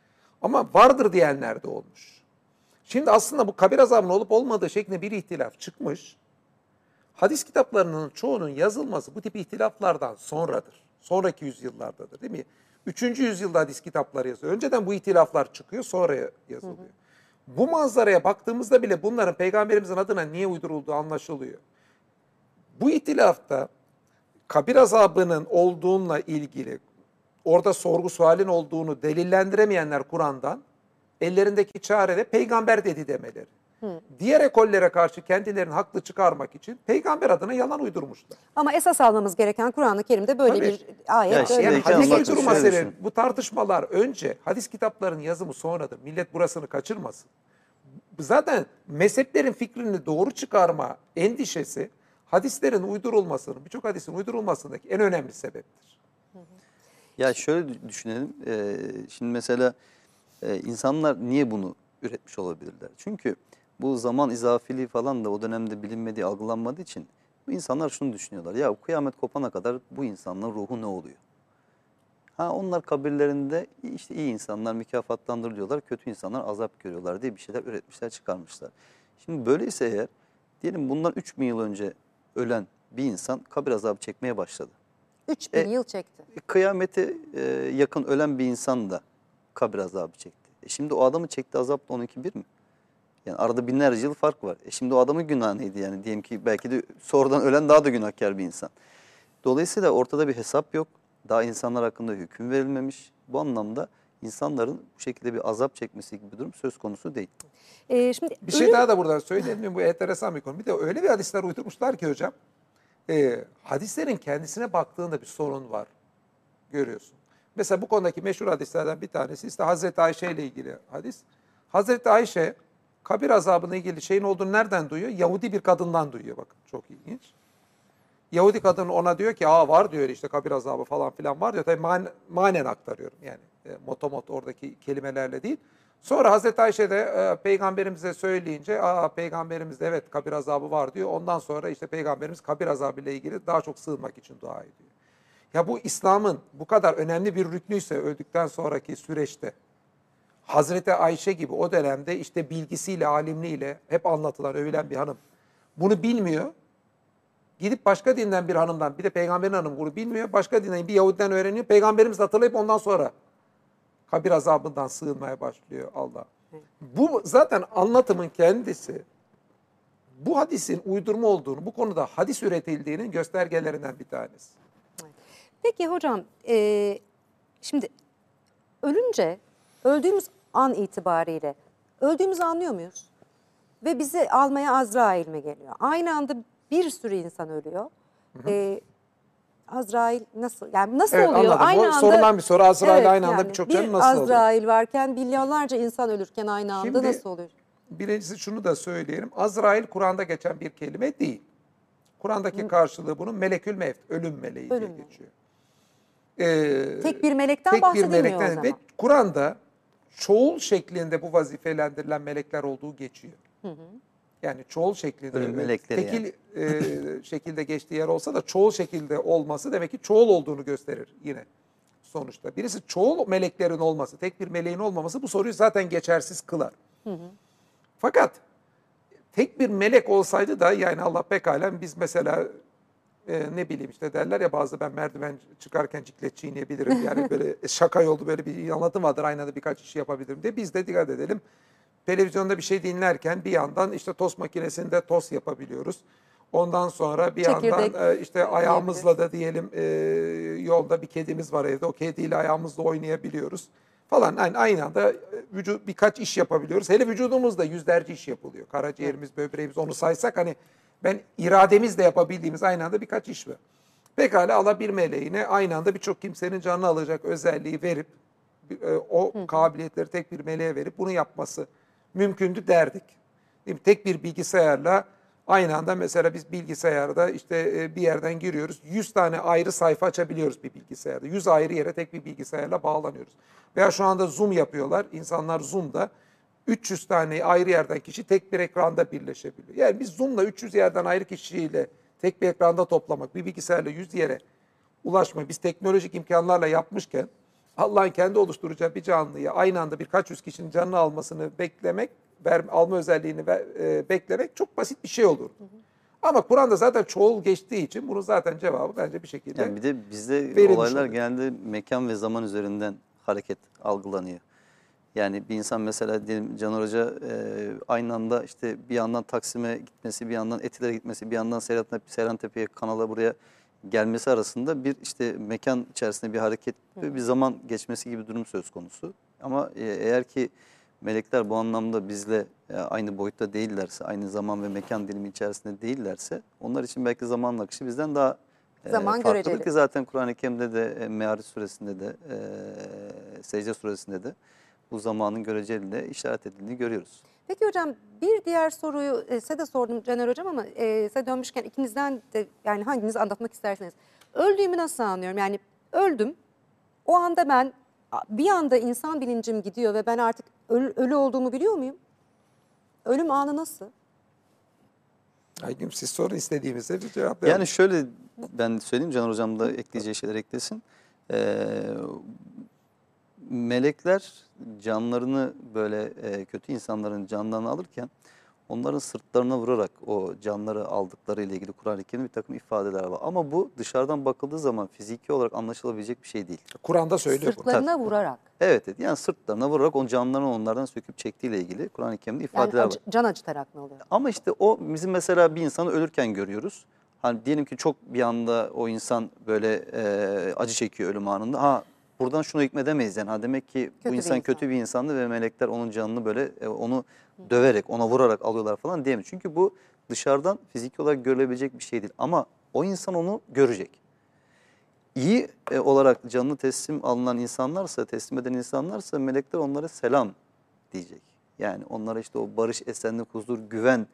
[SPEAKER 2] Ama vardır diyenler de olmuş. Şimdi aslında bu kabir azabının olup olmadığı şeklinde bir ihtilaf çıkmış. Hadis kitaplarının çoğunun yazılması bu tip ihtilaflardan sonradır. Sonraki yüzyıllardadır değil mi? Üçüncü yüzyılda hadis kitapları yazıyor. Önceden bu ihtilaflar çıkıyor sonra yazılıyor. Hı hı. Bu manzaraya baktığımızda bile bunların peygamberimizin adına niye uydurulduğu anlaşılıyor. Bu ihtilafta kabir azabının olduğunla ilgili orada sorgu sualin olduğunu delillendiremeyenler Kur'an'dan ellerindeki çare de peygamber dedi demeleri. Hı. Diğer ekollere karşı kendilerini haklı çıkarmak için peygamber adına yalan uydurmuşlar.
[SPEAKER 1] Ama esas almamız gereken Kur'an-ı Kerim'de böyle
[SPEAKER 2] Tabii.
[SPEAKER 1] bir ayet.
[SPEAKER 3] Ya
[SPEAKER 1] böyle
[SPEAKER 2] Yani
[SPEAKER 1] bir
[SPEAKER 2] hadis
[SPEAKER 1] cümle
[SPEAKER 2] uydurma
[SPEAKER 1] geçiyor.
[SPEAKER 2] sebebi bu tartışmalar önce hadis kitaplarının yazımı sonradır. Millet burasını kaçırmasın. Zaten mezheplerin fikrini doğru çıkarma endişesi hadislerin uydurulmasının, birçok hadisin uydurulmasındaki en önemli sebeptir.
[SPEAKER 3] Ya şöyle düşünelim. Ee, şimdi mesela e, insanlar niye bunu üretmiş olabilirler? Çünkü bu zaman izafiliği falan da o dönemde bilinmediği, algılanmadığı için bu insanlar şunu düşünüyorlar. Ya kıyamet kopana kadar bu insanların ruhu ne oluyor? Ha onlar kabirlerinde işte iyi insanlar mükafatlandırılıyorlar, kötü insanlar azap görüyorlar diye bir şeyler üretmişler, çıkarmışlar. Şimdi böyleyse eğer diyelim bundan üç bin yıl önce ölen bir insan kabir azabı çekmeye başladı.
[SPEAKER 1] üç bin
[SPEAKER 3] E,
[SPEAKER 1] yıl çekti.
[SPEAKER 3] Kıyamete e, yakın ölen bir insan da kabir azabı çekti. E şimdi o adamın çektiği azapla onunki bir mi? Yani arada binlerce yıl fark var. E şimdi o adamın günahı neydi yani? Diyelim ki belki de sonradan ölen daha da günahkar bir insan. Dolayısıyla ortada bir hesap yok. Daha insanlar hakkında hüküm verilmemiş. Bu anlamda insanların bu şekilde bir azap çekmesi gibi bir durum söz konusu değil.
[SPEAKER 1] Ee, şimdi
[SPEAKER 2] Bir şey daha da buradan söyleyelim. Bu enteresan bir konu. Bir de öyle bir hadisler uydurmuşlar ki hocam. E, hadislerin kendisine baktığında bir sorun var. Görüyorsun. Mesela bu konudaki meşhur hadislerden bir tanesi işte Hazreti Ayşe ile ilgili hadis. Hazreti Ayşe kabir azabına ilgili şeyin olduğunu nereden duyuyor? Yahudi bir kadından duyuyor bakın. Çok ilginç. Yahudi kadın ona diyor ki aa var diyor işte kabir azabı falan filan var diyor. Tabii man, manen aktarıyorum yani e, motomot oradaki kelimelerle değil. Sonra Hazreti Ayşe de e, peygamberimize söyleyince aa peygamberimiz de evet kabir azabı var diyor. Ondan sonra işte peygamberimiz kabir azabı ile ilgili daha çok sığınmak için dua ediyor. Ya bu İslam'ın bu kadar önemli bir rüknüyse öldükten sonraki süreçte Hazreti Ayşe gibi o dönemde işte bilgisiyle, alimliğiyle hep anlatılan, övülen bir hanım bunu bilmiyor. Gidip başka dinden bir hanımdan, bir de peygamberin hanımı bunu bilmiyor. Başka dinden bir Yahudiden öğreniyor. Peygamberimiz hatırlayıp ondan sonra kabir azabından sığınmaya başlıyor Allah. Bu zaten anlatımın kendisi bu hadisin uydurma olduğunu, bu konuda hadis üretildiğinin göstergelerinden bir tanesi.
[SPEAKER 1] Peki hocam, e, şimdi ölünce, öldüğümüz an itibariyle öldüğümüzü anlıyor muyuz? Ve bizi almaya Azrail mi geliyor? Aynı anda bir sürü insan ölüyor. Hı hı. E, Azrail nasıl, yani nasıl
[SPEAKER 2] evet,
[SPEAKER 1] oluyor?
[SPEAKER 2] Anladım.
[SPEAKER 1] Aynı
[SPEAKER 2] bu
[SPEAKER 1] anda
[SPEAKER 2] sorulan bir soru. Azrail
[SPEAKER 1] evet,
[SPEAKER 2] aynı anda
[SPEAKER 1] yani
[SPEAKER 2] birçok
[SPEAKER 1] bir
[SPEAKER 2] canı nasıl oluyor?
[SPEAKER 1] Azrail varken milyonlarca insan ölürken aynı anda
[SPEAKER 2] Şimdi,
[SPEAKER 1] nasıl oluyor?
[SPEAKER 2] Birincisi şunu da söyleyelim. Azrail Kur'an'da geçen bir kelime değil. Kur'an'daki karşılığı bunun melekül mevt, ölüm meleği diye
[SPEAKER 1] Ölüm
[SPEAKER 2] geçiyor. Ee,
[SPEAKER 1] tek bir melekten
[SPEAKER 2] tek bir
[SPEAKER 1] bahsedilmiyor
[SPEAKER 2] melekten
[SPEAKER 1] o zaman.
[SPEAKER 2] ve Kur'an'da çoğul şeklinde bu vazifelendirilen melekler olduğu geçiyor. Hı hı. Yani çoğul şeklinde,
[SPEAKER 3] Ölüm melekleri
[SPEAKER 2] tekil yani. e, şekilde geçtiği yer olsa da çoğul şekilde olması demek ki çoğul olduğunu gösterir yine sonuçta. Birisi çoğul meleklerin olması, tek bir meleğin olmaması bu soruyu zaten geçersiz kılar. Hı hı. Fakat tek bir melek olsaydı da yani Allah pekala biz mesela e, ne bileyim işte derler ya bazı ben merdiven çıkarken ciklet çiğneyebilirim. Yani böyle şaka yoldu böyle bir anlatım vardır aynı anda birkaç iş yapabilirim diye biz de dikkat edelim. Televizyonda bir şey dinlerken bir yandan işte tost makinesinde tost yapabiliyoruz. Ondan sonra bir
[SPEAKER 1] Çekirdek
[SPEAKER 2] yandan işte ayağımızla da diyelim e, yolda bir kedimiz var evde. O kediyle ayağımızla oynayabiliyoruz falan. Yani aynı anda vücut birkaç iş yapabiliyoruz. Hele vücudumuzda yüzlerce iş yapılıyor. Karaciğerimiz, böbreğimiz onu saysak hani ben irademizle yapabildiğimiz aynı anda birkaç iş var. Pekala Allah bir meleğine aynı anda birçok kimsenin canını alacak özelliği verip o kabiliyetleri tek bir meleğe verip bunu yapması mümkündü derdik. Değil mi? Tek bir bilgisayarla aynı anda mesela biz bilgisayarda işte bir yerden giriyoruz. yüz tane ayrı sayfa açabiliyoruz bir bilgisayarda. yüz ayrı yere tek bir bilgisayarla bağlanıyoruz. Veya şu anda Zoom yapıyorlar. İnsanlar Zoom'da üç yüz tane ayrı yerden kişi tek bir ekranda birleşebiliyor. Yani biz Zoom'la üç yüz yerden ayrı kişiyle tek bir ekranda toplamak, bir bilgisayarla yüz yere ulaşmayı biz teknolojik imkanlarla yapmışken Allah'ın kendi oluşturacağı bir canlıyı aynı anda birkaç yüz kişinin canını almasını beklemek, ver, alma özelliğini ver, e, beklemek çok basit bir şey olur. Hı hı. Ama Kur'an'da zaten çoğul geçtiği için bunun zaten cevabı bence bir şekilde
[SPEAKER 3] yani bir de bizde
[SPEAKER 2] verilmiş
[SPEAKER 3] olaylar
[SPEAKER 2] oluyor.
[SPEAKER 3] genelde mekan ve zaman üzerinden hareket algılanıyor. Yani bir insan mesela diyelim Caner Hoca e, aynı anda işte bir yandan Taksim'e gitmesi, bir yandan Etiler'e gitmesi, bir yandan Seyrantepe'ye, kanala buraya gelmesi arasında bir işte mekan içerisinde bir hareket ve bir zaman geçmesi gibi bir durum söz konusu. Ama e, eğer ki melekler bu anlamda bizle e, aynı boyutta değillerse, aynı zaman ve mekan dilimi içerisinde değillerse onlar için belki zaman akışı bizden daha e,
[SPEAKER 1] Zaman
[SPEAKER 3] farklıdır
[SPEAKER 1] göreceli.
[SPEAKER 3] ki zaten Kur'an-ı Kerim'de de e, Me'ariç suresinde de e, Secde suresinde de bu zamanın göreceliyle işaret edildiğini görüyoruz.
[SPEAKER 1] Peki hocam bir diğer soruyu e, size de sordum Caner hocam ama e, size dönmüşken ikinizden de yani hanginiz anlatmak isterseniz. Öldüğümü nasıl anlıyorum? Yani öldüm. O anda ben bir anda insan bilincim gidiyor ve ben artık ölü, ölü olduğumu biliyor muyum? Ölüm anı nasıl?
[SPEAKER 2] Aygün siz sorun istediğimizde bir cevap verelim.
[SPEAKER 3] Yani şöyle ben söyleyeyim Caner Hocam da ekleyeceği şeyler eklesin. Ee, melekler canlarını böyle e, kötü insanların canlarını alırken onların sırtlarına vurarak o canları aldıkları ile ilgili Kur'an-ı Kerim'de bir takım ifadeler var. Ama bu dışarıdan bakıldığı zaman fiziki olarak anlaşılabilecek bir şey değil.
[SPEAKER 2] Kur'an'da söylüyor bunu.
[SPEAKER 1] Sırtlarına vurarak.
[SPEAKER 3] Evet, evet. Yani sırtlarına vurarak o canlarını onlardan söküp çektiğiyle ilgili Kur'an-ı Kerim'de ifadeler
[SPEAKER 1] Yani
[SPEAKER 3] var.
[SPEAKER 1] acı, can acıtarak ne oluyor?
[SPEAKER 3] Ama işte o bizim mesela bir insanı ölürken görüyoruz. Hani diyelim ki çok bir anda o insan böyle e, acı çekiyor ölüm anında. Ha buradan şunu hükmedemeyiz yani. Ha, demek ki
[SPEAKER 1] Kötü
[SPEAKER 3] bu
[SPEAKER 1] bir
[SPEAKER 3] insan,
[SPEAKER 1] insan.
[SPEAKER 3] kötü bir insandı ve melekler onun canını böyle e, onu döverek, ona vurarak alıyorlar falan diyemeyiz. Çünkü bu dışarıdan fiziki olarak görülebilecek bir şey değil. Ama o insan onu görecek. İyi e, olarak canını teslim alınan insanlarsa, teslim eden insanlarsa melekler onlara selam diyecek. Yani onlara işte o barış, esenlik, huzur, güven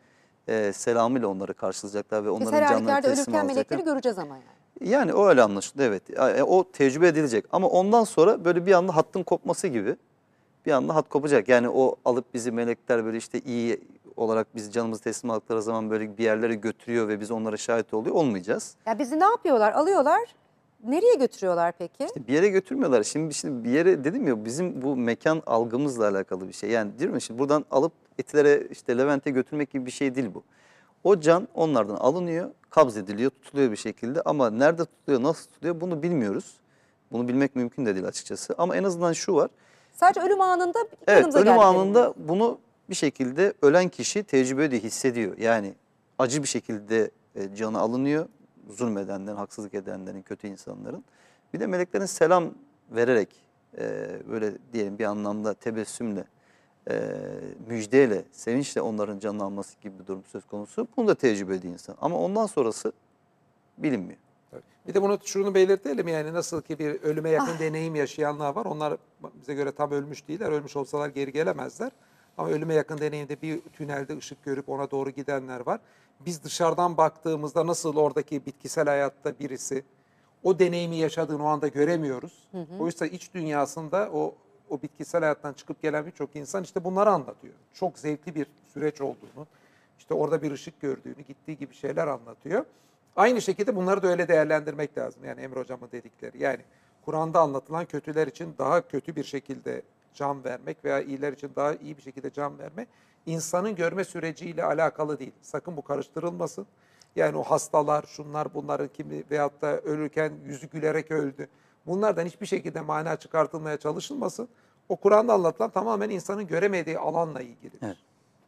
[SPEAKER 3] e, selamıyla onları karşılayacaklar ve
[SPEAKER 1] Biz
[SPEAKER 3] onların
[SPEAKER 1] her
[SPEAKER 3] canlarını
[SPEAKER 1] halükarda
[SPEAKER 3] teslim
[SPEAKER 1] ölürken
[SPEAKER 3] alacaklar.
[SPEAKER 1] melekleri göreceğiz ama yani.
[SPEAKER 3] Yani o öyle anlaşıldı, evet. E, O tecrübe edilecek ama ondan sonra böyle bir anda hattın kopması gibi bir anda hat kopacak. Yani o alıp bizi melekler böyle işte iyi olarak biz canımızı teslim aldıkları zaman böyle bir yerlere götürüyor ve biz onlara şahit oluyor olmayacağız.
[SPEAKER 1] Ya bizi ne yapıyorlar? Alıyorlar. Nereye götürüyorlar peki?
[SPEAKER 3] Bir yere götürmüyorlar. Şimdi, şimdi bir yere dedim ya bizim bu mekan algımızla alakalı bir şey. Yani diyorum ya şimdi buradan alıp Etilere işte Levent'e götürmek gibi bir şey değil bu. O can onlardan alınıyor, kabz ediliyor, tutuluyor bir şekilde ama nerede tutuluyor, nasıl tutuluyor bunu bilmiyoruz. Bunu bilmek mümkün de değil açıkçası. Ama en azından şu var.
[SPEAKER 1] Sadece ölüm anında
[SPEAKER 3] Evet,
[SPEAKER 1] yanımıza
[SPEAKER 3] ölüm
[SPEAKER 1] geldiklerini
[SPEAKER 3] anında bunu bir şekilde ölen kişi tecrübe ediyor, hissediyor. Yani acı bir şekilde e, canı alınıyor, zulmedenlerin, haksızlık edenlerin, kötü insanların. Bir de meleklerin selam vererek, e, böyle diyelim bir anlamda tebessümle, e, müjdeyle, sevinçle onların canını alması gibi bir durum söz konusu. Bunu da tecrübe ediyor insan. Ama ondan sonrası bilinmiyor.
[SPEAKER 2] Evet. Bir de bunu şunu belirtelim, yani nasıl ki bir ölüme yakın deneyim yaşayanlar var. Onlar bize göre tam ölmüş değiller. Ölmüş olsalar geri gelemezler. Ama ölüme yakın deneyimde bir tünelde ışık görüp ona doğru gidenler var. Biz dışarıdan baktığımızda nasıl oradaki bitkisel hayatta birisi o deneyimi yaşadığını o anda göremiyoruz. Hı hı. Oysa iç dünyasında o o bitkisel hayattan çıkıp gelen birçok insan işte bunları anlatıyor. Çok zevkli bir süreç olduğunu, işte orada bir ışık gördüğünü, gittiği gibi şeyler anlatıyor. Aynı şekilde bunları da öyle değerlendirmek lazım. Yani Emre Hocam'ın dedikleri. Yani Kur'an'da anlatılan kötüler için daha kötü bir şekilde can vermek veya iyiler için daha iyi bir şekilde can vermek insanın görme süreciyle alakalı değil. Sakın bu karıştırılmasın. Yani o hastalar, şunlar, bunların kimi veyahut da ölürken yüzü gülerek öldü. Bunlardan hiçbir şekilde mana çıkartılmaya çalışılmasın. O Kur'an'da anlatılan tamamen insanın göremediği alanla ilgilidir.
[SPEAKER 3] Evet.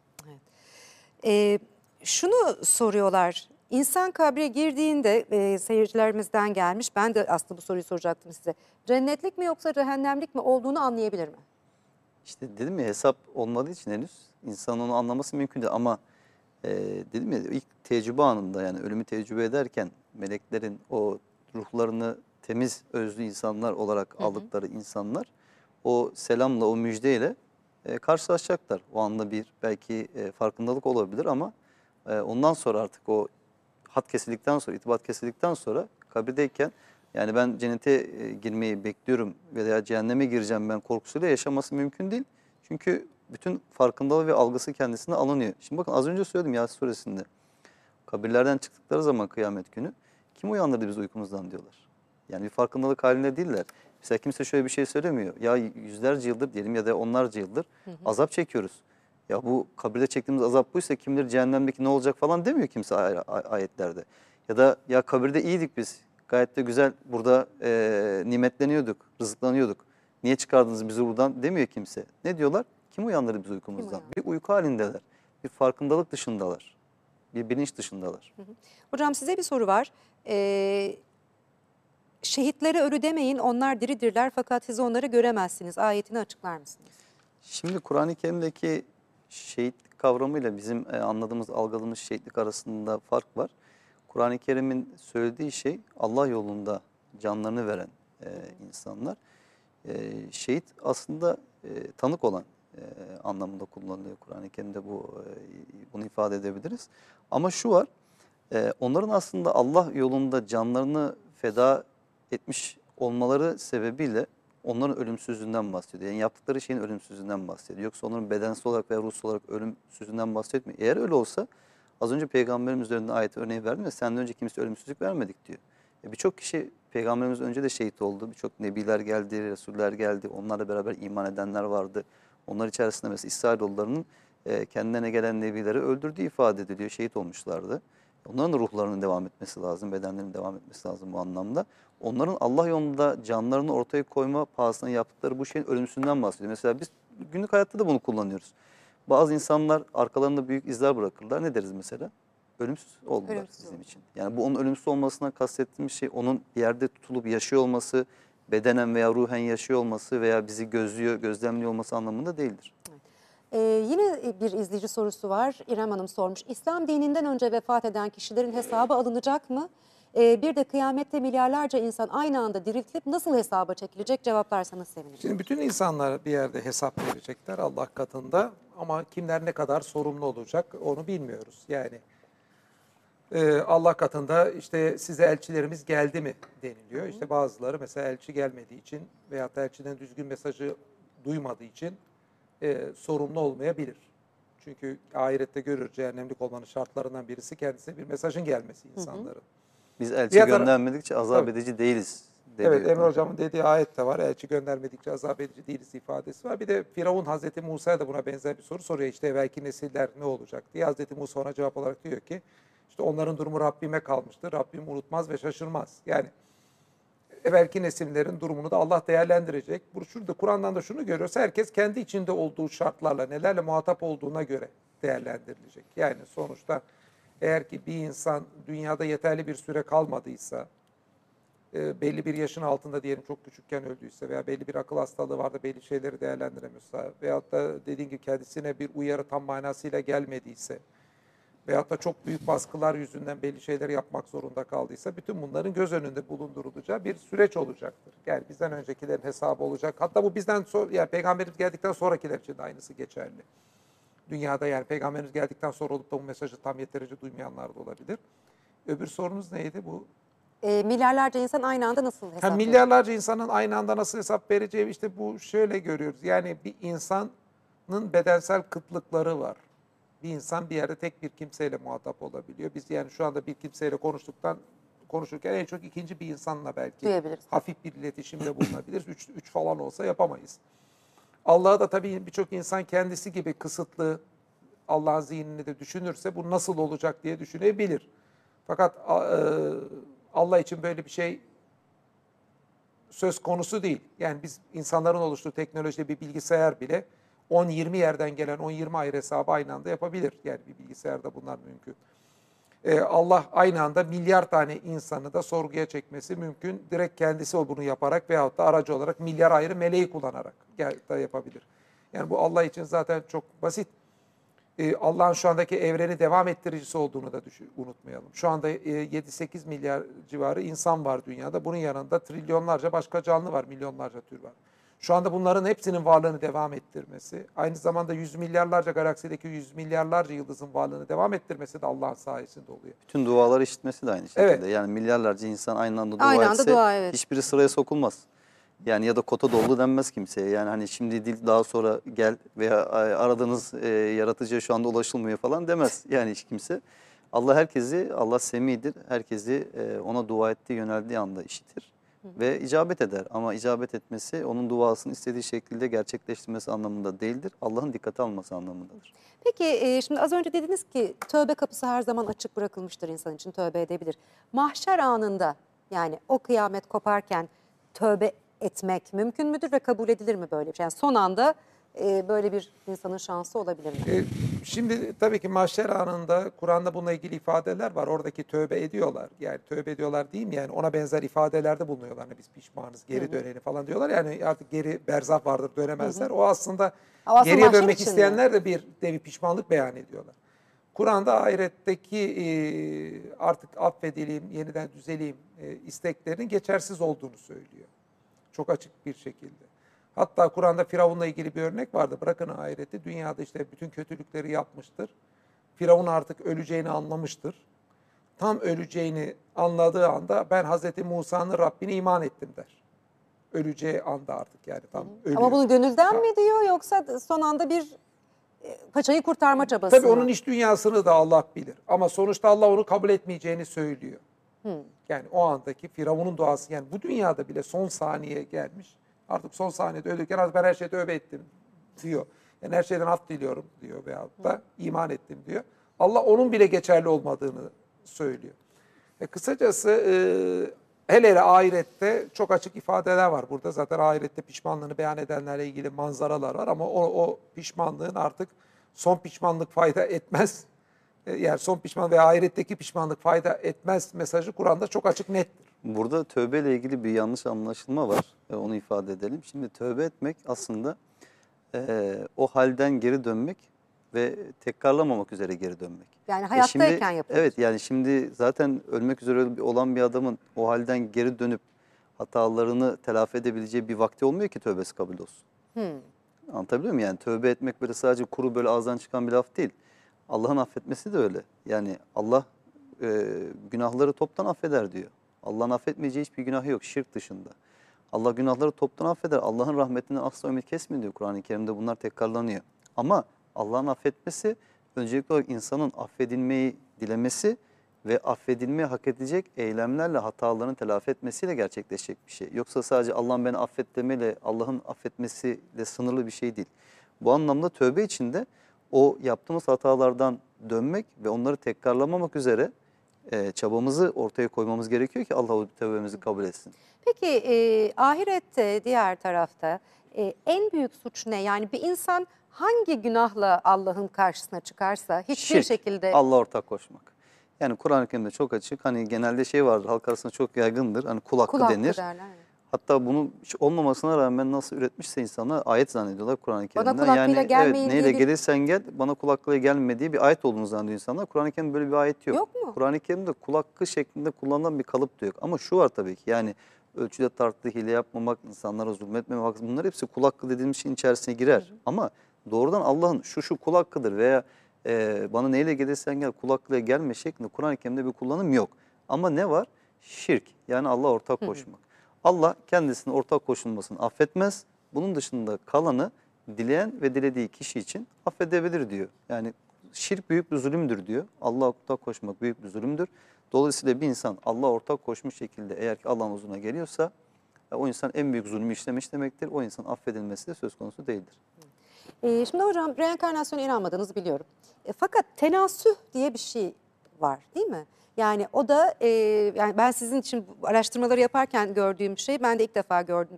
[SPEAKER 1] Ee, şunu soruyorlar. İnsan kabre girdiğinde e, seyircilerimizden gelmiş. Ben de aslında bu soruyu soracaktım size. Cennetlik mi yoksa cehennemlik mi olduğunu anlayabilir mi?
[SPEAKER 3] İşte dedim ya hesap olmadığı için henüz insanın onu anlaması mümkün değil ama e, dedim ya ilk tecrübe anında yani ölümü tecrübe ederken meleklerin o ruhlarını temiz özlü insanlar olarak
[SPEAKER 1] Hı hı.
[SPEAKER 3] aldıkları insanlar o selamla o müjdeyle e, karşılaşacaklar. O anda bir belki e, farkındalık olabilir ama e, ondan sonra artık o hat kesildikten sonra, itibat kesildikten sonra kabirdeyken yani ben cennete e, girmeyi bekliyorum veya cehenneme gireceğim ben korkusuyla yaşaması mümkün değil. Çünkü bütün farkındalığı ve algısı kendisine alınıyor. Şimdi bakın az önce söyledim Yasin Suresinde. Kabirlerden çıktıkları zaman kıyamet günü kim uyandırdı biz uykumuzdan diyorlar. Yani bir farkındalık halinde değiller. Mesela kimse şöyle bir şey söylemiyor. Ya yüzlerce yıldır diyelim ya da onlarca yıldır hı hı. azap çekiyoruz. Ya bu kabirde çektiğimiz azap buysa kim bilir cehennemdeki ne olacak falan demiyor kimse ay ayetlerde. Ya da ya kabirde iyiydik biz. Gayet de güzel burada e, nimetleniyorduk, rızıklanıyorduk. Niye çıkardınız bizi buradan demiyor kimse. Ne diyorlar? Kim uyandırdı bizi uykumuzdan? Bir uyku halindeler. Bir farkındalık dışındalar. Bir bilinç dışındalar.
[SPEAKER 1] Hı hı. Hocam size bir soru var. Ee, şehitlere ölü demeyin, onlar diridirler fakat siz onları göremezsiniz. Ayetini açıklar mısınız?
[SPEAKER 3] Şimdi Kur'an-ı Kerim'deki şehitlik kavramıyla bizim e, anladığımız, algıladığımız şehitlik arasında fark var. Kur'an-ı Kerim'in söylediği şey Allah yolunda canlarını veren e, insanlar. E, şehit aslında e, tanık olan e, anlamında kullanılıyor Kur'an-ı Kerim'de bu e, bunu ifade edebiliriz. Ama şu var, e, onların aslında Allah yolunda canlarını feda etmiş olmaları sebebiyle onların ölümsüzlüğünden bahsediyor. Yani yaptıkları şeyin ölümsüzlüğünden bahsediyor. Yoksa onların bedensel olarak veya ruhsal olarak ölümsüzlüğünden bahsetmiyor. Eğer öyle olsa az önce Peygamberimiz üzerinde ayet örneği verdim ya senden önce kimse ölümsüzlük vermedik diyor. E Birçok kişi Peygamberimiz önce de şehit oldu. Birçok nebiler geldi, Resuller geldi. Onlarla beraber iman edenler vardı. Onlar içerisinde mesela İsrailoğullarının e, kendilerine gelen nebileri öldürdüğü ifade ediliyor. Şehit olmuşlardı. Onların da ruhlarının devam etmesi lazım, bedenlerinin devam etmesi lazım bu anlamda. Onların Allah yolunda canlarını ortaya koyma pahasına yaptıkları bu şeyin ölümsüzlüğünden bahsediyor. Mesela biz günlük hayatta da bunu kullanıyoruz. Bazı insanlar arkalarında büyük izler bırakırlar. Ne deriz mesela? Ölümsüz oldular
[SPEAKER 1] Ölümsüz
[SPEAKER 3] bizim
[SPEAKER 1] oldu.
[SPEAKER 3] için. Yani bu onun ölümsüz olmasına kastettiğimiz şey onun bir yerde tutulup yaşıyor olması, bedenen veya ruhen yaşıyor olması veya bizi gözlüyor, gözlemliyor olması anlamında değildir.
[SPEAKER 1] Ee, yine bir izleyici sorusu var. İrem Hanım sormuş. İslam dininden önce vefat eden kişilerin hesabı alınacak mı? Ee, bir de kıyamette milyarlarca insan aynı anda diriltilip nasıl hesaba çekilecek, cevaplarsanız sevinirim.
[SPEAKER 2] Şimdi bütün insanlar bir yerde hesap verecekler Allah katında ama kimler ne kadar sorumlu olacak onu bilmiyoruz. Yani e, Allah katında işte size elçilerimiz geldi mi deniliyor. İşte bazıları mesela elçi gelmediği için veyahut da elçiden düzgün mesajı duymadığı için e, sorumlu olmayabilir. Çünkü ahirette görür cehennemlik olmanın şartlarından birisi kendisine bir mesajın gelmesi insanların.
[SPEAKER 3] Biz elçi
[SPEAKER 2] Diğer tara-
[SPEAKER 3] göndermedikçe azap
[SPEAKER 2] Tabii.
[SPEAKER 3] edici değiliz deniyor.
[SPEAKER 2] Evet, Emre Hocam'ın dediği ayet de var. Elçi göndermedikçe azap edici değiliz ifadesi var. Bir de Firavun Hazreti Musa'ya da buna benzer bir soru soruyor. İşte belki nesiller ne olacak diye. Hazreti Musa ona cevap olarak diyor ki işte onların durumu Rabbime kalmıştır. Rabbim unutmaz ve şaşırmaz. Yani belki nesillerin durumunu da Allah değerlendirecek. Bu şurada Kur'an'dan da şunu görüyoruz. Herkes kendi içinde olduğu şartlarla nelerle muhatap olduğuna göre değerlendirilecek. Yani sonuçta eğer ki bir insan dünyada yeterli bir süre kalmadıysa, e, belli bir yaşın altında diyelim çok küçükken öldüyse veya belli bir akıl hastalığı vardı belli şeyleri değerlendiremiyorsa veyahut da dediğim gibi kendisine bir uyarı tam manasıyla gelmediyse veyahut da çok büyük baskılar yüzünden belli şeyleri yapmak zorunda kaldıysa bütün bunların göz önünde bulundurulacağı bir süreç olacaktır. Yani bizden öncekilerin hesabı olacak. Hatta bu bizden sonra, yani Peygamberimiz geldikten sonrakiler için de aynısı geçerli. Dünyada yani Peygamberimiz geldikten sonra olup da bu mesajı tam yeterince duymayanlar da olabilir. Öbür sorunuz neydi bu?
[SPEAKER 1] Ee, milyarlarca insan aynı anda nasıl hesap
[SPEAKER 2] Ha,
[SPEAKER 1] verecek?
[SPEAKER 2] milyarlarca insanın aynı anda nasıl hesap vereceği işte bu şöyle görüyoruz. Yani bir insanın bedensel kıtlıkları var. Bir insan bir yerde tek bir kimseyle muhatap olabiliyor. Biz yani şu anda bir kimseyle konuştuktan konuşurken en çok ikinci bir insanla belki
[SPEAKER 1] Duyabiliriz.
[SPEAKER 2] hafif bir iletişimde bulunabiliriz. Üç, üç falan olsa yapamayız. Allah'a da tabii birçok insan kendisi gibi kısıtlı Allah'ın zihnini de düşünürse bu nasıl olacak diye düşünebilir. Fakat e, Allah için böyle bir şey söz konusu değil. Yani biz insanların oluşturduğu teknolojide bir bilgisayar bile on yirmi yerden gelen on yirmi ayrı hesabı aynı anda yapabilir. Yani bir bilgisayarda bunlar mümkün. Ee, Allah aynı anda milyar tane insanı da sorguya çekmesi mümkün. Direkt kendisi o bunu yaparak veyahut da aracı olarak milyar ayrı meleği kullanarak da yapabilir. Yani bu Allah için zaten çok basit. Ee, Allah'ın şu andaki evreni devam ettiricisi olduğunu da düşün, unutmayalım. Şu anda e, yedi sekiz milyar civarı insan var dünyada. Bunun yanında trilyonlarca başka canlı var, milyonlarca tür var. Şu anda bunların hepsinin varlığını devam ettirmesi, aynı zamanda yüz milyarlarca galaksideki yüz milyarlarca yıldızın varlığını devam ettirmesi de Allah'ın sayesinde oluyor.
[SPEAKER 3] Bütün duaları işitmesi de aynı şekilde.
[SPEAKER 2] Evet.
[SPEAKER 3] Yani milyarlarca insan aynı anda dua
[SPEAKER 1] Aynı anda
[SPEAKER 3] etse
[SPEAKER 1] dua, evet.
[SPEAKER 3] hiçbiri sıraya sokulmaz. Yani ya da kota doldu denmez kimseye. Yani hani şimdi değil daha sonra gel veya aradığınız e, yaratıcıya şu anda ulaşılmıyor falan demez. Yani hiç kimse. Allah herkesi, Allah semidir. Herkesi e, ona dua ettiği, yöneldiği anda işitir. Ve icabet eder. Ama icabet etmesi onun duasını istediği şekilde gerçekleştirmesi anlamında değildir. Allah'ın dikkate alması anlamındadır.
[SPEAKER 1] Peki e, şimdi az önce dediniz ki tövbe kapısı her zaman açık bırakılmıştır insan için, tövbe edebilir. Mahşer anında yani o kıyamet koparken tövbe etmek mümkün müdür ve kabul edilir mi böyle bir şey? Yani son anda e, böyle bir insanın şansı olabilir mi?
[SPEAKER 2] E, şimdi tabii ki mahşer anında Kur'an'da bununla ilgili ifadeler var. Oradaki tövbe ediyorlar. Yani tövbe ediyorlar diyeyim yani ona benzer ifadelerde bulunuyorlar. Hani biz pişmanız, geri dönelim falan diyorlar. Yani artık geri berzah vardır dönemezler. O aslında
[SPEAKER 1] O aslında
[SPEAKER 2] geriye
[SPEAKER 1] mahşer
[SPEAKER 2] dönmek
[SPEAKER 1] için mi?
[SPEAKER 2] isteyenler de bir nevi pişmanlık beyan ediyorlar. Kur'an'da ahiretteki e, artık affedileyim, yeniden düzeleyim e, isteklerinin geçersiz olduğunu söylüyor. Çok açık bir şekilde. Hatta Kur'an'da Firavun'la ilgili bir örnek vardı. Bırakın ahireti, dünyada işte bütün kötülükleri yapmıştır. Firavun artık öleceğini anlamıştır. Tam öleceğini anladığı anda ben Hazreti Musa'nın Rabbine iman ettim der. Öleceği anda artık yani tam ölüyor.
[SPEAKER 1] Ama bunu gönülden mi diyor yoksa son anda bir e, paçayı kurtarma çabası
[SPEAKER 2] Tabii
[SPEAKER 1] mı?
[SPEAKER 2] onun iç dünyasını da Allah bilir. Ama sonuçta Allah onu kabul etmeyeceğini söylüyor. Yani o andaki Firavun'un duası yani bu dünyada bile son saniye gelmiş. Artık son saniyede ölürken artık ben her şeyi tövbe ettim diyor. Yani her şeyden af diliyorum diyor veyahut da iman ettim diyor. Allah onun bile geçerli olmadığını söylüyor. E kısacası e, hele hele ahirette çok açık ifadeler var burada. Zaten ahirette pişmanlığını beyan edenlerle ilgili manzaralar var ama o, o pişmanlığın artık son pişmanlık fayda etmez. E, yani son pişman veya ahiretteki pişmanlık fayda etmez mesajı Kur'an'da çok açık nettir.
[SPEAKER 3] Burada tövbe ile ilgili bir yanlış anlaşılma var. E, onu ifade edelim. Şimdi tövbe etmek aslında e, o halden geri dönmek ve tekrarlamamak üzere geri dönmek.
[SPEAKER 1] Yani
[SPEAKER 3] E
[SPEAKER 1] hayattayken
[SPEAKER 3] şimdi,
[SPEAKER 1] yapıyoruz.
[SPEAKER 3] evet yani şimdi zaten ölmek üzere olan bir adamın o halden geri dönüp hatalarını telafi edebileceği bir vakti olmuyor ki tövbesi kabul olsun.
[SPEAKER 1] Hmm.
[SPEAKER 3] Anlatabiliyor muyum? Yani tövbe etmek böyle sadece kuru böyle ağızdan çıkan bir laf değil. Allah'ın affetmesi de öyle. Yani Allah e, günahları toptan affeder diyor. Allah'ın affetmeyeceği hiçbir günah yok şirk dışında. Allah günahları toptan affeder. Allah'ın rahmetinden asla ümit kesmiyor diyor Kur'an-ı Kerim'de, bunlar tekrarlanıyor. Ama Allah'ın affetmesi öncelikli olarak insanın affedilmeyi dilemesi ve affedilmeyi hak edecek eylemlerle hatalarını telafi etmesiyle gerçekleşecek bir şey. Yoksa sadece Allah'ın beni affet demeyle Allah'ın affetmesiyle sınırlı bir şey değil. Bu anlamda tövbe içinde o yaptığımız hatalardan dönmek ve onları tekrarlamamak üzere e, çabamızı ortaya koymamız gerekiyor ki Allah o tövbemizi kabul etsin.
[SPEAKER 1] Peki e, ahirette diğer tarafta e, en büyük suç ne? Yani bir insan hangi günahla Allah'ın karşısına çıkarsa hiçbir
[SPEAKER 3] Şirk,
[SPEAKER 1] şekilde...
[SPEAKER 3] Allah'a ortak koşmak. Yani Kur'an-ı Kerim'de çok açık. Hani genelde şey vardır, halk arasında çok yaygındır. Hani kul hakkı
[SPEAKER 1] Kul hakkı
[SPEAKER 3] denir.
[SPEAKER 1] derler.
[SPEAKER 3] Hatta bunun hiç olmamasına rağmen nasıl üretmişse insanlar ayet zannediyorlar Kur'an-ı Kerim'den.
[SPEAKER 1] kul hakkıyla
[SPEAKER 3] Yani evet,
[SPEAKER 1] gelmeyin
[SPEAKER 3] neyle
[SPEAKER 1] diye bir-
[SPEAKER 3] gelirsen gel, bana kul hakkıyla gelme diye bir ayet olduğunu zannediyor insanlar. Kur'an-ı Kerim'de böyle bir ayet yok.
[SPEAKER 1] Yok mu?
[SPEAKER 3] Kur'an-ı Kerim'de kul hakkı şeklinde kullanılan bir kalıp da yok. Ama şu var tabii ki, yani ölçüde tartı, hile yapmamak, insanlara zulmetmemek, bunlar hepsi kul hakkı dediğimiz şeyin içerisine girer. Hı hı. Ama doğrudan Allah'ın şu şu kul hakkıdır veya e, bana neyle gelirsen gel, kul hakkıyla gelme şeklinde Kur'an-ı Kerim'de bir kullanım yok. Ama ne var? Şirk, yani Allah'a ortak koşmak. Hı hı. Allah kendisine ortak koşulmasını affetmez. Bunun dışında kalanı dileyen ve dilediği kişi için affedebilir diyor. Yani şirk büyük bir zulümdür diyor. Allah'a ortak koşmak büyük bir zulümdür. Dolayısıyla bir insan Allah'a ortak koşmuş şekilde eğer ki Allah'ın huzuruna geliyorsa o insan en büyük zulmü işlemiş demektir. O insan affedilmesi de söz konusu değildir.
[SPEAKER 1] Ee, şimdi hocam reenkarnasyona inanmadığınızı biliyorum. E, fakat tenasüh diye bir şey var değil mi? Yani o da e, yani ben sizin için araştırmaları yaparken gördüğüm şey, ben de ilk defa gördüm.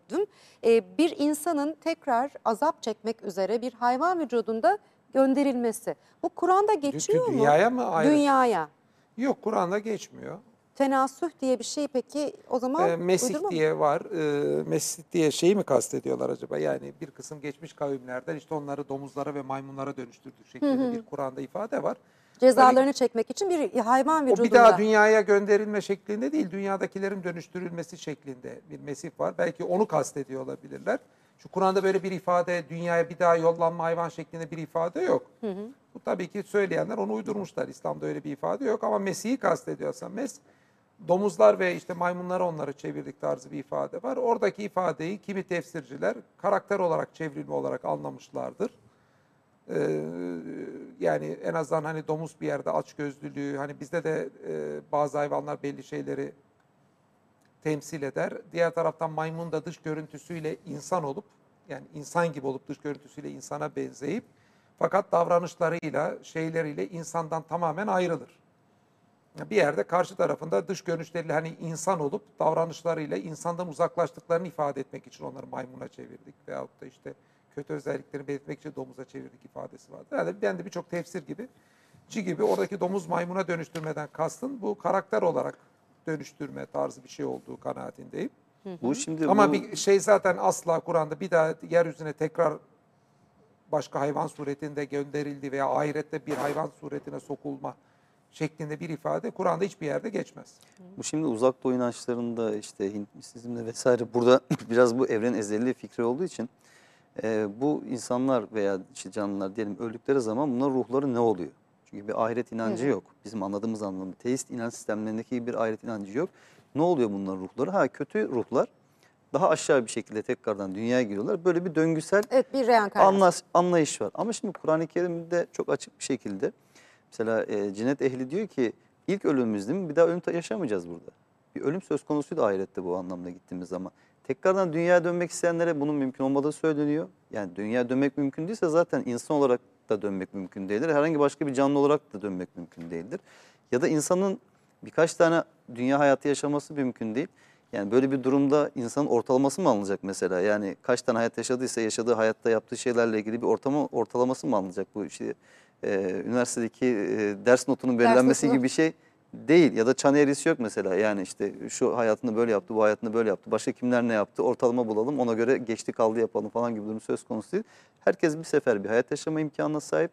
[SPEAKER 1] E, bir insanın tekrar azap çekmek üzere bir hayvan vücudunda gönderilmesi. Bu Kur'an'da geçiyor mu?
[SPEAKER 2] Dünyaya mı ayrı?
[SPEAKER 1] Dünyaya.
[SPEAKER 2] Yok, Kur'an'da geçmiyor.
[SPEAKER 1] Tenasüh diye bir şey peki o zaman
[SPEAKER 2] E, Mesih
[SPEAKER 1] uydurma mı?
[SPEAKER 2] diye var. E, Mesih diye şeyi mi kastediyorlar acaba? Yani bir kısım geçmiş kavimlerden işte onları domuzlara ve maymunlara dönüştürdük şeklinde bir Kur'an'da ifade var.
[SPEAKER 1] Cezalarını
[SPEAKER 2] Böyle,
[SPEAKER 1] çekmek için bir hayvan
[SPEAKER 2] o
[SPEAKER 1] vücudunda.
[SPEAKER 2] bir daha dünyaya gönderilme şeklinde değil, dünyadakilerin dönüştürülmesi şeklinde bir Mesih var. Belki onu kastediyor olabilirler. Şu Kur'an'da böyle bir ifade, dünyaya bir daha yollanma hayvan şeklinde bir ifade yok. Hı hı. Bu tabii ki söyleyenler onu uydurmuşlar. İslam'da öyle bir ifade yok ama Mesih'i kastediyorsa Mes, domuzlar ve işte maymunlara onları çevirdik tarzı bir ifade var. Oradaki ifadeyi kimi tefsirciler karakter olarak, çevrilme olarak anlamışlardır. Ee, yani en azından hani domuz bir yerde açgözlülüğü, hani bizde de e, bazı hayvanlar belli şeyleri temsil eder. Diğer taraftan maymun da dış görüntüsüyle insan olup, yani insan gibi olup dış görüntüsüyle insana benzeyip fakat davranışlarıyla, şeyleriyle insandan tamamen ayrılır. Bir yerde karşı tarafında dış görünüşleriyle hani insan olup davranışlarıyla insandan uzaklaştıklarını ifade etmek için onları maymuna çevirdik. Veyahut da işte kötü özelliklerini belirtmek için domuza çevirdik ifadesi vardı. Yani ben de birçok tefsir gibi, ci gibi oradaki domuz maymuna dönüştürmeden kastın bu karakter olarak dönüştürme tarzı bir şey olduğu kanaatindeyim.
[SPEAKER 3] Hı hı. Bu şimdi
[SPEAKER 2] Ama
[SPEAKER 3] bu...
[SPEAKER 2] bir şey zaten asla Kur'an'da bir daha yeryüzüne tekrar başka hayvan suretinde gönderildi veya ahirette bir hayvan suretine sokulma şeklinde bir ifade Kur'an'da hiçbir yerde geçmez.
[SPEAKER 3] Bu şimdi uzak doğu inançlarında işte Hint mistisizmde vesaire burada biraz bu evren ezelliği fikri olduğu için e, bu insanlar veya işte canlılar diyelim öldükleri zaman bunların ruhları ne oluyor? Çünkü bir ahiret inancı yok. Bizim anladığımız anlamda teist inanç sistemlerindeki bir ahiret inancı yok. Ne oluyor bunların ruhları? Ha, kötü ruhlar daha aşağı bir şekilde tekrardan dünyaya giriyorlar. Böyle bir döngüsel
[SPEAKER 1] Evet, bir reenkarnasyon.
[SPEAKER 3] anlaş, anlayış var. Ama şimdi Kur'an-ı Kerim'de çok açık bir şekilde mesela e, cennet ehli diyor ki ilk ölümümüz değil mi? Bir daha ölüm yaşamayacağız burada. Bir ölüm söz konusuydu ahirette bu anlamda gittiğimiz zaman. Tekrardan dünyaya dönmek isteyenlere bunun mümkün olmadığı söyleniyor. Yani dünyaya dönmek mümkün değilse zaten insan olarak da dönmek mümkün değildir. Herhangi başka bir canlı olarak da dönmek mümkün değildir. Ya da insanın birkaç tane dünya hayatı yaşaması mümkün değil. Yani böyle bir durumda insanın ortalaması mı alınacak mesela? Yani kaç tane hayat yaşadıysa yaşadığı hayatta yaptığı şeylerle ilgili bir ortama, ortalaması mı alınacak? Bu işte e, üniversitedeki e, ders notunun belirlenmesi
[SPEAKER 1] notu.
[SPEAKER 3] gibi bir şey değil. Ya da çan eğrisi yok mesela. Yani işte şu hayatını böyle yaptı, bu hayatını böyle yaptı. Başka kimler ne yaptı? Ortalama bulalım, ona göre geçti kaldı yapalım falan gibi bir durum söz konusu değil. Herkes bir sefer bir hayat yaşama imkanına sahip.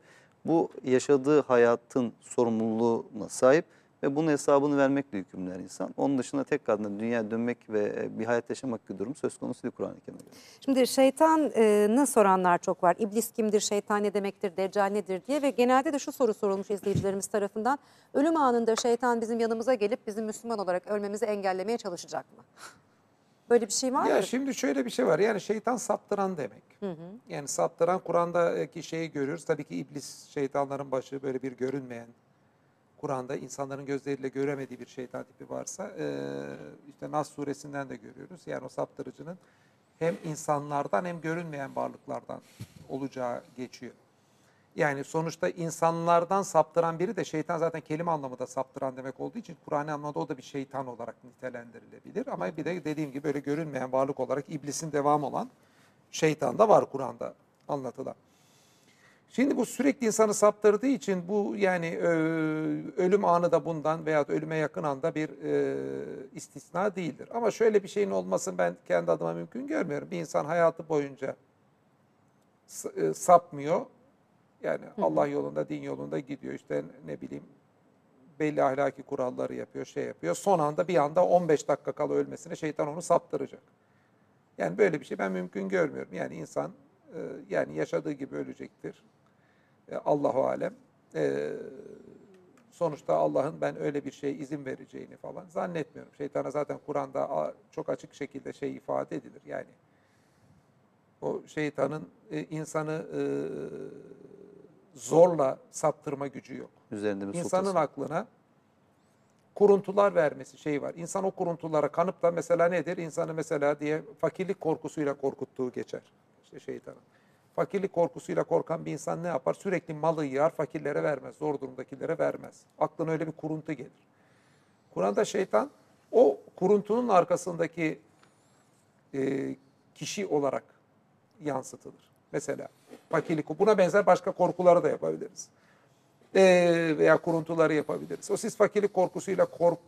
[SPEAKER 3] bu yaşadığı hayatın sorumluluğuna sahip ve bunun hesabını vermekle yükümlü her insan. Onun dışında tekrardan dünyaya dönmek ve bir hayat yaşamak gibi durum söz konusu değil Kur'an-ı Kerim'e göre.
[SPEAKER 1] Şimdi şeytanı soranlar çok var. İblis kimdir, şeytan ne demektir, deccal nedir diye ve genelde de şu soru sorulmuş izleyicilerimiz tarafından. Ölüm anında şeytan bizim yanımıza gelip bizim Müslüman olarak ölmemizi engellemeye çalışacak mı? Böyle bir şey var mı?
[SPEAKER 2] Ya şimdi şöyle bir şey var. Yani şeytan saptıran demek. Hı hı. Yani saptıran Kur'an'daki şeyi görüyoruz. Tabii ki iblis şeytanların başı böyle bir görünmeyen, Kur'an'da insanların gözleriyle göremediği bir şeytan tipi varsa işte Nas suresinden de görüyoruz. Yani o saptırıcının hem insanlardan hem görünmeyen varlıklardan olacağı geçiyor. Yani sonuçta insanlardan saptıran biri de şeytan zaten kelime anlamında saptıran demek olduğu için Kur'an anlamında o da bir şeytan olarak nitelendirilebilir. Ama bir de dediğim gibi böyle görünmeyen varlık olarak iblisin devamı olan şeytan da var Kur'an'da anlatılan. Şimdi bu sürekli insanı saptırdığı için bu yani ölüm anı da bundan veya ölüme yakın anda bir istisna değildir. Ama şöyle bir şeyin olmasını ben kendi adıma mümkün görmüyorum. Bir insan hayatı boyunca sapmıyor. Yani hı hı. Allah yolunda, din yolunda gidiyor. İşte ne bileyim belli ahlaki kuralları yapıyor, şey yapıyor. Son anda bir anda on beş dakika kala ölmesine şeytan onu saptıracak. Yani böyle bir şey ben mümkün görmüyorum. Yani insan yani yaşadığı gibi ölecektir. Allahu alem. Sonuçta Allah'ın ben öyle bir şeye izin vereceğini falan zannetmiyorum. Şeytana zaten Kur'an'da çok açık şekilde şey ifade edilir. Yani o şeytanın insanı zorla saptırma gücü yok.
[SPEAKER 3] Üzerinde bir
[SPEAKER 2] İnsanın
[SPEAKER 3] sultası.
[SPEAKER 2] aklına kuruntular vermesi şey var. İnsan o kuruntulara kanıp da mesela nedir? İnsanı mesela diye fakirlik korkusuyla korkuttuğu geçer. İşte şeytanın. Fakirlik korkusuyla korkan bir insan ne yapar? Sürekli malı yığar, fakirlere vermez. Zor durumdakilere vermez. Aklına öyle bir kuruntu gelir. Kur'an'da şeytan o kuruntunun arkasındaki e, kişi olarak yansıtılır. Mesela fakirlik, buna benzer başka korkuları da yapabiliriz. E, veya kuruntuları yapabiliriz. O siz fakirlik korkusuyla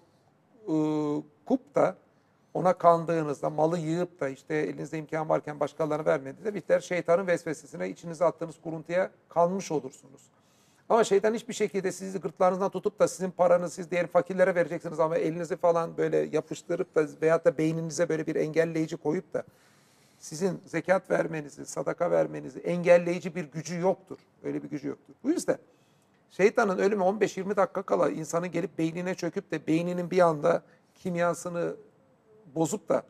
[SPEAKER 2] korkup da ona kandığınızda, malı yığıp da işte elinizde imkan varken başkalarına vermediğinizde biter şeytanın vesvesesine içinize attığınız kuruntuya kanmış olursunuz. Ama şeytan hiçbir şekilde sizi gırtlağınızdan tutup da sizin paranızı siz diğer fakirlere vereceksiniz ama elinizi falan böyle yapıştırıp da veyahut da beyninize böyle bir engelleyici koyup da sizin zekat vermenizi, sadaka vermenizi engelleyici bir gücü yoktur. Öyle bir gücü yoktur. Bu yüzden şeytanın ölümü on beş yirmi dakika kala insanın gelip beynine çöküp de beyninin bir anda kimyasını bozup da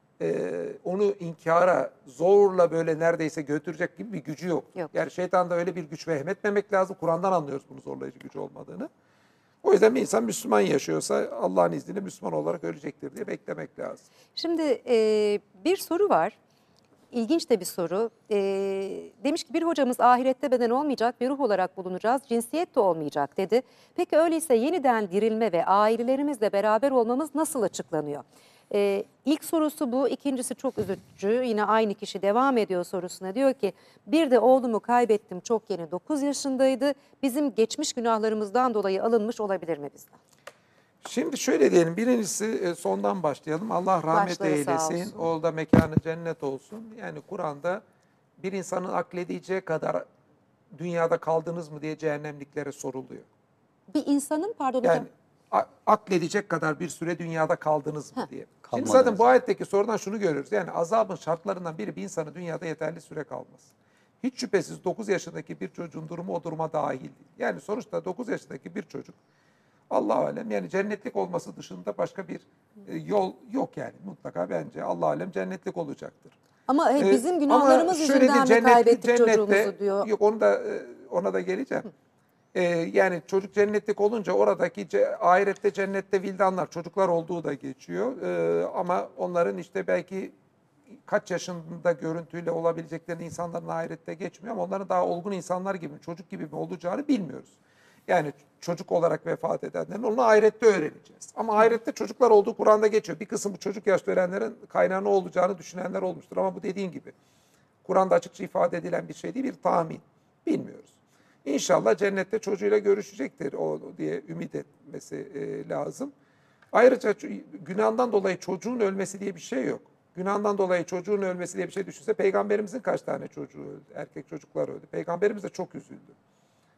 [SPEAKER 2] e, onu inkara zorla böyle neredeyse götürecek gibi bir gücü yok.
[SPEAKER 1] Yok.
[SPEAKER 2] Yani şeytanda öyle bir güç vehmetmemek lazım. Kur'an'dan anlıyoruz bunun zorlayıcı gücü olmadığını. O yüzden bir insan Müslüman yaşıyorsa Allah'ın izniyle Müslüman olarak ölecektir diye beklemek lazım.
[SPEAKER 1] Şimdi e, bir soru var. İlginç de bir soru. E, demiş ki bir hocamız ahirette beden olmayacak, bir ruh olarak bulunacağız, cinsiyet de olmayacak dedi. Peki öyleyse yeniden dirilme ve ailelerimizle beraber olmamız nasıl açıklanıyor? E, ilk sorusu bu, ikincisi çok üzücü. Yine aynı kişi devam ediyor sorusuna. Diyor ki bir de oğlumu kaybettim çok yeni dokuz yaşındaydı. Bizim geçmiş günahlarımızdan dolayı alınmış olabilir mi bizden?
[SPEAKER 2] Şimdi şöyle diyelim, birincisi sondan başlayalım. Allah rahmet
[SPEAKER 1] Başları sağ
[SPEAKER 2] eylesin,
[SPEAKER 1] olsun.
[SPEAKER 2] oğlu da mekanı cennet olsun. Yani Kur'an'da bir insanın akledeceği kadar dünyada kaldınız mı diye cehennemliklere soruluyor.
[SPEAKER 1] Bir insanın pardon
[SPEAKER 2] Yani
[SPEAKER 1] hocam.
[SPEAKER 2] a- akledecek kadar bir süre dünyada kaldınız mı
[SPEAKER 1] Heh.
[SPEAKER 2] diye. Şimdi
[SPEAKER 3] Kalmadınız.
[SPEAKER 2] zaten bu ayetteki sorudan şunu görüyoruz. Yani azabın şartlarından biri bir insanın dünyada yeterli süre kalması. Hiç şüphesiz dokuz yaşındaki bir çocuğun durumu o duruma dahil değil. Yani sonuçta dokuz yaşındaki bir çocuk Allah alem yani cennetlik olması dışında başka bir e, yol yok yani mutlaka bence Allah alem cennetlik olacaktır.
[SPEAKER 1] Ama
[SPEAKER 2] Ee,
[SPEAKER 1] bizim günahlarımız
[SPEAKER 2] ama şöyle
[SPEAKER 1] yüzünden
[SPEAKER 2] değil,
[SPEAKER 1] mi kaybettik
[SPEAKER 2] cennette-
[SPEAKER 1] çocuğumuzu diyor.
[SPEAKER 2] Yok onu da e, ona da geleceğim. Ee, yani çocuk cennetlik olunca oradaki ce, ahirette cennette vildanlar çocuklar olduğu da geçiyor. Ee, ama onların işte belki kaç yaşında görüntüyle olabileceklerini insanların ahirette geçmiyor ama onların daha olgun insanlar gibi çocuk gibi mi olacağını bilmiyoruz. Yani çocuk olarak vefat edenlerin onu ahirette öğreneceğiz. Ama ahirette çocuklar olduğu Kur'an'da geçiyor. Bir kısım bu çocuk yaşta ölenlerin kaynağı ne olacağını düşünenler olmuştur. Ama bu dediğin gibi Kur'an'da açıkça ifade edilen bir şey değil, bir tahmin. Bilmiyoruz. İnşallah cennette çocuğuyla görüşecektir o diye ümit etmesi e, lazım. Ayrıca günahından dolayı çocuğun ölmesi diye bir şey yok. Günahından dolayı çocuğun ölmesi diye bir şey düşünse Peygamberimizin kaç tane çocuğu öldü? Erkek çocuklar öldü. Peygamberimiz de çok üzüldü.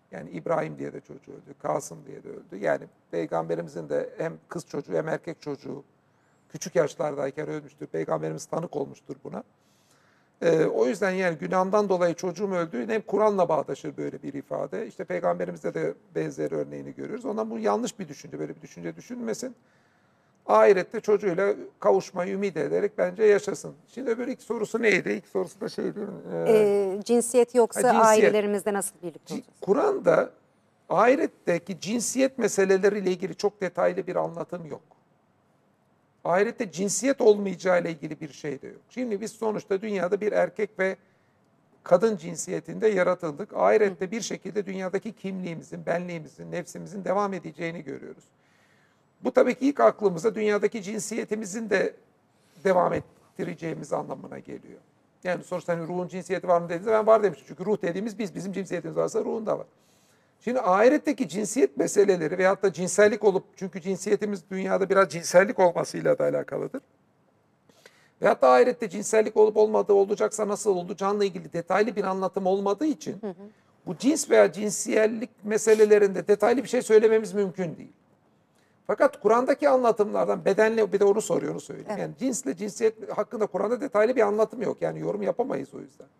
[SPEAKER 2] Yani İbrahim diye de çocuğu öldü, Kasım diye de öldü. Yani Peygamberimizin de hem kız çocuğu hem erkek çocuğu küçük yaşlardayken ölmüştür. Peygamberimiz tanık olmuştur buna. Ee, o yüzden yani günahından dolayı çocuğum öldü. Hem Kur'an'la bağdaşır böyle bir ifade. İşte Peygamberimizde de benzer örneğini görüyoruz. Ondan bu yanlış bir düşünce. Böyle bir düşünce düşünmesin. Ahirette çocuğuyla kavuşmayı ümit ederek bence yaşasın. Şimdi öbür ilk sorusu neydi? İlk sorusu da şey değil mi? Ee,
[SPEAKER 1] Ee, cinsiyet yoksa
[SPEAKER 2] Ha, cinsiyet.
[SPEAKER 1] ailelerimizde nasıl birlikte
[SPEAKER 2] Ci-
[SPEAKER 1] olacağız?
[SPEAKER 2] Kur'an'da ahiretteki cinsiyet meseleleriyle ilgili çok detaylı bir anlatım yok. Ahirette cinsiyet olmayacağı ile ilgili bir şey de yok. Şimdi biz sonuçta dünyada bir erkek ve kadın cinsiyetinde yaratıldık. Ahirette bir şekilde dünyadaki kimliğimizin, benliğimizin, nefsimizin devam edeceğini görüyoruz. Bu tabii ki ilk aklımıza dünyadaki cinsiyetimizin de devam ettireceğimiz anlamına geliyor. Yani sonuçta hani ruhun cinsiyeti var mı dediğinizde ben var demiştim. Çünkü ruh dediğimiz biz, bizim cinsiyetimiz varsa ruhun da var. Şimdi ahiretteki cinsiyet meseleleri veyahut da cinsellik olup, çünkü cinsiyetimiz dünyada biraz cinsellik olmasıyla da alakalıdır. Veyahut da ahirette cinsellik olup olmadığı, olacaksa nasıl olacağıyla ilgili detaylı bir anlatım olmadığı için hı hı. bu cins veya cinsiyetlik meselelerinde detaylı bir şey söylememiz mümkün değil. Fakat Kur'an'daki anlatımlardan bedenle, bir de onu soruyor, onu söyleyeyim. Evet. Yani cinsle cinsiyet hakkında Kur'an'da detaylı bir anlatım yok. Yani yorum yapamayız o yüzden.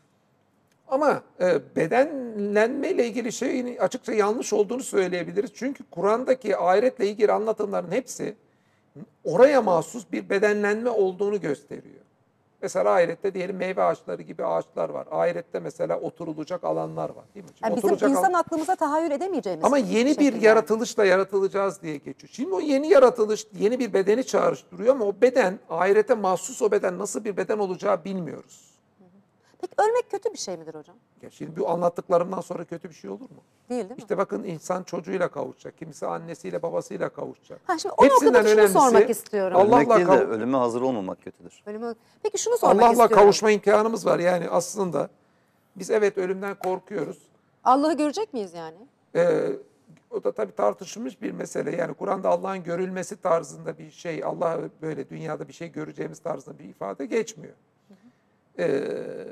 [SPEAKER 2] Ama e, bedenlenme ile ilgili şeyin açıkça yanlış olduğunu söyleyebiliriz. Çünkü Kur'an'daki ahiretle ilgili anlatımların hepsi oraya mahsus bir bedenlenme olduğunu gösteriyor. Mesela ahirette diyelim meyve ağaçları gibi ağaçlar var. Ahirette mesela oturulacak alanlar var. Değil mi?
[SPEAKER 1] Yani bizim insan alan... aklımıza tahayyül edemeyeceğimiz.
[SPEAKER 2] Ama yeni bir yaratılışla yaratılacağız diye geçiyor. Şimdi o yeni yaratılış yeni bir bedeni çağrıştırıyor ama o beden, ahirete mahsus o beden nasıl bir beden olacağı bilmiyoruz.
[SPEAKER 1] Peki ölmek kötü bir şey midir hocam?
[SPEAKER 2] Ya şimdi bu anlattıklarımdan sonra kötü bir şey olur mu?
[SPEAKER 1] Değil değil mi?
[SPEAKER 2] İşte bakın insan çocuğuyla kavuşacak. Kimisi annesiyle babasıyla kavuşacak.
[SPEAKER 1] Ha, şimdi o noktada şunu sormak istiyorum.
[SPEAKER 3] Allah'la
[SPEAKER 2] Ölmek değil
[SPEAKER 3] de ölüme hazır olmamak kötüdür.
[SPEAKER 1] Ölüme... Peki şunu sormak
[SPEAKER 2] Allah'la
[SPEAKER 1] istiyorum.
[SPEAKER 2] Allah'la kavuşma imkanımız var. Yani aslında biz evet ölümden korkuyoruz.
[SPEAKER 1] Allah'ı görecek miyiz yani?
[SPEAKER 2] Ee, o da tabii tartışılmış bir mesele. Yani Kur'an'da Allah'ın görülmesi tarzında bir şey, Allah böyle dünyada bir şey göreceğimiz tarzında bir ifade geçmiyor. Hı hı. Ee,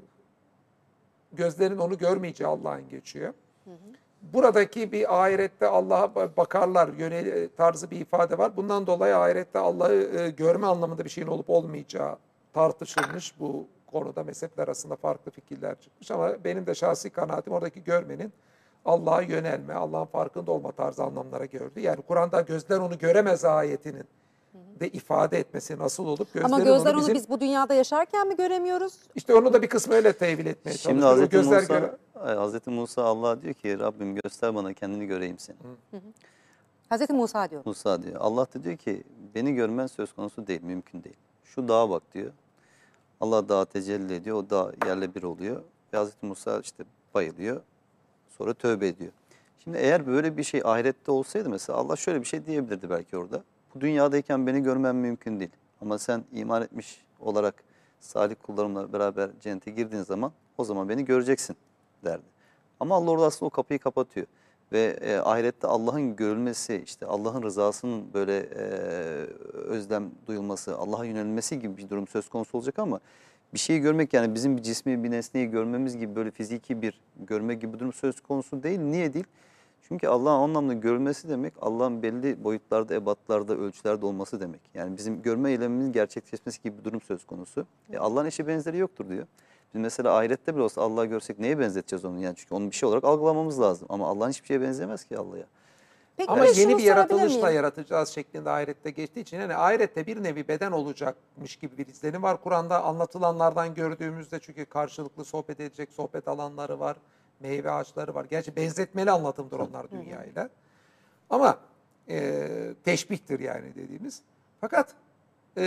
[SPEAKER 2] gözlerin onu görmeyeceği Allah'ın geçiyor. Hı hı. Buradaki bir ahirette Allah'a bakarlar yöneli tarzı bir ifade var. Bundan dolayı ahirette Allah'ı görme anlamında bir şeyin olup olmayacağı tartışılmış. Bu konuda mezhepler arasında farklı fikirler çıkmış ama benim de şahsi kanaatim oradaki görmenin Allah'a yönelme, Allah'ın farkında olma tarzı anlamlara gördü. Yani Kur'an'da gözler onu göremez ayetinin de ifade etmesi nasıl olup gözlerin
[SPEAKER 1] ama gözler onu,
[SPEAKER 2] bizim...
[SPEAKER 1] biz bu dünyada yaşarken mi göremiyoruz?
[SPEAKER 2] İşte onu da bir kısmı öyle tevil etmeye
[SPEAKER 3] Şimdi
[SPEAKER 2] çalışıyor.
[SPEAKER 3] Hazreti
[SPEAKER 2] gözler
[SPEAKER 3] Musa,
[SPEAKER 2] göre...
[SPEAKER 3] Hazreti Musa Allah'a diyor ki Rabbim göster bana kendini göreyim seni.
[SPEAKER 1] Hı hı. Hazreti Musa diyor.
[SPEAKER 3] Musa diyor. Allah da diyor ki beni görmen söz konusu değil, mümkün değil. Şu dağa bak diyor. Allah dağa tecelli ediyor, o dağ yerle bir oluyor. Ve Hazreti Musa işte bayılıyor, sonra tövbe ediyor. Şimdi eğer böyle bir şey ahirette olsaydı mesela Allah şöyle bir şey diyebilirdi belki orada. Bu dünyadayken beni görmen mümkün değil. Ama sen iman etmiş olarak salih kullarımla beraber cennete girdiğin zaman o zaman beni göreceksin derdi. Ama Allah orada aslında o kapıyı kapatıyor. Ve e, ahirette Allah'ın görülmesi, işte Allah'ın rızasının böyle e, özlem duyulması, Allah'a yönelmesi gibi bir durum söz konusu olacak ama bir şeyi görmek yani bizim bir cismi, bir nesneyi görmemiz gibi böyle fiziki bir görme gibi bir durum söz konusu değil. Niye değil? Çünkü Allah'ın anlamda görülmesi demek Allah'ın belli boyutlarda, ebatlarda, ölçülerde olması demek. Yani bizim görme eylemimizin gerçekleşmesi gibi bir durum söz konusu. E, Allah'ın eşi benzeri yoktur diyor. Biz mesela ahirette bile olsa Allah'ı görsek neye benzeteceğiz onu? Yani çünkü onu bir şey olarak algılamamız lazım. Ama Allah'ın hiçbir şeye benzemez ki Allah'a.
[SPEAKER 1] Peki,
[SPEAKER 2] ama yeni bir yaratılışla
[SPEAKER 1] miyim?
[SPEAKER 2] yaratacağız şeklinde ahirette geçtiği için yani ahirette bir nevi beden olacakmış gibi bir izlenim var. Kur'an'da anlatılanlardan gördüğümüzde çünkü karşılıklı sohbet edecek sohbet alanları var, meyve ağaçları var. Gerçi benzetmeli anlatımdır onlar dünyayla. Ama e, teşbihtir yani dediğimiz. Fakat e,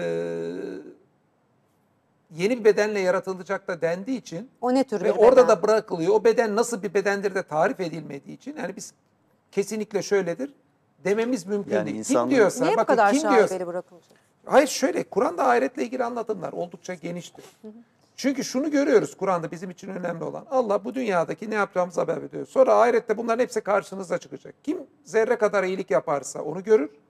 [SPEAKER 2] yeni bir bedenle yaratılacak da dendiği için
[SPEAKER 1] o ne tür
[SPEAKER 2] ve
[SPEAKER 1] bir
[SPEAKER 2] orada
[SPEAKER 1] beden?
[SPEAKER 2] da bırakılıyor. O beden nasıl bir bedendir de tarif edilmediği için yani biz kesinlikle şöyledir dememiz mümkün
[SPEAKER 3] Yani
[SPEAKER 2] değil.
[SPEAKER 3] insanlık...
[SPEAKER 2] Kim diyorsa,
[SPEAKER 1] Niye bu
[SPEAKER 2] bakın
[SPEAKER 1] kadar
[SPEAKER 2] kim diyorsa.
[SPEAKER 1] şaibeli bırakılacak?
[SPEAKER 2] Hayır şöyle, Kur'an'da ahiretle ilgili anlatımlar oldukça geniştir. Hı hı. Çünkü şunu görüyoruz Kur'an'da bizim için önemli olan. Allah bu dünyadaki ne yapacağımızı haber veriyor. Sonra ahirette bunların hepsi karşınıza çıkacak. Kim zerre kadar iyilik yaparsa onu görür.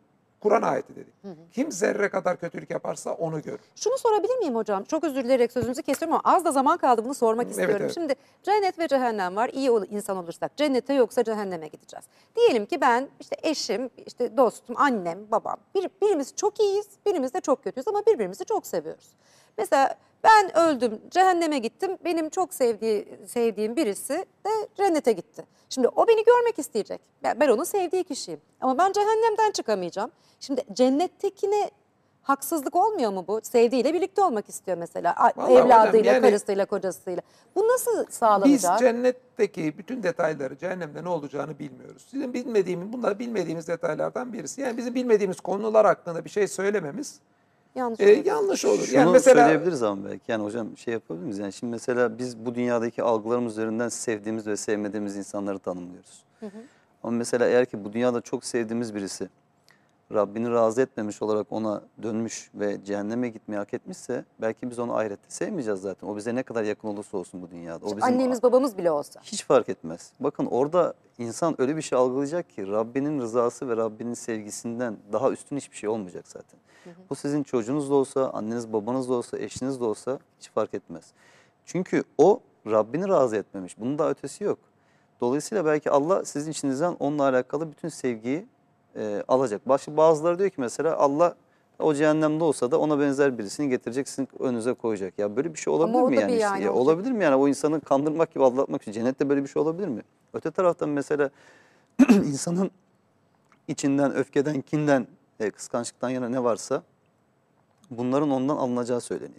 [SPEAKER 2] Kur'an ayeti dedik. Kim zerre kadar kötülük yaparsa onu görür.
[SPEAKER 1] Şunu sorabilir miyim hocam? Çok özür dileyerek sözünüzü kesiyorum ama az da zaman kaldı, bunu sormak istiyorum.
[SPEAKER 2] evet.
[SPEAKER 1] Şimdi cennet ve cehennem var. İyi ol- insan olursak cennete, yoksa cehenneme gideceğiz. Diyelim ki ben, işte eşim, işte dostum, annem, babam. Bir, birimiz çok iyiyiz, birimiz de çok kötüyüz ama birbirimizi çok seviyoruz. Mesela ben öldüm, cehenneme gittim. Benim çok sevdiği, sevdiğim birisi de cennete gitti. Şimdi o beni görmek isteyecek. Ben ben onun sevdiği kişiyim. Ama ben cehennemden çıkamayacağım. Şimdi cennettekine haksızlık olmuyor mu bu? Sevdiğiyle birlikte olmak istiyor mesela. A-
[SPEAKER 2] Vallahi hocam,
[SPEAKER 1] Evladıyla,
[SPEAKER 2] yani
[SPEAKER 1] karısıyla, kocasıyla. Bu nasıl
[SPEAKER 2] Biz
[SPEAKER 1] sağlanacak?
[SPEAKER 2] cennetteki bütün detayları, cehennemde ne olacağını bilmiyoruz. Sizin bilmediğimiz, bunlar bilmediğimiz detaylardan birisi. Yani bizim bilmediğimiz konular hakkında bir şey söylememiz
[SPEAKER 1] Yanlış
[SPEAKER 2] e,
[SPEAKER 1] olur.
[SPEAKER 2] yanlış olur.
[SPEAKER 3] Şunu
[SPEAKER 2] Yani mesela
[SPEAKER 3] söyleyebiliriz ama belki. Yani hocam şey yapabilir miyiz? Yani şimdi mesela biz bu dünyadaki algılarımız üzerinden sevdiğimiz ve sevmediğimiz insanları tanımlıyoruz. Ama mesela eğer ki bu dünyada çok sevdiğimiz birisi Rabbini razı etmemiş olarak ona dönmüş ve cehenneme gitmeyi hak etmişse belki biz onu ahirette sevmeyeceğiz zaten. O bize ne kadar yakın olursa olsun bu dünyada. O bizim
[SPEAKER 1] Annemiz babamız bile olsa.
[SPEAKER 3] hiç fark etmez. Bakın orada insan öyle bir şey algılayacak ki Rabbinin rızası ve Rabbinin sevgisinden daha üstün hiçbir şey olmayacak zaten. Bu sizin çocuğunuz da olsa, anneniz babanız da olsa, eşiniz de olsa hiç fark etmez. Çünkü o Rabbini razı etmemiş. Bunun daha ötesi yok. Dolayısıyla belki Allah sizin içinizden onunla alakalı bütün sevgiyi e, alacak. Başka bazıları diyor ki mesela Allah o cehennemde olsa da ona benzer birisini getirecek, sizin önünüze koyacak. Ya böyle bir şey olabilir
[SPEAKER 1] o
[SPEAKER 3] mi
[SPEAKER 1] da
[SPEAKER 3] yani?
[SPEAKER 1] bir
[SPEAKER 3] işte?
[SPEAKER 1] yani
[SPEAKER 3] Ya
[SPEAKER 1] olacak.
[SPEAKER 3] olabilir mi yani o insanı kandırmak gibi, aldatmak için? Cennette böyle bir şey olabilir mi? Öte taraftan mesela insanın içinden, öfkeden, kinden, e, kıskançlıktan yana ne varsa bunların ondan alınacağı söyleniyor.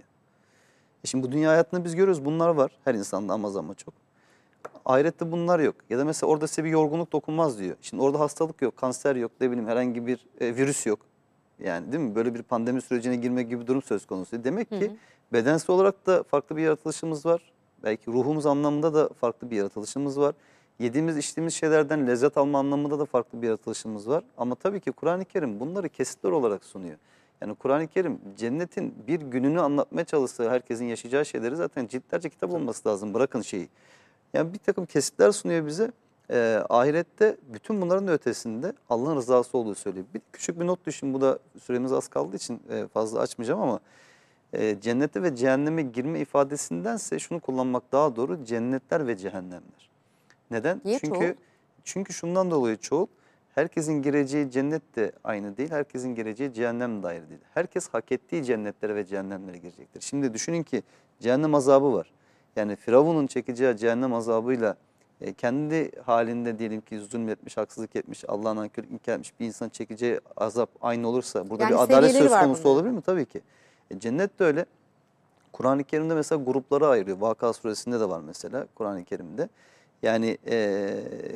[SPEAKER 3] E şimdi bu dünya hayatında biz görüyoruz, bunlar var her insanda ama ama çok. Ahirette bunlar yok. Ya da mesela orada size bir yorgunluk dokunmaz diyor. Şimdi orada hastalık yok, kanser yok, ne bileyim herhangi bir e, virüs yok. Yani değil mi? Böyle bir pandemi sürecine girmek gibi bir durum söz konusu. Demek ki bedensel olarak da farklı bir yaratılışımız var. Belki ruhumuz anlamında da farklı bir yaratılışımız var. Yediğimiz, içtiğimiz şeylerden lezzet alma anlamında da farklı bir yaratılışımız var. Ama tabii ki Kur'an-ı Kerim bunları kesitler olarak sunuyor. Yani Kur'an-ı Kerim cennetin bir gününü anlatmaya çalıştığı, herkesin yaşayacağı şeyleri zaten ciltlerce kitap olması lazım. Bırakın şeyi. Yani bir takım kesitler sunuyor bize. Ee, ahirette bütün bunların da ötesinde Allah'ın rızası olduğu söylüyor. Bir küçük bir not düşün. Bu da süremiz az kaldığı için e, fazla açmayacağım ama e, cennete ve cehenneme girme ifadesindense şunu kullanmak daha doğru. Cennetler ve cehennemler. Neden?
[SPEAKER 1] Niye
[SPEAKER 3] çünkü
[SPEAKER 1] çoğul?
[SPEAKER 3] çünkü şundan dolayı çoğul. Herkesin gireceği cennet de aynı değil. Herkesin gireceği cehennem de ayrı değil. Herkes hak ettiği cennetlere ve cehennemlere girecektir. Şimdi düşünün ki cehennem azabı var. Yani Firavun'un çekeceği cehennem azabıyla e, kendi halinde diyelim ki zulmetmiş, haksızlık etmiş, Allah'ın nankörlük inkar etmiş bir insan çekeceği azap aynı olursa burada
[SPEAKER 1] Yani
[SPEAKER 3] bir adalet
[SPEAKER 1] seviyeleri
[SPEAKER 3] söz
[SPEAKER 1] var
[SPEAKER 3] konusu
[SPEAKER 1] bunların.
[SPEAKER 3] olabilir mi? Tabii ki. E, cennet de öyle. Kur'an-ı Kerim'de mesela gruplara ayırıyor. Vaka suresinde de var mesela Kur'an-ı Kerim'de. Yani e,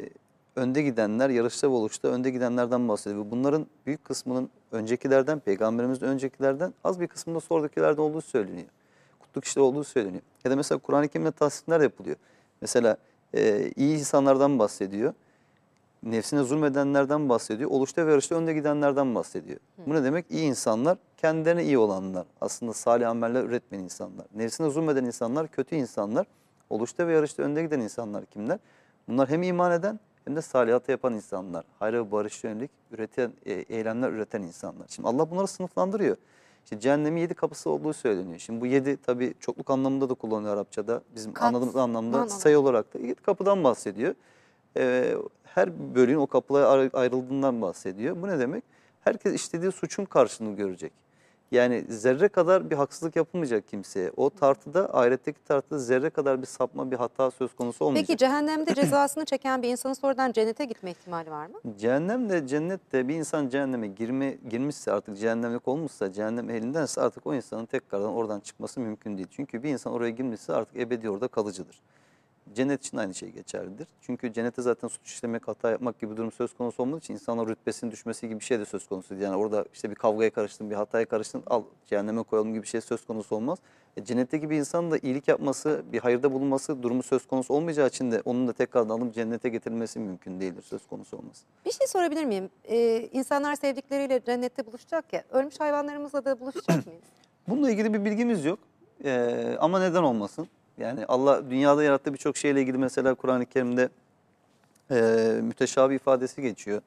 [SPEAKER 3] önde gidenler, yarışta ve oluşta önde gidenlerden bahsediyor. Bunların büyük kısmının öncekilerden, peygamberimizden öncekilerden, az bir kısmında sonrakilerden olduğu söyleniyor. Kutlu kişiler olduğu söyleniyor. Ya da mesela Kur'an-ı Kerim'de tahsisler yapılıyor. Mesela e, iyi insanlardan bahsediyor. Nefsine zulmedenlerden bahsediyor. Oluşta ve yarışta önde gidenlerden bahsediyor. Bu ne demek? İyi insanlar, kendilerine iyi olanlar. Aslında salih ameller üretmeyen insanlar. Nefsine zulmeden insanlar, kötü insanlar. Oluşta ve yarışta önde giden insanlar kimler? Bunlar hem iman eden hem de salihatı yapan insanlar. Hayra ve barışa yönelik üreten, e, eylemler üreten insanlar. Şimdi Allah bunları sınıflandırıyor. İşte cehennemin yedi kapısı olduğu söyleniyor. Şimdi bu yedi tabii çokluk anlamında da kullanılıyor Arapçada. Bizim
[SPEAKER 1] Kat,
[SPEAKER 3] anladığımız anlamda
[SPEAKER 1] anladım.
[SPEAKER 3] sayı olarak da yedi kapıdan bahsediyor. Ee, her bölüğün o kapılara ayrı- ayrıldığından bahsediyor. Bu ne demek? Herkes işlediği suçun karşılığını görecek. Yani zerre kadar bir haksızlık yapılmayacak kimseye. O tartıda, ahiretteki tartıda zerre kadar bir sapma, bir hata söz konusu olmayacak.
[SPEAKER 1] Peki cehennemde cezasını çeken bir insanın sonradan cennete gitme ihtimali var mı?
[SPEAKER 3] Cehennemle cennette bir insan cehenneme girme, girmişse artık cehennemlik olmuşsa, cehennem ehlindense artık o insanın tekrardan oradan çıkması mümkün değil. Çünkü bir insan oraya girmişse artık ebedi orada kalıcıdır. Cennet için aynı şey geçerlidir. Çünkü cennette zaten suç işlemek, hata yapmak gibi bir durum söz konusu olmadığı için insanların rütbesinin düşmesi gibi bir şey de söz konusu değil. Yani orada işte bir kavgaya karıştın, bir hataya karıştın, al cehenneme koyalım gibi bir şey söz konusu olmaz. E, cennetteki bir insanın da iyilik yapması, bir hayırda bulunması durumu söz konusu olmayacağı için de onun da tekrardan alıp cennete getirilmesi mümkün değildir, söz konusu olmaz.
[SPEAKER 1] Bir şey sorabilir miyim? Ee, insanlar sevdikleriyle cennette buluşacak ya. Ölmüş hayvanlarımızla da buluşacak mıyız?
[SPEAKER 3] Bununla ilgili bir bilgimiz yok. Ee, ama neden olmasın? Yani Allah dünyada yarattığı birçok şeyle ilgili mesela Kur'an-ı Kerim'de e, müteşabih ifadesi geçiyor.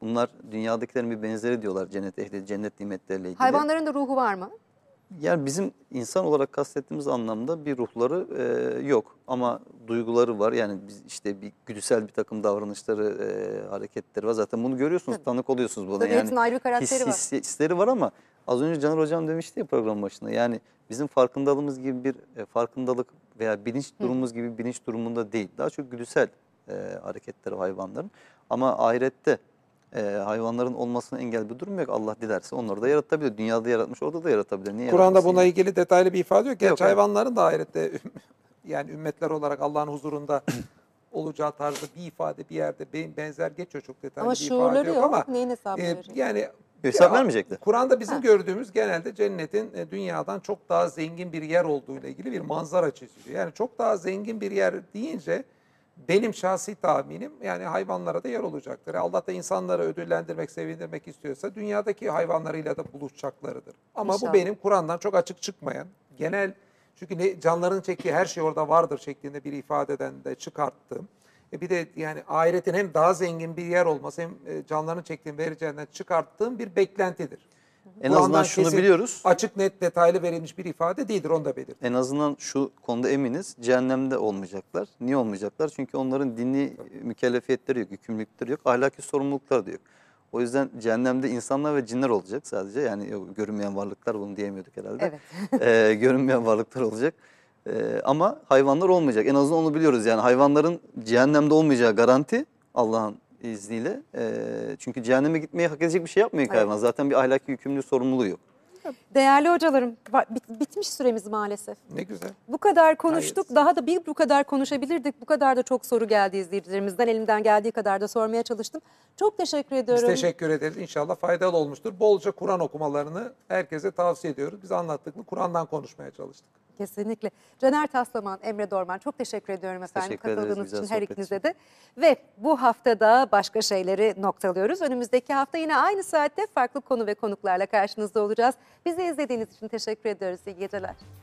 [SPEAKER 3] Bunlar dünyadakilerin bir benzeri diyorlar cennet ehli, cennet nimetleriyle ilgili.
[SPEAKER 1] Hayvanların da ruhu var mı?
[SPEAKER 3] Yani bizim insan olarak kastettiğimiz anlamda bir ruhları e, yok ama duyguları var. Yani biz işte bir güdüsel bir takım davranışları, e, hareketleri var. Zaten bunu görüyorsunuz,
[SPEAKER 1] Tabii.
[SPEAKER 3] tanık oluyorsunuz buna.
[SPEAKER 1] Tabii
[SPEAKER 3] Yani
[SPEAKER 1] hepsinin ayrı bir karakteri
[SPEAKER 3] his,
[SPEAKER 1] var.
[SPEAKER 3] his- hisleri var ama az önce Caner Hocam demişti ya program başında. Yani bizim farkındalığımız gibi bir e, farkındalık veya bilinç durumumuz gibi bir bilinç durumunda değil. Daha çok güdüsel e, hareketleri hayvanların. Ama ahirette e, hayvanların olmasına engel bir durum yok. Allah dilerse onları da yaratabilir. Dünyada yaratmış, orada da yaratabilir. Niye
[SPEAKER 2] Kur'an'da
[SPEAKER 3] yaratmasın
[SPEAKER 2] buna
[SPEAKER 3] yani?
[SPEAKER 2] ilgili detaylı bir ifade yok. Gerçi
[SPEAKER 3] Yok, evet.
[SPEAKER 2] hayvanların da ahirette yani ümmetler olarak Allah'ın huzurunda olacağı tarzda bir ifade bir yerde beyin benzer geçiyor, çok detaylı
[SPEAKER 1] Ama
[SPEAKER 2] bir ifade
[SPEAKER 1] şuurları
[SPEAKER 2] yok,
[SPEAKER 1] yok.
[SPEAKER 2] ama
[SPEAKER 1] Neyin hesabını
[SPEAKER 2] e,
[SPEAKER 1] verecek?
[SPEAKER 2] yani
[SPEAKER 3] Hesap
[SPEAKER 2] ya,
[SPEAKER 3] vermeyecekler.
[SPEAKER 2] Kur'an'da bizim
[SPEAKER 1] Ha.
[SPEAKER 2] gördüğümüz genelde cennetin e, dünyadan çok daha zengin bir yer olduğuyla ilgili bir manzara çiziyor. Yani çok daha zengin bir yer deyince benim şahsi tahminim yani hayvanlara da yer olacaktır. Allah da insanları ödüllendirmek, sevindirmek istiyorsa dünyadaki hayvanlarıyla da buluşacaklarıdır. Ama
[SPEAKER 1] İnşallah.
[SPEAKER 2] bu benim Kur'an'dan çok açık çıkmayan, genel, çünkü ne, canların çektiği her şey orada vardır şeklinde bir ifadeden de çıkarttığım. E bir de yani ahiretin hem daha zengin bir yer olması hem e, canlarının çektiğim vereceğinden çıkarttığım bir beklentidir.
[SPEAKER 3] En azından
[SPEAKER 2] Kur'an'dan
[SPEAKER 3] şunu
[SPEAKER 2] kesin,
[SPEAKER 3] biliyoruz.
[SPEAKER 2] açık net detaylı verilmiş bir ifade değildir, onu da belirteyim.
[SPEAKER 3] En azından şu konuda eminiz. Cehennemde olmayacaklar. Niye olmayacaklar? Çünkü onların dini mükellefiyetleri yok, yükümlülükleri yok, ahlaki sorumlulukları da yok. O yüzden cehennemde insanlar ve cinler olacak sadece. Yani o görünmeyen varlıklar, bunu diyemiyorduk herhalde.
[SPEAKER 1] Evet.
[SPEAKER 3] Ee, görünmeyen varlıklar olacak. Ee, ama hayvanlar olmayacak. En azından onu biliyoruz. Yani hayvanların cehennemde olmayacağı garanti Allah'ın izniyle. Ee, çünkü cehenneme gitmeyi hak edecek bir şey yapmıyor ki
[SPEAKER 1] Evet.
[SPEAKER 3] hayvan. Zaten bir ahlaki yükümlülüğü, sorumluluğu yok.
[SPEAKER 1] Değerli hocalarım, va- bit- bitmiş süremiz maalesef.
[SPEAKER 2] Ne güzel.
[SPEAKER 1] Bu kadar konuştuk.
[SPEAKER 2] Hayır.
[SPEAKER 1] Daha da bir bu kadar konuşabilirdik. Bu kadar da çok soru geldi izleyicilerimizden. Elimden geldiği kadar da sormaya çalıştım. Çok teşekkür ediyorum.
[SPEAKER 2] Biz teşekkür ederiz. İnşallah faydalı olmuştur. Bolca Kur'an okumalarını herkese tavsiye ediyoruz. Biz anlattıklı Kur'an'dan konuşmaya çalıştık.
[SPEAKER 1] Kesinlikle. Caner Taslaman, Emre Dorman, çok teşekkür ediyorum efendim
[SPEAKER 3] Teşekkür ederiz
[SPEAKER 1] katıldığınız
[SPEAKER 3] güzel
[SPEAKER 1] için her
[SPEAKER 3] sohbet
[SPEAKER 1] ikinize
[SPEAKER 3] için.
[SPEAKER 1] de. Ve bu haftada başka şeyleri noktalıyoruz. Önümüzdeki hafta yine aynı saatte farklı konu ve konuklarla karşınızda olacağız. Bizi izlediğiniz için teşekkür ediyoruz. İyi geceler.